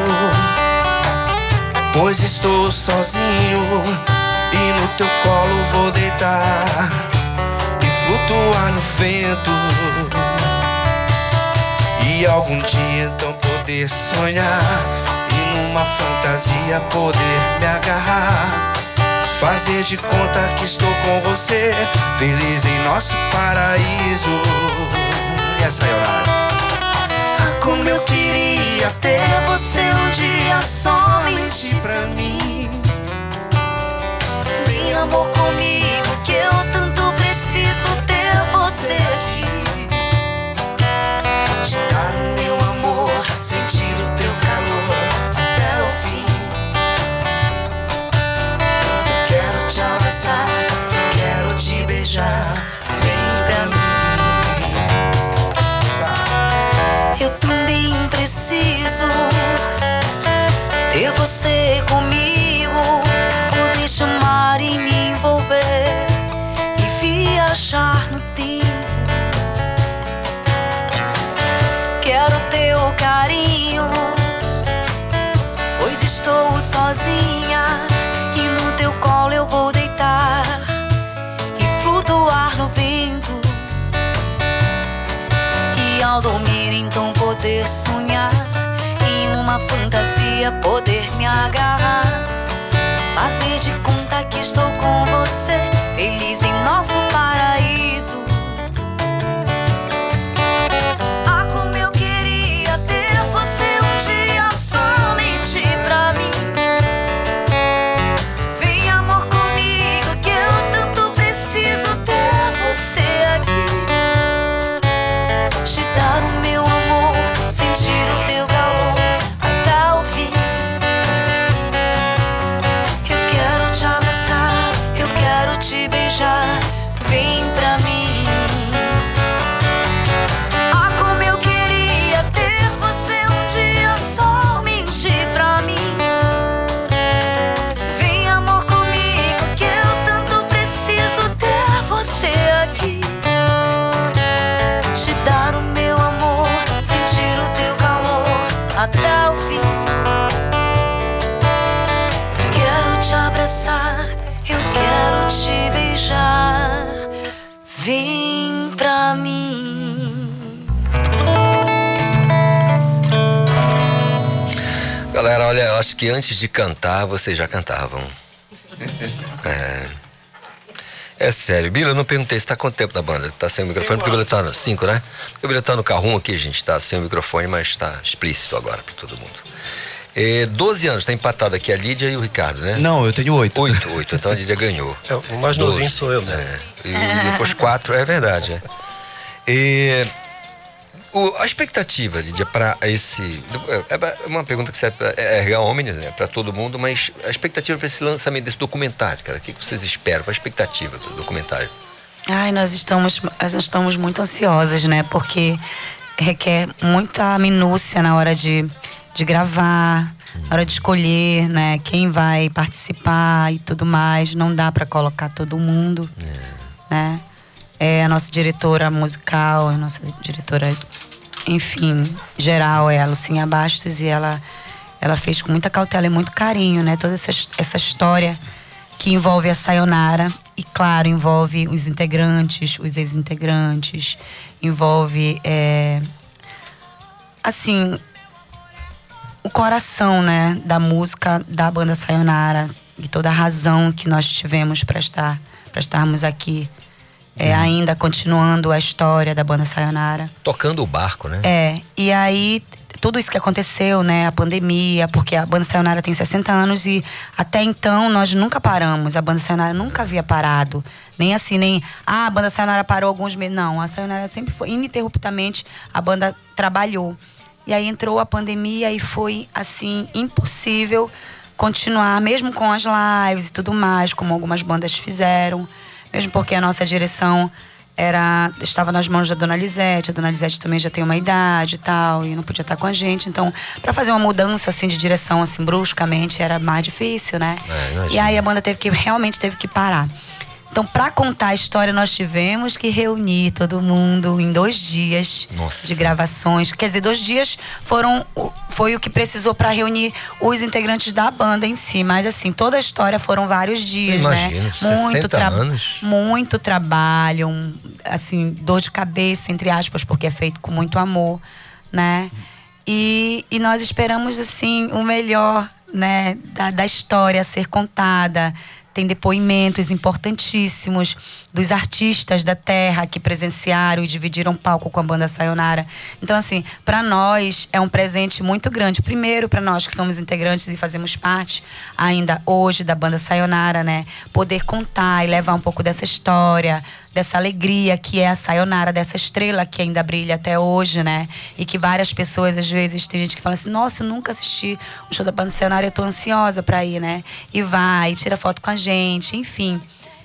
pois estou sozinho e no teu colo vou deitar e flutuar no vento. E algum dia então poder sonhar e numa fantasia poder me agarrar, fazer de conta que estou com você, feliz em nosso paraíso. E essa Sayonara. Como eu queria ter você um dia somente pra mim. Vem amor comigo que eu tanto preciso ter você aqui. Estar no meu amor, sentir o teu calor até o fim. Eu quero te abraçar, quero te beijar, vem pra mim. Eu também preciso ter você comigo, poder chamar e me envolver e viajar no tempo. Quero teu carinho, pois estou sozinha e no teu colo eu vou deitar e flutuar no vento. E ao dormir então poder sonhar, em uma fantasia poder me agarrar, fazer de conta que estou com você, feliz em nosso paraíso. Ah, como eu queria ter você um dia somente pra mim. Vem amor comigo que eu tanto preciso ter você aqui. Te dar o meu amor, sentir o teu calor até o fim. Eu quero te abraçar, eu quero te beijar, deixar, vem pra mim. Galera, olha, eu acho que antes de cantar, vocês já cantavam. É sério. Bila, eu não perguntei se tá quanto tempo da banda. Tá sem o microfone, porque o Bila tá no 5, né? Porque o Bila tá no carro aqui, gente, tá sem o microfone, mas tá explícito agora pra todo mundo. 12 anos, tá empatado aqui a Lídia e o Ricardo, né? Não, eu tenho 8. 8, então a Lídia ganhou. O mais novinho sou eu, né? E depois 4, é verdade, a expectativa, Lídia, para esse... É uma pergunta que serve para RH Omnes, né? Para todo mundo, mas a expectativa para esse lançamento desse documentário, cara, o que vocês esperam? Qual a expectativa do documentário? Ai, nós estamos muito ansiosas, né? Porque requer muita minúcia na hora de gravar, na hora de escolher, né? Quem vai participar e tudo mais. Não dá para colocar todo mundo, né? A nossa diretora musical, a nossa diretora, enfim, geral, é a Lucinha Bastos, e ela fez com muita cautela e muito carinho, né? Toda essa história que envolve a Sayonara e, claro, envolve os integrantes, os ex-integrantes, envolve, assim, o coração, né, da música da banda Sayonara e toda a razão que nós tivemos para estarmos aqui. Ainda continuando a história da banda Sayonara. Tocando o barco, né? E aí, tudo isso que aconteceu, né? A pandemia, porque a banda Sayonara tem 60 anos e até então nós nunca paramos. A banda Sayonara nunca havia parado. Nem assim, nem... a banda Sayonara parou alguns meses. Não, a Sayonara sempre foi, ininterruptamente, a banda trabalhou. E aí entrou a pandemia e foi, assim, impossível continuar, mesmo com as lives e tudo mais, como algumas bandas fizeram. Mesmo porque a nossa direção estava nas mãos da Dona Lisete. A Dona Lisete também já tem uma idade e tal, e não podia estar com a gente. Então, para fazer uma mudança assim de direção assim bruscamente era mais difícil, né? E aí a banda realmente teve que parar. Então, para contar a história, nós tivemos que reunir todo mundo em 2 dias de gravações. Quer dizer, 2 dias foi o que precisou para reunir os integrantes da banda em si. Mas, assim, toda a história foram vários dias, imagino, né? 60 anos. Muito trabalho, assim, dor de cabeça, entre aspas, porque é feito com muito amor, né? E nós esperamos, assim, o melhor, né, da história a ser contada. Tem depoimentos importantíssimos dos artistas da terra que presenciaram e dividiram palco com a banda Sayonara. Então, assim, para nós é um presente muito grande. Primeiro, para nós que somos integrantes e fazemos parte ainda hoje da banda Sayonara, né? Poder contar e levar um pouco dessa história, dessa alegria que é a Sayonara, dessa estrela que ainda brilha até hoje, né? E que várias pessoas, às vezes, tem gente que fala assim, nossa, eu nunca assisti o show da banda Sayonara, eu tô ansiosa pra ir, né? E vai, e tira foto com a gente, enfim.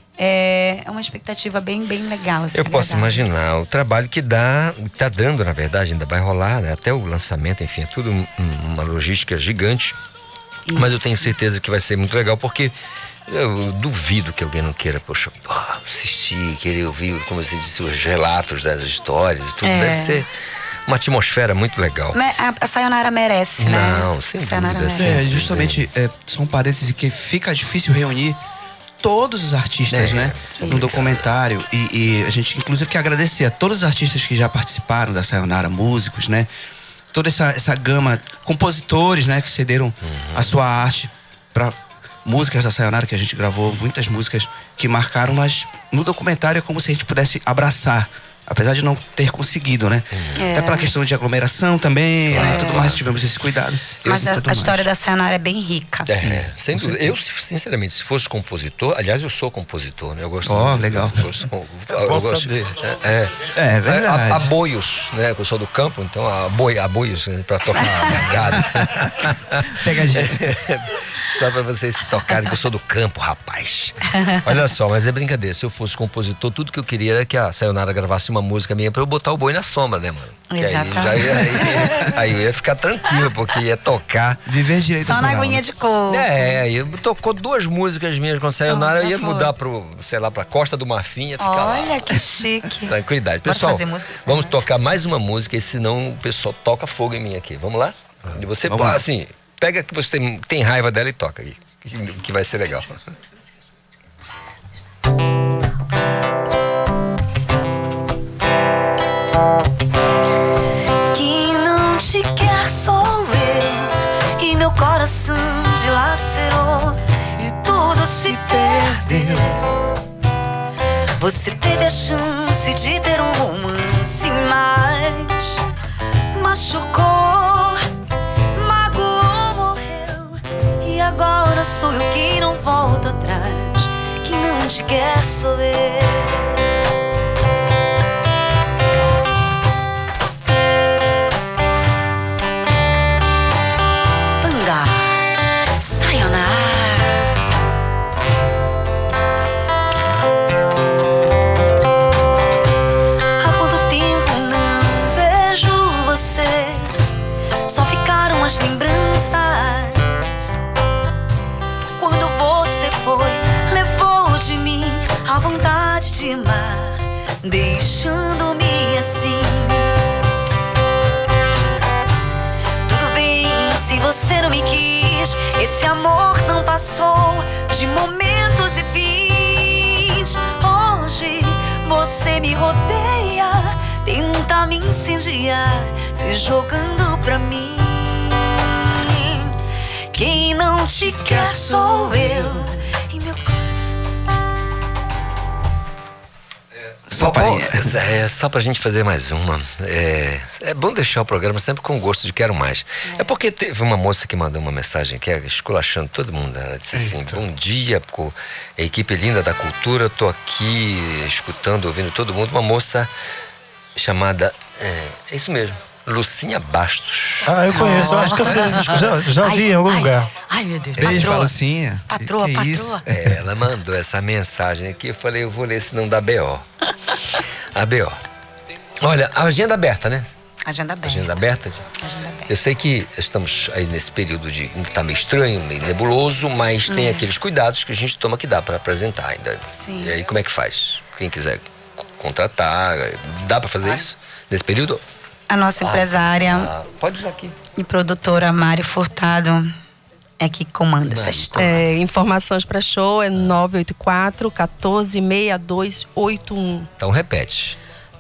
É uma expectativa bem legal. Assim, eu posso imaginar o trabalho que tá dando, na verdade, ainda vai rolar, né? Até o lançamento, enfim, é tudo uma logística gigante. Isso. Mas eu tenho certeza que vai ser muito legal, porque eu duvido que alguém não queira, assistir, querer ouvir, como você disse, os relatos das histórias e tudo. Deve ser uma atmosfera muito legal. A Sayonara merece, né? Não, sem dúvida. Justamente, são parênteses que fica difícil reunir todos os artistas, né? No documentário. E a gente, inclusive, quer agradecer a todos os artistas que já participaram da Sayonara, músicos, né? Toda essa gama, compositores, né? Que cederam a sua arte para músicas da Sayonara, que a gente gravou, muitas músicas que marcaram, mas no documentário é como se a gente pudesse abraçar, apesar de não ter conseguido, né? Até pela questão de aglomeração também, tudo mais, tivemos esse cuidado. Mas a história da Sayonara é bem rica. Sem dúvida. Eu, sinceramente, se fosse compositor, aliás, eu sou compositor, né? Eu gosto legal. Eu gosto saber. É verdade. Aboios, né? Eu sou do campo, então aboios, né? Pra tocar gado. Pega a gente. Só pra vocês tocarem, que eu sou do campo, rapaz. Olha só, mas é brincadeira. Se eu fosse compositor, tudo que eu queria era que a Sayonara gravasse uma música minha pra eu botar o boi na sombra, né, mano? Exatamente. Aí eu ia ficar tranquilo, porque ia tocar. Viver direito. Só na aguinha de coco. Aí tocou 2 músicas minhas com a Sayonara, eu ia mudar pra Costa do Marfim, ia ficar lá. Olha que chique. Tranquilidade. Pessoal, vamos tocar mais uma música, e senão o pessoal toca fogo em mim aqui. Vamos lá? E você, assim, pega que você tem raiva dela e toca aí, que vai ser legal. perdeu. Você teve a chance de ter um romance, mas machucou, magoou, morreu. E agora sou eu quem não volta atrás. Quem não te quer sou eu. Banda Sayonara. Há quanto tempo não vejo você? Só ficaram as lembranças. Quando você foi, levou de mim a vontade de amar, deixando-me assim. Tudo bem se você não me quis, esse amor não passou de momentos e fins. Hoje você me rodeia, tenta me incendiar, se jogando pra mim. Quem não te quer sou eu. E meu Só pra gente fazer mais uma. É bom deixar o programa sempre com gosto de quero mais. É porque teve uma moça que mandou uma mensagem que é esculachando todo mundo. Ela disse assim: bom dia, a equipe linda da cultura, tô aqui escutando, ouvindo todo mundo. Uma moça chamada, é isso mesmo, Lucinha Bastos. Ah, eu conheço, eu acho que eu sei, já vi em algum lugar. Ai, meu Deus. Beijo pra Lucinha. Patroa, que patroa. Isso? Ela mandou essa mensagem aqui, eu falei, eu vou ler se não dá BO. A BO. Olha, a agenda aberta, né? Agenda aberta. Agenda aberta? Eu sei que estamos aí nesse período de que tá meio estranho, meio nebuloso, mas tem aqueles cuidados que a gente toma que dá para apresentar ainda. Sim. E aí como é que faz? Quem quiser contratar, dá para fazer isso nesse período? A nossa empresária pode usar aqui. E produtora Mari Furtado é que comanda essa história. Informações para show é 984-146281. Então repete.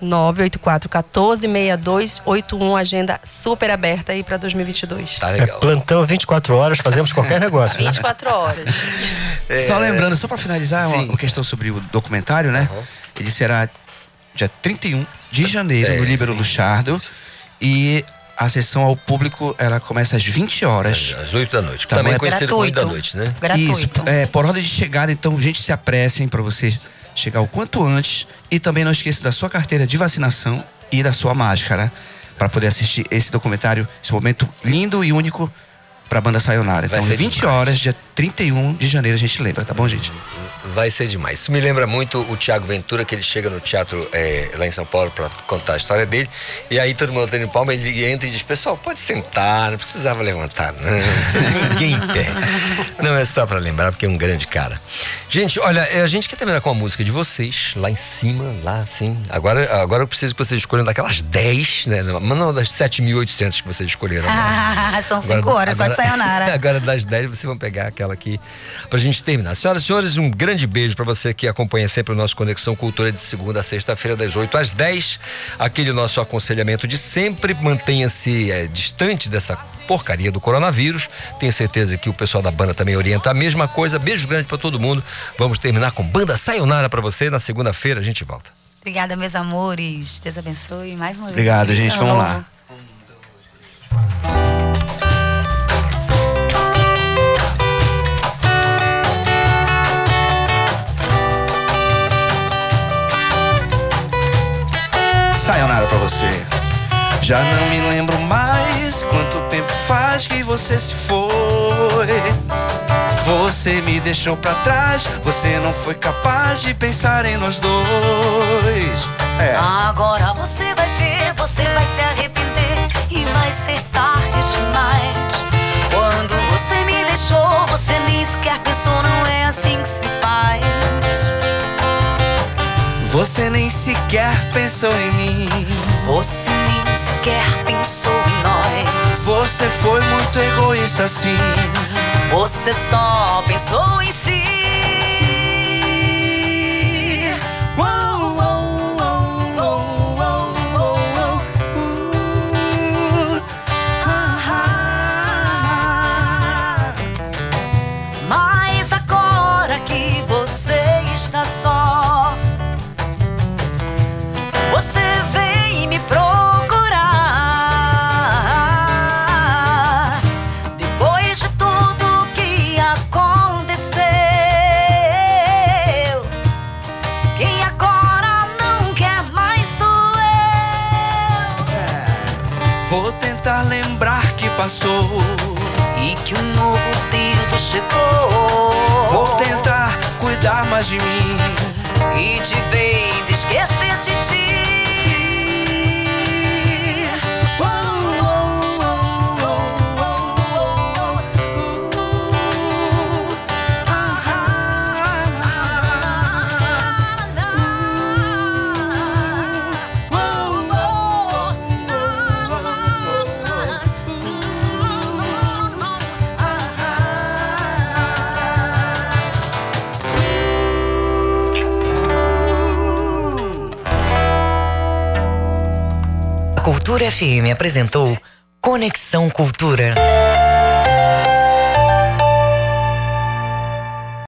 984-146281, agenda super aberta aí para 2022. Tá legal. Plantão 24 horas, fazemos qualquer negócio. 24 horas. Só lembrando, só para finalizar, uma questão sobre o documentário, né? Ele será dia 31 de janeiro no Líbero Luchardo. E a sessão ao público, ela começa às 20 horas. Às 8 da noite. Também conhecido como 8 da noite, né? Gratuito. Isso, por ordem de chegada, então, gente, se apressem para você chegar o quanto antes. E também não esqueça da sua carteira de vacinação e da sua máscara, para poder assistir esse documentário, esse momento lindo e único para a banda Sayonara. Então, 20 horas, dia 31 de janeiro, a gente lembra, tá bom, gente? Vai ser demais. Isso me lembra muito o Tiago Ventura, que ele chega no teatro lá em São Paulo para contar a história dele. E aí todo mundo tem palma, ele entra e diz: pessoal, pode sentar, não precisava levantar, não. Ninguém em pé. Não, é só para lembrar, porque é um grande cara. Gente, olha, a gente quer terminar com a música de vocês, lá em cima, lá assim. Agora eu preciso que vocês escolham daquelas 10, né? Mas não das 7.800 que vocês escolheram. São 5 horas, só de Sayonara. Agora das 10 vocês vão pegar aquela aqui pra gente terminar. Senhoras e senhores, um grande beijo pra você que acompanha sempre o nosso Conexão Cultura de segunda a sexta-feira, das 8 às 10. Aquele nosso aconselhamento de sempre, mantenha-se distante dessa porcaria do coronavírus. Tenho certeza que o pessoal da banda também orienta a mesma coisa. Beijo grande pra todo mundo. Vamos terminar com Banda Sayonara pra você. Na segunda-feira a gente volta. Obrigada, meus amores. Deus abençoe mais uma vez. Obrigado, gente. Vamos lá. Sayonara pra você. Já não me lembro mais quanto tempo faz que você se foi. Você me deixou pra trás, você não foi capaz de pensar em nós dois. Agora você vai ver, você vai se arrepender e vai ser tarde demais. Quando você me deixou, você nem sequer pensou, não é assim que se faz. Você nem sequer pensou em mim. Você nem sequer pensou em nós. Você foi muito egoísta assim. Você só pensou em si. Mas agora que você Vou tentar lembrar que passou e que um novo tempo chegou. Vou tentar cuidar mais de mim e de vez esquecer de ti. Cultura FM apresentou Conexão Cultura.